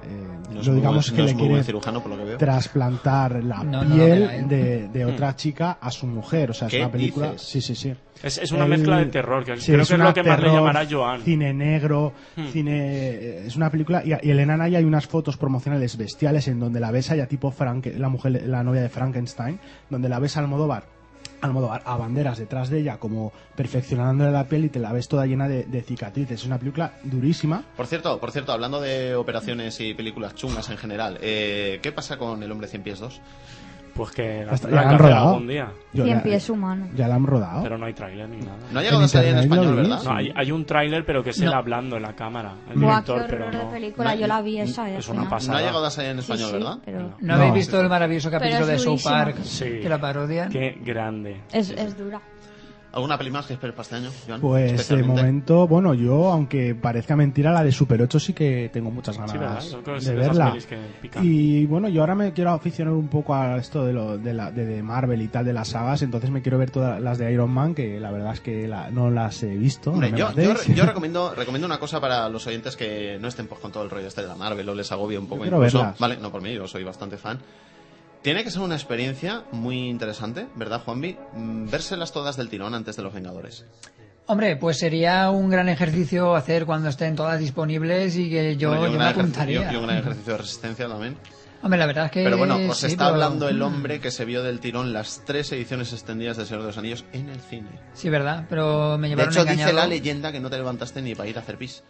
él No es lo muy digamos buen- que no le es muy quiere buen cirujano, por lo que veo. trasplantar la No, no, piel no, no, de otra chica a su mujer. O sea, es ¿Qué una película... dices? Sí, sí, sí. Es una mezcla de terror, que Sí, creo que es una lo que más le terror, llamará Joan. Cine negro, cine... Es una película... Y en el Enana hay unas fotos promocionales bestiales en donde la ves ya tipo la mujer, la novia de Frankenstein, donde la ves a Almodóvar a Banderas detrás de ella como perfeccionándole la piel y te la ves toda llena de cicatrices. Es una película durísima. Por cierto, hablando de operaciones y películas chungas en general, ¿qué pasa con El hombre 100 pies 2? Pues que Ya la la han han rodado. algún día. Cien pies humanos. Ya la han rodado. Pero no hay tráiler ni nada. No ha llegado a salir en internet lo español, vi, ¿verdad? No, hay un tráiler, pero que es él hablando en la cámara. El Buah, qué director, horror pero de no. película. no- Yo la vi esa. es al una final. pasada. No ha llegado a salir en español, Sí, ¿verdad? pero ¿No habéis No. visto el maravilloso capítulo es de South durísimo. Park Sí. que la parodian? Qué grande. es dura. ¿Alguna peli más que esperes para este año, Joan? Pues de Especialmente. momento, bueno, yo, aunque parezca mentira, la de Super 8 sí que tengo muchas ganas Sí, ¿verdad? Yo creo que sí, de de esas verla. pelis que pican. Y bueno, yo ahora me quiero aficionar un poco a esto de Marvel y tal, de las sagas, entonces me quiero ver todas las de Iron Man, que la verdad es que no las he visto. Hombre, no me yo matéis. recomiendo una cosa para los oyentes que no estén pues, con todo el rollo este de la Marvel o les agobie un poco Yo quiero incluso. verlas. Vale, no por mí, yo soy bastante fan. Tiene que ser una experiencia muy interesante, ¿verdad, Juanvi? Vérselas todas del tirón antes de Los Vengadores. Hombre, pues sería un gran ejercicio hacer cuando estén todas disponibles y que yo Bueno, me apuntaría. y un gran ejercicio de resistencia también. Hombre, la verdad es que... Pero bueno, os sí, está pero- hablando el hombre que se vio del tirón las 3 ediciones extendidas de Señor de los Anillos en el cine. Sí, verdad, pero me De llevaron hecho, engañado. dice la leyenda que no te levantaste ni para ir a hacer pis.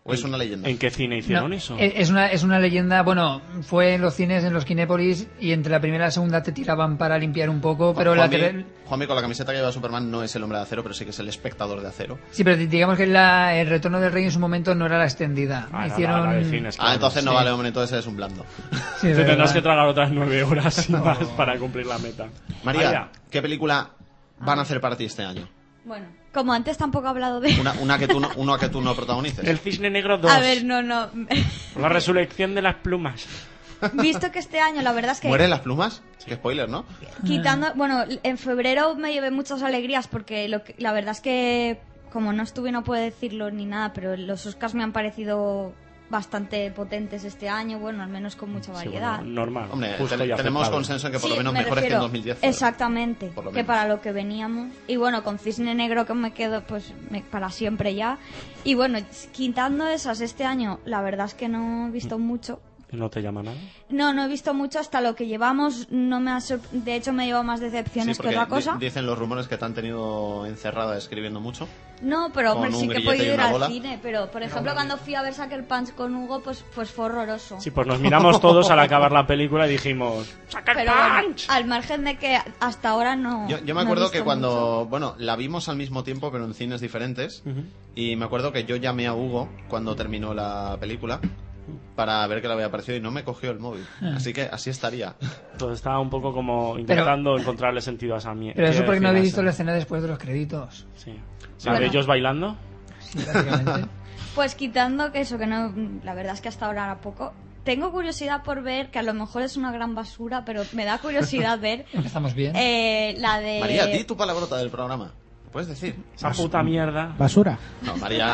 ¿O es una leyenda? ¿En qué cine hicieron No, eso? es una leyenda, bueno, fue en los cines, en los Kinépolis, y entre la primera y la segunda te tiraban para limpiar un poco, pero Juanmi con la camiseta que lleva Superman no es el Hombre de Acero, pero sí que es el espectador de acero. Sí, pero digamos que el Retorno del Rey en su momento no era la extendida. Hicieron... la de cines, claro. Entonces no vale, hombre, entonces eres un blando. Sí, te verdad. tendrás que tragar otras 9 horas y más para cumplir la meta. María, ¿qué película van a hacer para ti este año? Bueno, como antes tampoco he hablado de... Una que tú no protagonices. El Cisne Negro 2. A ver, no. La resurrección de las plumas. Visto que este año, la verdad es que... ¿Mueren las plumas? Sí, que spoiler, ¿no? Quitando... Bueno, en febrero me llevé muchas alegrías porque la verdad es que, como no estuve, no puedo decirlo ni nada, pero los Oscars me han parecido bastante potentes este año, bueno, al menos con mucha variedad. Sí, bueno, normal. Hombre, justo y tenemos aceptable. consenso en que por lo Sí, menos me mejores que en refiero, 2010. Exactamente, por lo que menos. para lo que veníamos. Y bueno, con Cisne Negro que me quedo pues para siempre ya. Y bueno, quitando esas este año, la verdad es que no he visto mucho. ¿No te llama nada? No he visto mucho hasta lo que llevamos. No me ha de hecho me lleva más decepciones Sí, que porque otra cosa. dicen los rumores que te han tenido encerrada escribiendo mucho. No, pero hombre, con sí un que he grillete y podido ir una al bola. cine. Pero, por ejemplo, cuando fui a ver Sucker Punch con Hugo, pues fue horroroso. Sí, pues nos miramos todos al acabar la película y dijimos... Pero bueno, al margen de que hasta ahora no... Yo me no he acuerdo visto que cuando... mucho. Bueno, la vimos al mismo tiempo, pero en cines diferentes. Y me acuerdo que yo llamé a Hugo cuando terminó la película para ver qué le había parecido y no me cogió el móvil. Así que así estaría. Pues estaba un poco como intentando encontrarle sentido a esa mierda. Pero eso porque no habéis visto la escena después de los créditos. Sí. ¿Sabes ellos bailando? Sí, básicamente. Pues quitando que eso, que no... La verdad es que hasta ahora era poco. Tengo curiosidad por ver, que a lo mejor es una gran basura, pero me da curiosidad ver... Empezamos bien. La de... María, di tu palabrota del programa. ¿Puedes decir? Esa puta mierda. ¿Basura? No,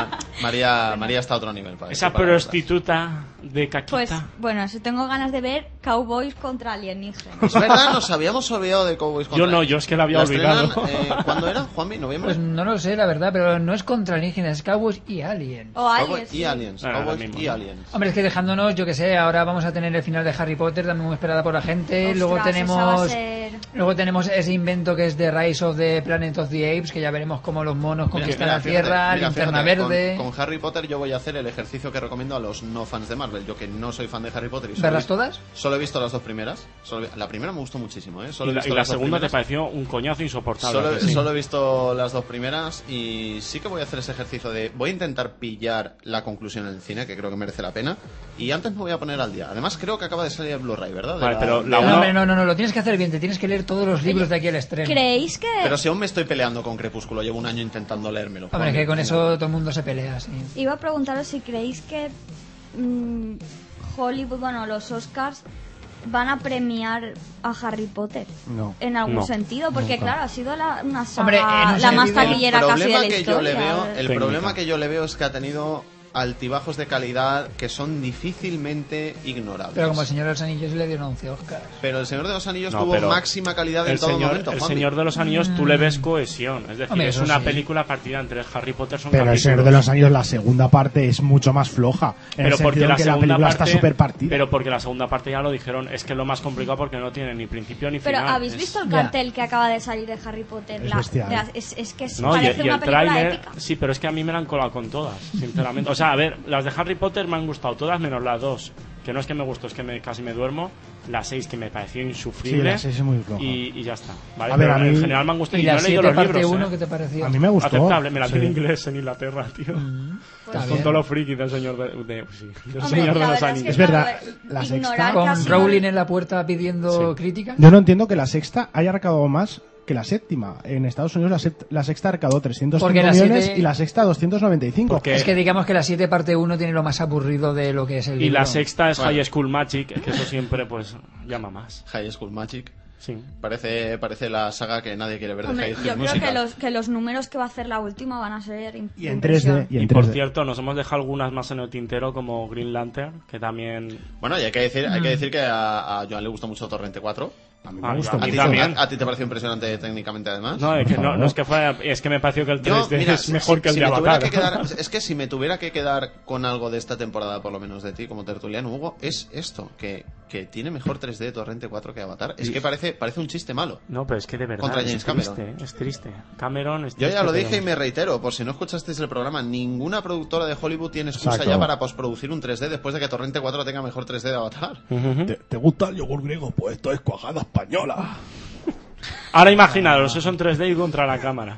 María está a otro nivel. Para Esa prostituta de caquita. Pues bueno, eso tengo ganas de ver Cowboys contra alienígenas. Es verdad, nos habíamos olvidado de Cowboys contra... Yo no, yo es que la había olvidado. ¿Cuándo era, Juanmi? ¿Noviembre? Pues no lo sé, la verdad, pero no es contra alienígenas, es Cowboys y Aliens. O Aliens. Y Aliens. Cowboys y Aliens. Hombre, es que dejándonos, yo que sé, ahora vamos a tener el final de Harry Potter, también muy esperada por la gente. Ostras, luego tenemos ese invento que es The Rise of the Planet of the Apes, que ya veremos cómo los monos conquistan la Tierra, Linterna Verde. Con Harry Potter yo voy a hacer el ejercicio que recomiendo a los no fans de Marvel. Yo que no soy fan de Harry Potter y ¿Verlas todas? Solo he visto las dos primeras. La primera me gustó muchísimo, ¿eh? Y la segunda te pareció un coñazo insoportable. Solo he visto las dos primeras y sí que voy a hacer ese ejercicio de... Voy a intentar pillar la conclusión en el cine, que creo que merece la pena. Y antes me voy a poner al día. Además creo que acaba de salir el Blu-ray, ¿verdad? Vale, pero no, lo tienes que hacer bien. Te tienes que leer todos los libros de aquí al estreno. ¿Creéis que...? Pero si aún me estoy peleando con Crepúsculo, llevo un año intentando leérmelo. Hombre, es que con eso todo el mundo se pelea, sí. Iba a preguntaros si creéis que Hollywood, bueno, los Oscars van a premiar a Harry Potter. No. En algún No. sentido, porque Nunca. claro, ha sido una saga, Hombre, la más taquillera casi de la historia. El problema que yo le veo es que ha tenido altibajos de calidad que son difícilmente ignorables. Pero como el Señor de los Anillos le dieron 11 Oscars. Pero el Señor de los Anillos No, tuvo pero máxima calidad en el todo señor, momento. El Juanmi. Señor de los Anillos tú le ves cohesión. Es decir, Hombre, es eso una sí. película partida entre Harry Potter. Son Pero el Señor capítulos. de los Anillos, la segunda parte es mucho más floja. En Pero el porque sentido la de que la segunda película parte, está súper partida. Pero porque la segunda parte ya lo dijeron, es que es lo más complicado porque no tiene ni principio ni Pero final. ¿habéis visto el Ya. cartel que acaba de salir de Harry Potter? Es bestial. Es que No, parece y una el película tráiler, épica. sí, pero es que a mí me la han colado con todas, sinceramente. O sea, a ver, las de Harry Potter me han gustado todas menos las dos, que no es que me gustó, es que casi me duermo. La 6 que me pareció insufrible. Sí, la 6 es muy floja. Y ya está. ¿vale? A ver, Pero a mí- en general me han gustado. ¿Y Y no la he leído 7 los parte libros. 1 qué te pareció? A mí me gustó. Aceptable, me la Sí. vi en inglés en Inglaterra, tío. Está Con bien. todos los frikis del señor del Hombre, Señor de la los verdad Anillos. Es verdad, la sexta... Con Rowling en la puerta pidiendo críticas. Yo no entiendo que la sexta haya recaudado más que la séptima. En Estados Unidos la sexta recaudó 305 Porque la millones siete- y la sexta 295. Es que digamos que la 7 parte 1 tiene lo más aburrido de lo que es el Y libro. la sexta es Bueno. High School Magic, que eso siempre pues llama más. High School Magic. Sí. Parece la saga que nadie quiere ver de Hombre, High yo School creo Musical. que los números que va a hacer la última van a ser Y en 3D. Y por cierto, nos hemos dejado algunas más en el tintero, como Green Lantern, que también... Bueno, y hay que decir que a Joan le gustó mucho Torrente 4. A mí me gustó mucho. ¿A ti te pareció impresionante técnicamente, además? No, es que no es que fuera, es que me pareció que el 3D es mejor que el de Avatar. Es que si me tuviera que quedar con algo de esta temporada, por lo menos de ti, como tertuliano, Hugo, es esto, que tiene mejor 3D Torrente 4 que Avatar. Es que parece un chiste malo. No, pero es que de verdad contra James Cameron. Es triste. Cameron es triste. Yo ya lo dije pero... y me reitero, por si no escuchasteis el programa, ninguna productora de Hollywood tiene excusa ya para posproducir un 3D después de que Torrente 4 tenga mejor 3D de Avatar. ¿Te gusta el yogur griego? Pues esto es cuajada española. Ahora imaginaros, eso en 3D y contra la cámara.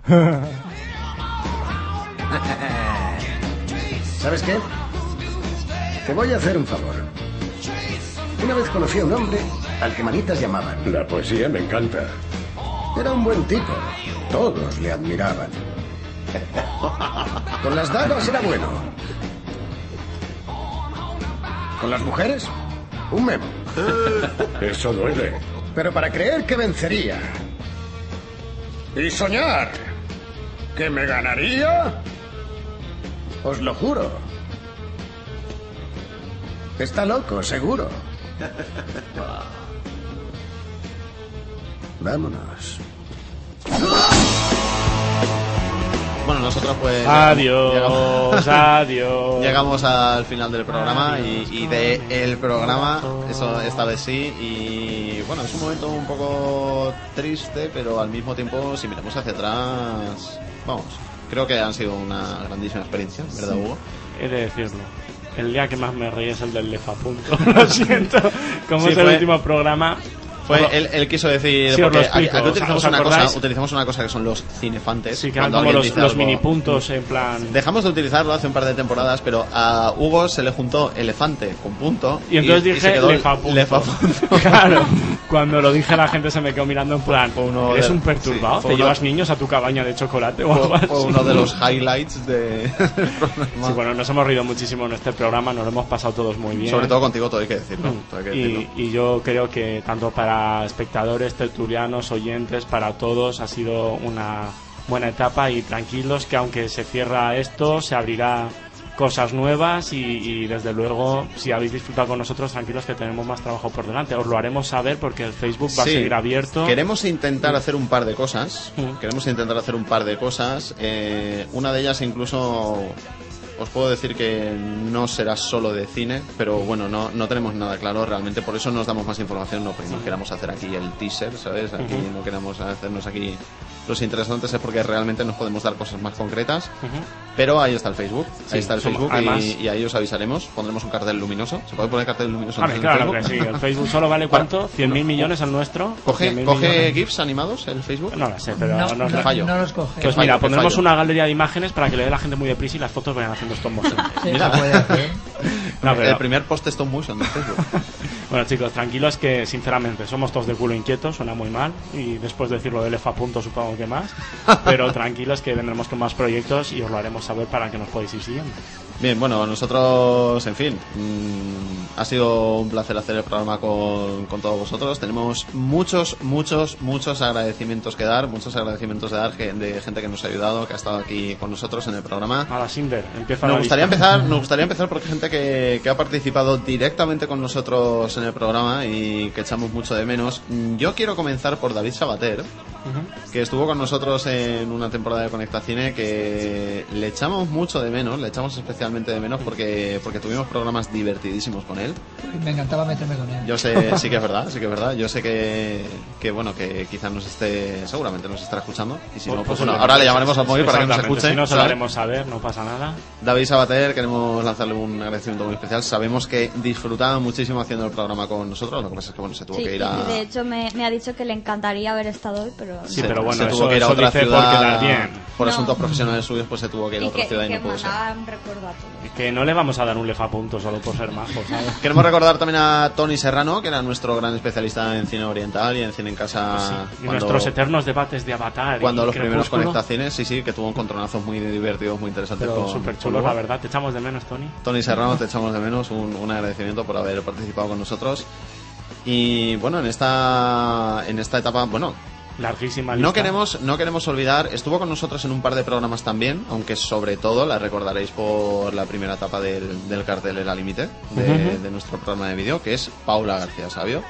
¿Sabes qué? Te voy a hacer un favor. Una vez conocí a un hombre al que manitas llamaban. La poesía me encanta. Era un buen tipo. Todos le admiraban. Con las dagas era bueno. Con las mujeres, un memo. Eso duele. Pero para creer que vencería y soñar que me ganaría, os lo juro. Está loco, seguro. Vámonos. Bueno, nosotros pues... Adiós. Llegamos al final del programa y de el programa, eso esta vez sí, y bueno, es un momento un poco triste, pero al mismo tiempo, si miramos hacia atrás, vamos, creo que han sido una grandísima experiencia, ¿verdad, Hugo? He de decirlo. El día que más me reí es el del Lefapunto. Lo siento. Como sí, es el último programa... Él quiso decir, sí, porque aquí utilizamos una cosa que son los cinefantes. Sí, que eran como los mini puntos en plan... Dejamos de utilizarlo hace un par de temporadas, pero a Hugo se le juntó elefante con punto. Y entonces dije Lefapunto. Claro, cuando lo dije la gente se me quedó mirando en plan, ¿eres un perturbado? ¿Te llevas niños a tu cabaña de chocolate o algo así? Fue uno de los highlights del programa. Sí, bueno, nos hemos reído muchísimo en este programa, nos lo hemos pasado todos muy bien. Sobre todo contigo, todo hay que decirlo. Y yo creo que tanto para espectadores, tertulianos, oyentes, para todos ha sido una buena etapa y tranquilos que aunque se cierra esto, se abrirá cosas nuevas y desde luego si habéis disfrutado con nosotros, tranquilos que tenemos más trabajo por delante. Os lo haremos saber porque el Facebook va a seguir abierto. Queremos intentar hacer un par de cosas. Una de ellas incluso... Os puedo decir que no será solo de cine, pero bueno, no tenemos nada claro realmente, por eso nos damos más información, no queramos hacer aquí el teaser, ¿sabes? Aquí no queramos hacernos aquí los interesantes, es porque realmente nos podemos dar cosas más concretas, pero ahí está el Facebook, y ahí os avisaremos, pondremos un cartel luminoso. ¿Se puede poner cartel luminoso en claro Facebook? Que sí, el Facebook solo vale ¿cuánto? 100.000 millones al nuestro. ¿Coge GIFs animados el Facebook? No lo sé, pero no los coge. Pues mira, pondremos una galería de imágenes para que le dé la gente muy deprisa y las fotos vayan haciendo stop motion. Sí, mira, puede hacer. El primer post stop motion de Facebook. Bueno, chicos, tranquilos que sinceramente somos todos de culo inquietos, suena muy mal y después de decirlo del Lefapunto supongo que más, pero tranquilos que vendremos con más proyectos y os lo haremos saber para que nos podáis ir siguiendo. Bien, bueno, nosotros, en fin, ha sido un placer hacer el programa con todos vosotros. Tenemos muchos agradecimientos que dar, de gente que nos ha ayudado, que ha estado aquí con nosotros en el programa. A la Sinder, empieza Nos gustaría empezar porque hay gente que ha participado directamente con nosotros en el programa y que echamos mucho de menos. Yo quiero comenzar por David Sabater, que estuvo con nosotros en una temporada de Conecta Cine, que le echamos mucho de menos, le echamos especialmente de menos porque tuvimos programas divertidísimos con él. Me encantaba meterme con él. Yo sé, sí que es verdad. Yo sé que bueno, que quizás seguramente nos estará escuchando. Y si no, pues bueno, ahora le llamaremos al móvil para que nos escuche. Si no, se lo haremos saber, no pasa nada. David Sabater, queremos lanzarle un agradecimiento muy especial. Sabemos que disfrutaba muchísimo haciendo el programa con nosotros. Lo que pasa es que bueno, se tuvo que ir a... De hecho, me ha dicho que le encantaría haber estado hoy, pero... Sí, pero bueno, se tuvo que ir a otra ciudad bien. Por asuntos profesionales suyos, pues se tuvo que ir a otra ciudad y no pudo ser. Un recuerdo a todos. Que no le vamos a dar un Lefapunto solo por ser majos, ¿sabes? Queremos recordar también a Tony Serrano, que era nuestro gran especialista en cine oriental y en cine en casa. Y nuestros eternos debates de Avatar. Cuando los primeros Conectacines, sí, que tuvo encontronazos muy divertidos, muy interesantes. Pero súper chulos, la verdad. Te echamos de menos, Tony. Tony Serrano, te echamos de menos. Un agradecimiento por haber participado con nosotros. Y bueno, en esta etapa, bueno, larguísima lista. No queremos olvidar, estuvo con nosotros en un par de programas también, aunque sobre todo la recordaréis por la primera etapa del cartel El Límite de nuestro programa de vídeo, que es Paula García Sabio.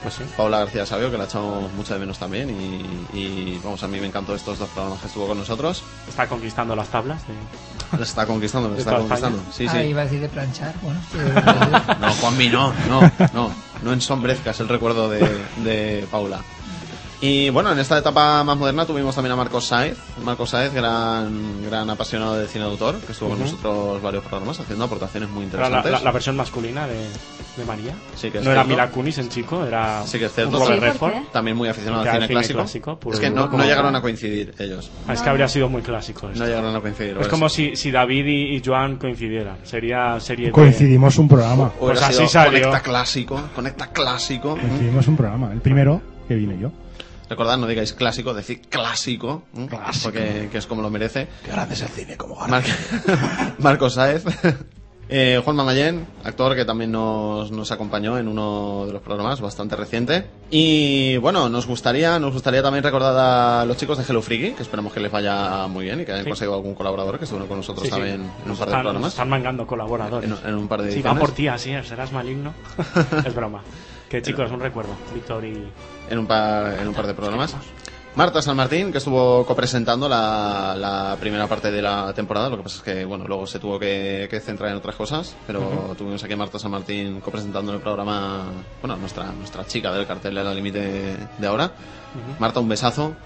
Pues sí. Paula García Sabio, que la echamos mucho de menos también. Y vamos, a mí me encantó estos 2 programas que estuvo con nosotros. Está conquistando las tablas. Los está conquistando, los ¿De está toda conquistando. Sí, sí. Iba a decir de planchar, bueno. No, Juanmi, no ensombrezcas el recuerdo de Paula. Y bueno, en esta etapa más moderna tuvimos también a Marcos Sáez, gran apasionado del cine de autor, que estuvo con nosotros varios programas haciendo aportaciones muy interesantes. La versión masculina de María. Sí que es no era cierto. Mila Kunis en chico, era sí que es cierto. Robert Redford. También muy aficionado al cine clásico. Es que no llegaron a coincidir ellos. Es que habría sido muy clásico esto. No llegaron a coincidir. Es como si David y Joan coincidieran. Sería serie Coincidimos un programa. Pues así salió. Conecta clásico. Coincidimos un programa. El primero que vine yo. Recordad, no digáis clásico, decid clásico. Porque que es como lo merece. Que grande es el cine, como gana. Marcos Sáez. Juan Mamallén, actor que también nos acompañó en uno de los programas bastante reciente. Y bueno, nos gustaría también recordar a los chicos de Hello Freaky, que esperamos que les vaya muy bien y que hayan conseguido algún colaborador que estuvo con nosotros también en un par de programas. Están mangando colaboradores. En un par de ediciones. Sí, va por ti, así serás maligno. Es broma. Que chicos, un recuerdo. Víctor y... En un par de programas. Marta San Martín, que estuvo copresentando la primera parte de la temporada. Lo que pasa es que, bueno, luego se tuvo que centrar en otras cosas. Pero tuvimos aquí a Marta San Martín copresentando el programa. Bueno, nuestra chica del cartel del límite de ahora. Marta, un besazo.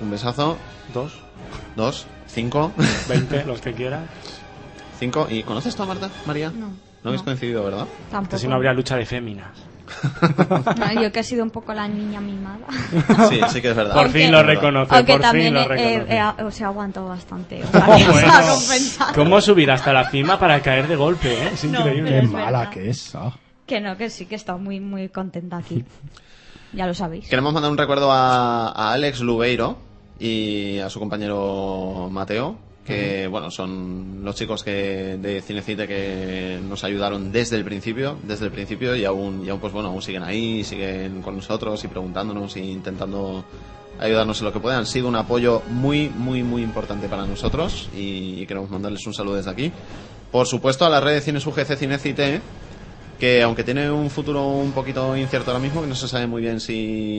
2, 5. 20, los que quieras. 5. ¿Y conoces tú a Marta, María? No habéis coincidido, ¿verdad? Tampoco. Si no habría lucha de féminas. No, yo que he sido un poco la niña mimada. Sí que es verdad. Por fin lo reconoce. Aunque por también fin lo os he aguantado bastante. ¿Cómo subir hasta la cima para caer de golpe? Es increíble. Qué mala que es. Que sí, que está muy, muy contenta aquí. Ya lo sabéis. Queremos mandar un recuerdo a Alex Lubeiro y a su compañero Mateo, que bueno, son los chicos de Cinecite que nos ayudaron desde el principio y aún pues bueno, aún siguen ahí, siguen con nosotros y preguntándonos e intentando ayudarnos en lo que puedan. Han sido un apoyo muy muy muy importante para nosotros y queremos mandarles un saludo desde aquí. Por supuesto a la red de Cines UGC Cinecite, que aunque tiene un futuro un poquito incierto ahora mismo, que no se sabe muy bien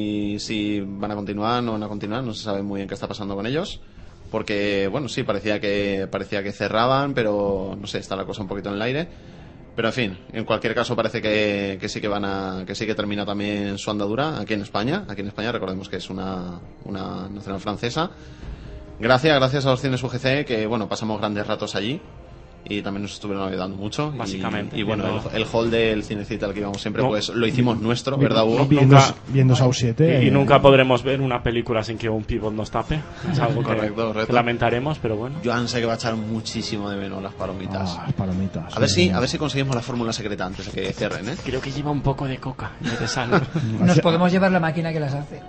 si van a continuar o no van a continuar, no se sabe muy bien qué está pasando con ellos. Porque, bueno, sí, parecía que cerraban, pero no sé, está la cosa un poquito en el aire. Pero en fin, en cualquier caso parece que sí que termina también su andadura aquí en España. Aquí en España recordemos que es una nacional francesa. Gracias a los cines UGC, que bueno, pasamos grandes ratos allí. Y también nos estuvieron ayudando mucho. Básicamente. Y bueno, el hall del Cinecita al que íbamos siempre, pues lo hicimos nuestro, ¿verdad, Hugo? Viendo Saw 7. Y nunca podremos ver una película sin que un pivot nos tape. Es algo correcto. Que lamentaremos, pero bueno. Joan sé que va a echar muchísimo de menos las palomitas. Las palomitas. A ver si conseguimos la fórmula secreta antes de que cierren, ¿eh? Creo que lleva un poco de coca en vez de sal. Nos podemos llevar la máquina que las hace.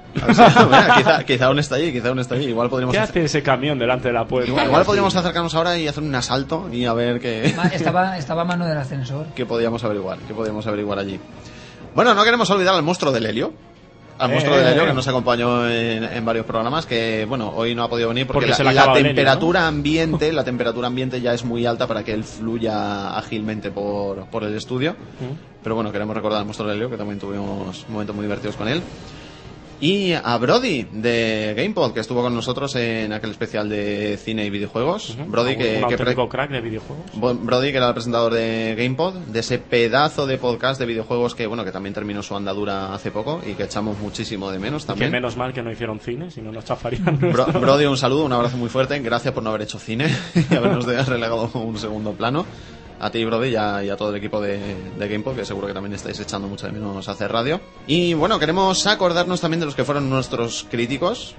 Quizá aún está allí, Igual podríamos hace ese camión delante de la puerta? Igual podríamos acercarnos ahora y hacer un asalto y a ver qué... Estaba a mano del ascensor. ¿Qué podíamos averiguar allí? Bueno, no queremos olvidar al monstruo del helio. Monstruo del helio, que nos acompañó en varios programas, que bueno, hoy no ha podido venir porque la temperatura ambiente, la temperatura ambiente ya es muy alta para que él fluya ágilmente por el estudio. Pero bueno, queremos recordar al monstruo del helio, que también tuvimos momentos muy divertidos con él. Y a Brody de GamePod, que estuvo con nosotros en aquel especial de cine y videojuegos. Brody, un auténtico crack de videojuegos. Brody, que era el presentador de GamePod, de ese pedazo de podcast de videojuegos que bueno, que también terminó su andadura hace poco y que echamos muchísimo de menos también. Que menos mal que no hicieron cine, si no nos chafarían. Brody, un saludo, un abrazo muy fuerte. Gracias por no haber hecho cine y habernos relegado un segundo plano. A ti, Brody, y a todo el equipo de GamePod, que seguro que también estáis echando mucho de menos a hacer radio. Y bueno, queremos acordarnos también de los que fueron nuestros críticos,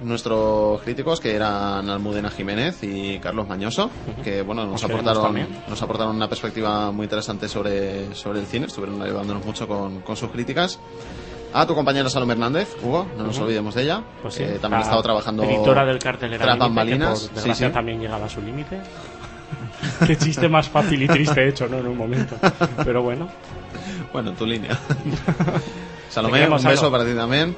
que eran Almudena Jiménez y Carlos Mañoso, que bueno, nos aportaron una perspectiva muy interesante sobre el cine, estuvieron ayudándonos mucho con sus críticas. A tu compañera Salomé Hernández, Hugo, no nos olvidemos de ella, pues sí, que también ha estado trabajando editora del cartel tras bambalinas, por desgracia también llegaba a su límite. Qué chiste más fácil y triste hecho, ¿no? En un momento. Pero bueno. Bueno, tu línea. Salomé, un beso para ti también.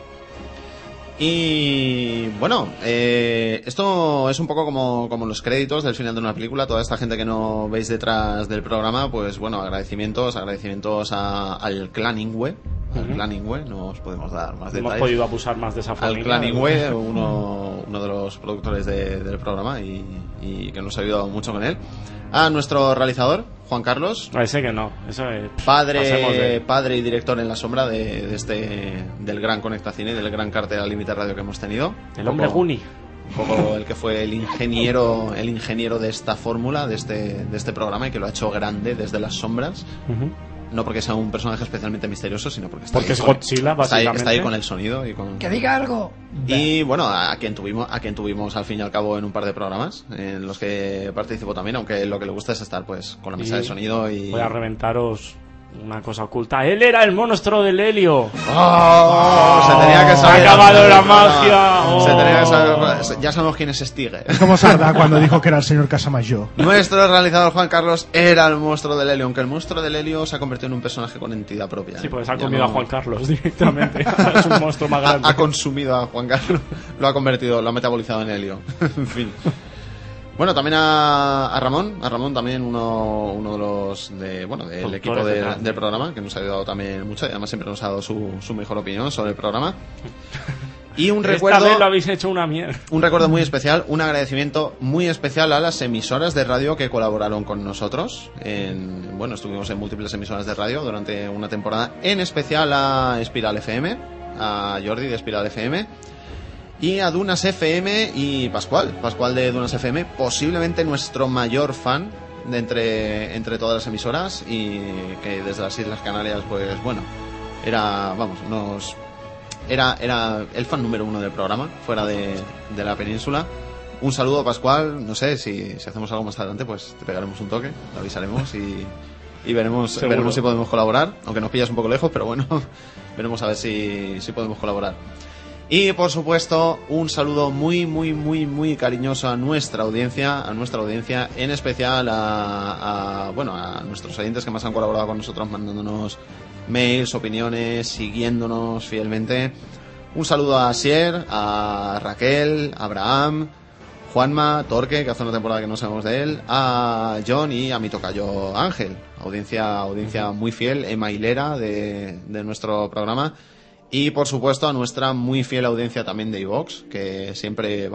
Y bueno, esto es un poco como los créditos del final de una película. Toda esta gente que no veis detrás del programa, pues bueno, agradecimientos al clan Ingüe, al clan Ingwe, no os podemos dar más detalles. Hemos podido abusar más de esa familia. Al clan Ingwe, uno de los productores del programa y que nos ha ayudado mucho con él. A nuestro realizador, Juan Carlos. Ese que no, eso es, padre y director en la sombra del gran Conecta Cine, del gran Cartel al Límite Radio que hemos tenido. El hombre Guni. Un poco el que fue el ingeniero de esta fórmula, de este programa, y que lo ha hecho grande desde las sombras. No porque sea un personaje especialmente misterioso, sino porque es Godzilla, básicamente. Está ahí con el sonido y con... ¡Que diga algo! Y bueno, a quien tuvimos al fin y al cabo en un par de programas en los que participó también, aunque lo que le gusta es estar pues con la mesa de sonido y... Voy a reventaros una cosa oculta. Él era el monstruo del helio. Se tenía que saber. Ha acabado la magia. Se tenía que saber. Ya sabemos quién es Stige. Es como Sarda cuando dijo que era el señor Casamayor. Nuestro realizador Juan Carlos era el monstruo del helio, aunque el monstruo del helio se ha convertido en un personaje con entidad propia. Sí, pues ha comido a Juan Carlos directamente. Es un monstruo más grande. Ha consumido a Juan Carlos, lo ha metabolizado en helio. En fin. Bueno, también a Ramón también uno de los del equipo del programa, que nos ha ayudado también mucho y además siempre nos ha dado su mejor opinión sobre el programa. Y un recuerdo, esta vez lo habéis hecho una mierda. Un recuerdo muy especial, un agradecimiento muy especial a las emisoras de radio que colaboraron con nosotros. Estuvimos en múltiples emisoras de radio durante una temporada, en especial a Espiral FM, a Jordi de Espiral FM. Y a Dunas FM y Pascual de Dunas FM, posiblemente nuestro mayor fan de entre todas las emisoras, y que desde las Islas Canarias, pues bueno, era el fan número uno del programa, fuera de la península. Un saludo, Pascual. No sé, si hacemos algo más adelante, pues te pegaremos un toque, te avisaremos y veremos si podemos colaborar, aunque nos pillas un poco lejos, pero bueno, veremos a ver si podemos colaborar. Y por supuesto, un saludo muy muy muy muy cariñoso a nuestra audiencia, en especial a nuestros oyentes que más han colaborado con nosotros, mandándonos mails, opiniones, siguiéndonos fielmente. Un saludo a Asier, a Raquel, a Abraham, Juanma, Torque, que hace una temporada que no sabemos de él, a John y a mi tocayo Ángel, audiencia muy fiel, emailera de nuestro programa. Y por supuesto a nuestra muy fiel audiencia también de iVox, que siempre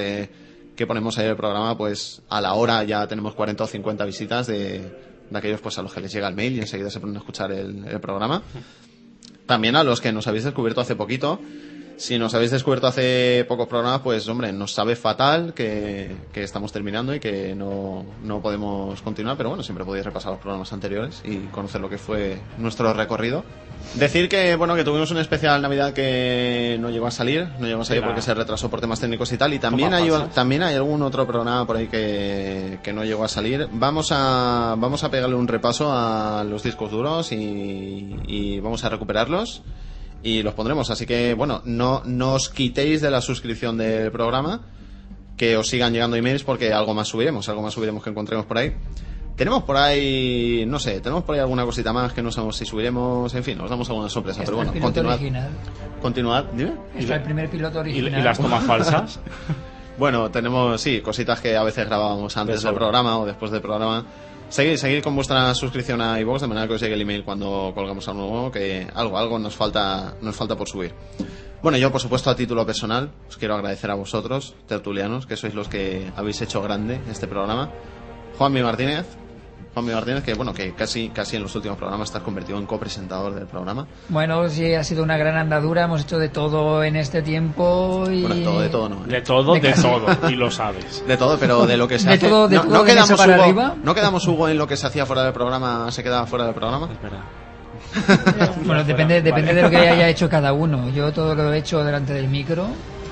que ponemos ahí el programa, pues a la hora ya tenemos 40 o 50 visitas de aquellos pues a los que les llega el mail y enseguida se ponen a escuchar el programa. También a los que nos habéis descubierto hace poquito. Si nos habéis descubierto hace pocos programas, pues hombre, nos sabe fatal que estamos terminando y que no podemos continuar, pero bueno, siempre podéis repasar los programas anteriores y conocer lo que fue nuestro recorrido. Decir que tuvimos una especial Navidad que no llegó a salir porque se retrasó por temas técnicos y tal, y también hay algún otro programa por ahí que no llegó a salir. Vamos a pegarle un repaso a los discos duros y vamos a recuperarlos y los pondremos, así que no os quitéis de la suscripción del programa, que os sigan llegando emails porque algo más subiremos que encontremos por ahí. Tenemos por ahí alguna cosita más que no sabemos si subiremos, en fin, os damos alguna sorpresa, pero bueno, continuad, dime. Está el primer piloto original. ¿Y las tomas falsas? Bueno, tenemos, cositas que a veces grabábamos antes del programa o después del programa. Seguid con vuestra suscripción a iVoox, de manera que os llegue el email cuando colgamos algo nuevo, que algo nos falta por subir. Bueno, yo por supuesto a título personal os quiero agradecer a vosotros, tertulianos, que sois los que habéis hecho grande este programa. Juanmi Martínez, que casi en los últimos programas estás convertido en copresentador del programa. Bueno, sí, ha sido una gran andadura, hemos hecho de todo en este tiempo y... Bueno, de todo no. De todo, y lo sabes. De todo, pero de lo que se hace... ¿No quedamos para arriba? ¿No quedamos, Hugo, en lo que se hacía fuera del programa, se quedaba fuera del programa? Es verdad. Bueno, depende de lo que haya hecho cada uno. Yo todo lo he hecho delante del micro.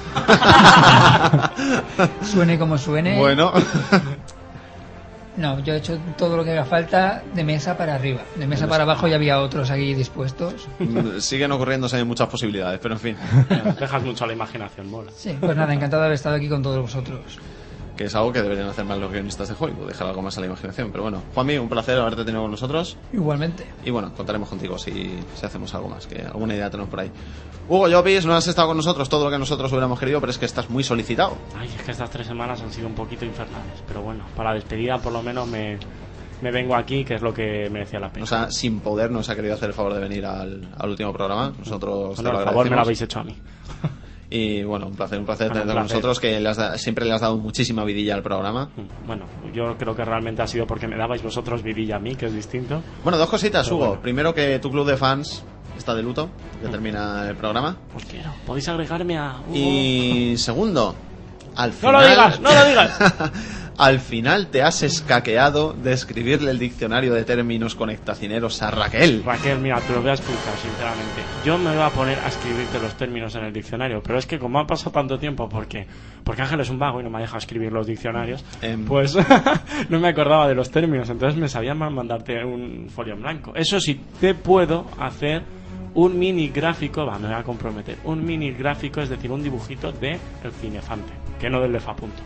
Suene como suene. Bueno... No, yo he hecho todo lo que haga falta de mesa para arriba. De mesa para abajo ya había otros aquí dispuestos. Siguen ocurriéndose muchas posibilidades, pero en fin. Dejas mucho a la imaginación, mola. Sí, pues nada, encantado de haber estado aquí con todos vosotros. Que es algo que deberían hacer más los guionistas de Hollywood, dejar algo más a la imaginación. Pero bueno, Juanmi, un placer haberte tenido con nosotros. Igualmente. Y bueno, contaremos contigo si hacemos algo más, que alguna idea tenemos por ahí. Hugo Llopis, no has estado con nosotros todo lo que nosotros hubiéramos querido, pero es que estás muy solicitado. Ay, es que estas 3 semanas han sido un poquito infernales. Pero bueno, para la despedida por lo menos me me vengo aquí, que es lo que merecía la pena. O sea, sin poder nos ha querido hacer el favor de venir al último programa. Nosotros te lo el favor agradecemos. me lo habéis hecho a mí. Y bueno, un placer tenerte con nosotros, que siempre le has dado muchísima vidilla al programa. Bueno, yo creo que realmente ha sido porque me dabais vosotros vidilla a mí, que es distinto. Bueno, dos cositas, Pero Hugo. bueno. Primero, que tu club de fans está de luto, ya termina el programa. Os quiero. Podéis agregarme a Hugo. Y segundo, al ¡No final... lo digas! ¡No lo digas! Al final te has escaqueado de escribirle el diccionario de términos conectacineros a Raquel. Raquel, mira, te lo voy a explicar sinceramente. Yo me voy a poner a escribirte los términos en el diccionario, pero es que como ha pasado tanto tiempo, porque Ángel es un vago y no me ha dejado escribir los diccionarios, pues no me acordaba de los términos, entonces me sabía mal mandarte un folio en blanco. Eso sí, te puedo hacer un mini gráfico, me voy a comprometer, un mini gráfico, es decir, un dibujito de el Cinefante, que no del Lefapunto.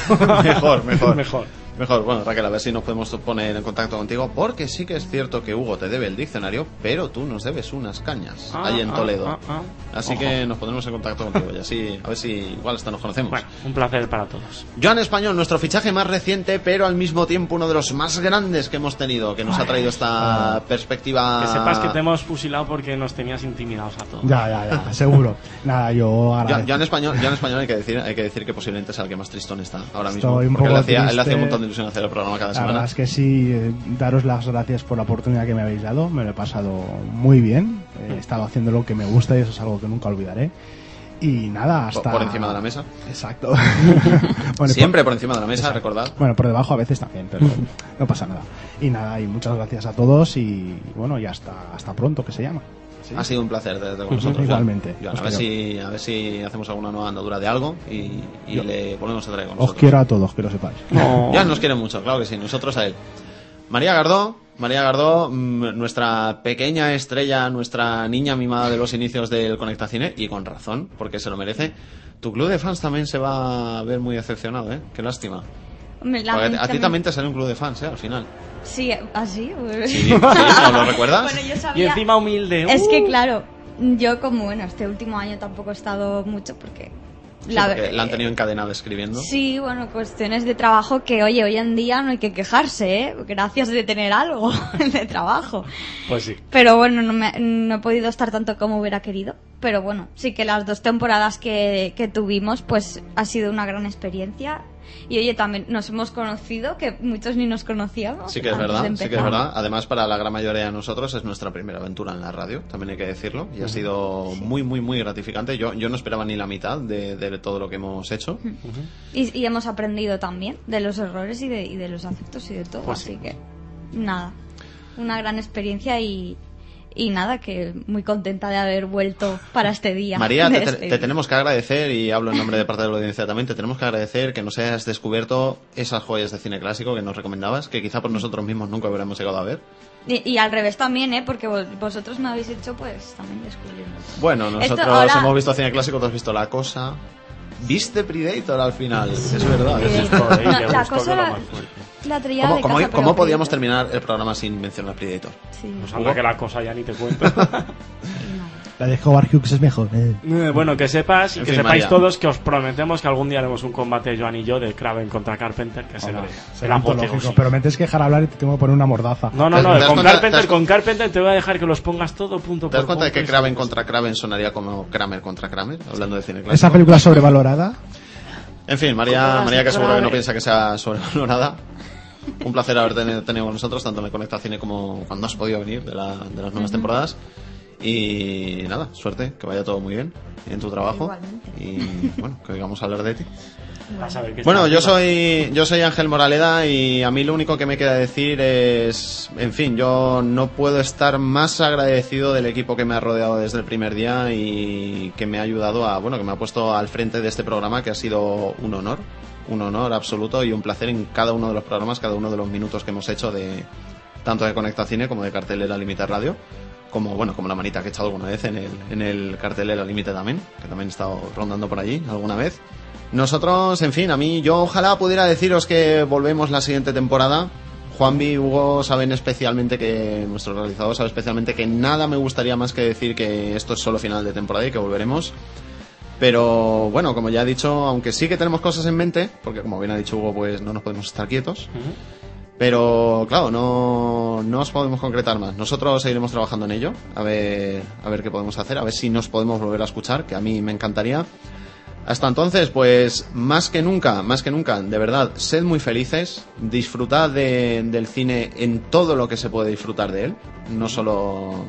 Mejor. Bueno, Raquel, a ver si nos podemos poner en contacto contigo, porque sí que es cierto que Hugo te debe el diccionario, pero tú nos debes unas cañas ahí en Toledo. Así Ojo. que nos pondremos en contacto contigo y así, a ver si igual hasta nos conocemos. Bueno, un placer para todos. Joan Español, nuestro fichaje más reciente, pero al mismo tiempo uno de los más grandes que hemos tenido, que nos ha traído esta perspectiva. Que sepas que te hemos fusilado porque nos tenías intimidados a todos. Ya, seguro. Nada, yo agradezco. Joan Español hay que decir que posiblemente es el que más tristón está ahora mismo. Estoy un porque poco él hacía triste. un montón de ilusión hacer el programa cada La semana. verdad es que sí, daros las gracias por la oportunidad que me habéis dado. Me lo he pasado muy bien. He estado haciendo lo que me gusta y eso es algo que nunca olvidaré. Y nada, hasta... Por encima de la mesa. Exacto. Bueno, Siempre por encima de la mesa, Exacto. recordad. Bueno, por debajo a veces también, pero no pasa nada. Y nada, y muchas gracias a todos y bueno, y hasta pronto, que se llama. ¿Sí? Ha sido un placer tenerte con nosotros. Igualmente. Joan, a ver si hacemos alguna nueva andadura de algo y le volvemos a traer con Os nosotros. quiero a todos, que lo sepáis. Joan nos quiere mucho, claro que sí, nosotros a él. María Gardó, nuestra pequeña estrella, nuestra niña mimada de los inicios del Conectacine, y con razón, porque se lo merece. Tu club de fans también se va a ver muy decepcionado, ¿eh? Qué lástima. Hombre, Porque a ti también te sale un club de fans, al final. Sí, ¿así? Sí, ¿no lo recuerdas? Bueno, yo sabía... Y encima humilde. Es que claro, yo como, bueno, este último año tampoco he estado mucho porque... Sí, porque la han tenido encadenada escribiendo. Sí, bueno, cuestiones de trabajo que, oye, hoy en día no hay que quejarse, ¿eh? Gracias de tener algo de trabajo. Pues sí. Pero bueno, no he podido estar tanto como hubiera querido. Pero bueno, sí que las 2 temporadas que tuvimos, pues ha sido una gran experiencia. Y oye, también nos hemos conocido, que muchos ni nos conocíamos. Sí que es antes verdad, de sí que es verdad. Además, para la gran mayoría de nosotros es nuestra primera aventura en la radio, también hay que decirlo. Y ha sido muy, muy, muy gratificante. Yo no esperaba ni la mitad de todo lo que hemos hecho. Y hemos aprendido también de los errores y de los aciertos y de todo. Pues así sí. que, nada, una gran experiencia y nada, que muy contenta de haber vuelto para este día. María, de te despedir. tenemos que agradecer, y hablo en nombre de parte de la audiencia también, te tenemos que agradecer que nos hayas descubierto esas joyas de cine clásico que nos recomendabas, que quizá por nosotros mismos nunca hubiéramos llegado a ver. Y al revés también, ¿eh? Porque vosotros me habéis hecho, pues, también descubrirlo. Bueno, nosotros hemos visto cine clásico, tú has visto La Cosa. ¿Viste Predator al final? Es verdad. No, la cosa la trillada de casa, ¿Cómo pero podíamos terminar el programa sin mencionar Predator? Sí. Pues anda que la cosa ya ni te cuento. La de Howard Hughes es mejor. Bueno, que sepas y En que fin, sepáis María. todos que os prometemos que algún día haremos un combate Joan y yo de Kraven contra Carpenter, que será el Será apoteosis. antológico, pero me tienes que dejar hablar y te tengo que poner una mordaza. No, con Carpenter te voy a dejar que los pongas todo punto ¿Te das por cuenta de que punto. Kraven contra Kraven sonaría como Kramer contra Kramer? Hablando de cine clásico. Esa película sobrevalorada. En fin, María, que seguro que no piensa que sea sobrevalorada. Un placer haberte tenido con nosotros, tanto en el Conecta Cine como cuando has podido venir de las nuevas temporadas. Y nada, suerte, que vaya todo muy bien en tu trabajo. Igualmente. Y bueno, que oigamos hablar de ti. Vas a ver que Bueno, está yo soy Ángel Moraleda, y a mí lo único que me queda decir es, en fin, yo no puedo estar más agradecido del equipo que me ha rodeado desde el primer día y que me ha ayudado que me ha puesto al frente de este programa, que ha sido un honor absoluto y un placer en cada uno de los programas, cada uno de los minutos que hemos hecho tanto de Conecta Cine como de Cartelera Límite Radio. Como la manita que he echado alguna vez en el Cartelera Límite también, que también he estado rondando por allí alguna vez. Nosotros, en fin, yo ojalá pudiera deciros que volvemos la siguiente temporada. Juanvi y Hugo saben especialmente nuestro realizador sabe especialmente que nada me gustaría más que decir que esto es solo final de temporada y que volveremos. Pero bueno, como ya he dicho, aunque sí que tenemos cosas en mente, porque como bien ha dicho Hugo, pues no nos podemos estar quietos. Pero, claro, no os podemos concretar más. Nosotros seguiremos trabajando en ello, a ver qué podemos hacer, a ver si nos podemos volver a escuchar, que a mí me encantaría. Hasta entonces, pues, más que nunca, de verdad, sed muy felices, disfrutad del cine en todo lo que se puede disfrutar de él, no solo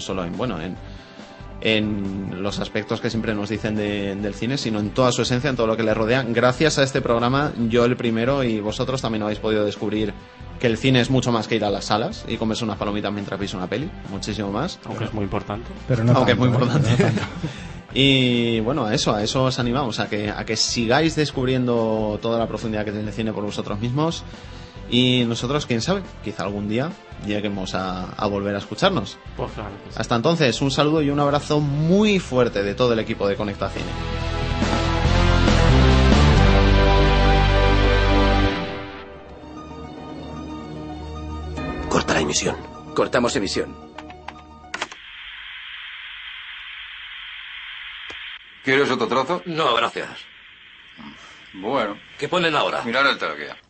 en los aspectos que siempre nos dicen del cine, sino en toda su esencia, en todo lo que le rodea. Gracias a este programa, yo el primero y vosotros también habéis podido descubrir que el cine es mucho más que ir a las salas y comerse unas palomitas mientras veis una peli, muchísimo más. Aunque es muy importante. Pero no Aunque tanto, es muy importante. no tanto. Y bueno, a eso os animamos, a que sigáis descubriendo toda la profundidad que tiene el cine por vosotros mismos. Y nosotros, quién sabe, quizá algún día lleguemos a volver a escucharnos. Pues claro que sí. Hasta entonces, un saludo y un abrazo muy fuerte de todo el equipo de Conecta Cine. Corta la emisión. Cortamos emisión. ¿Quieres otro trozo? No, gracias. Bueno. ¿Qué ponen ahora? Mirar el telguía.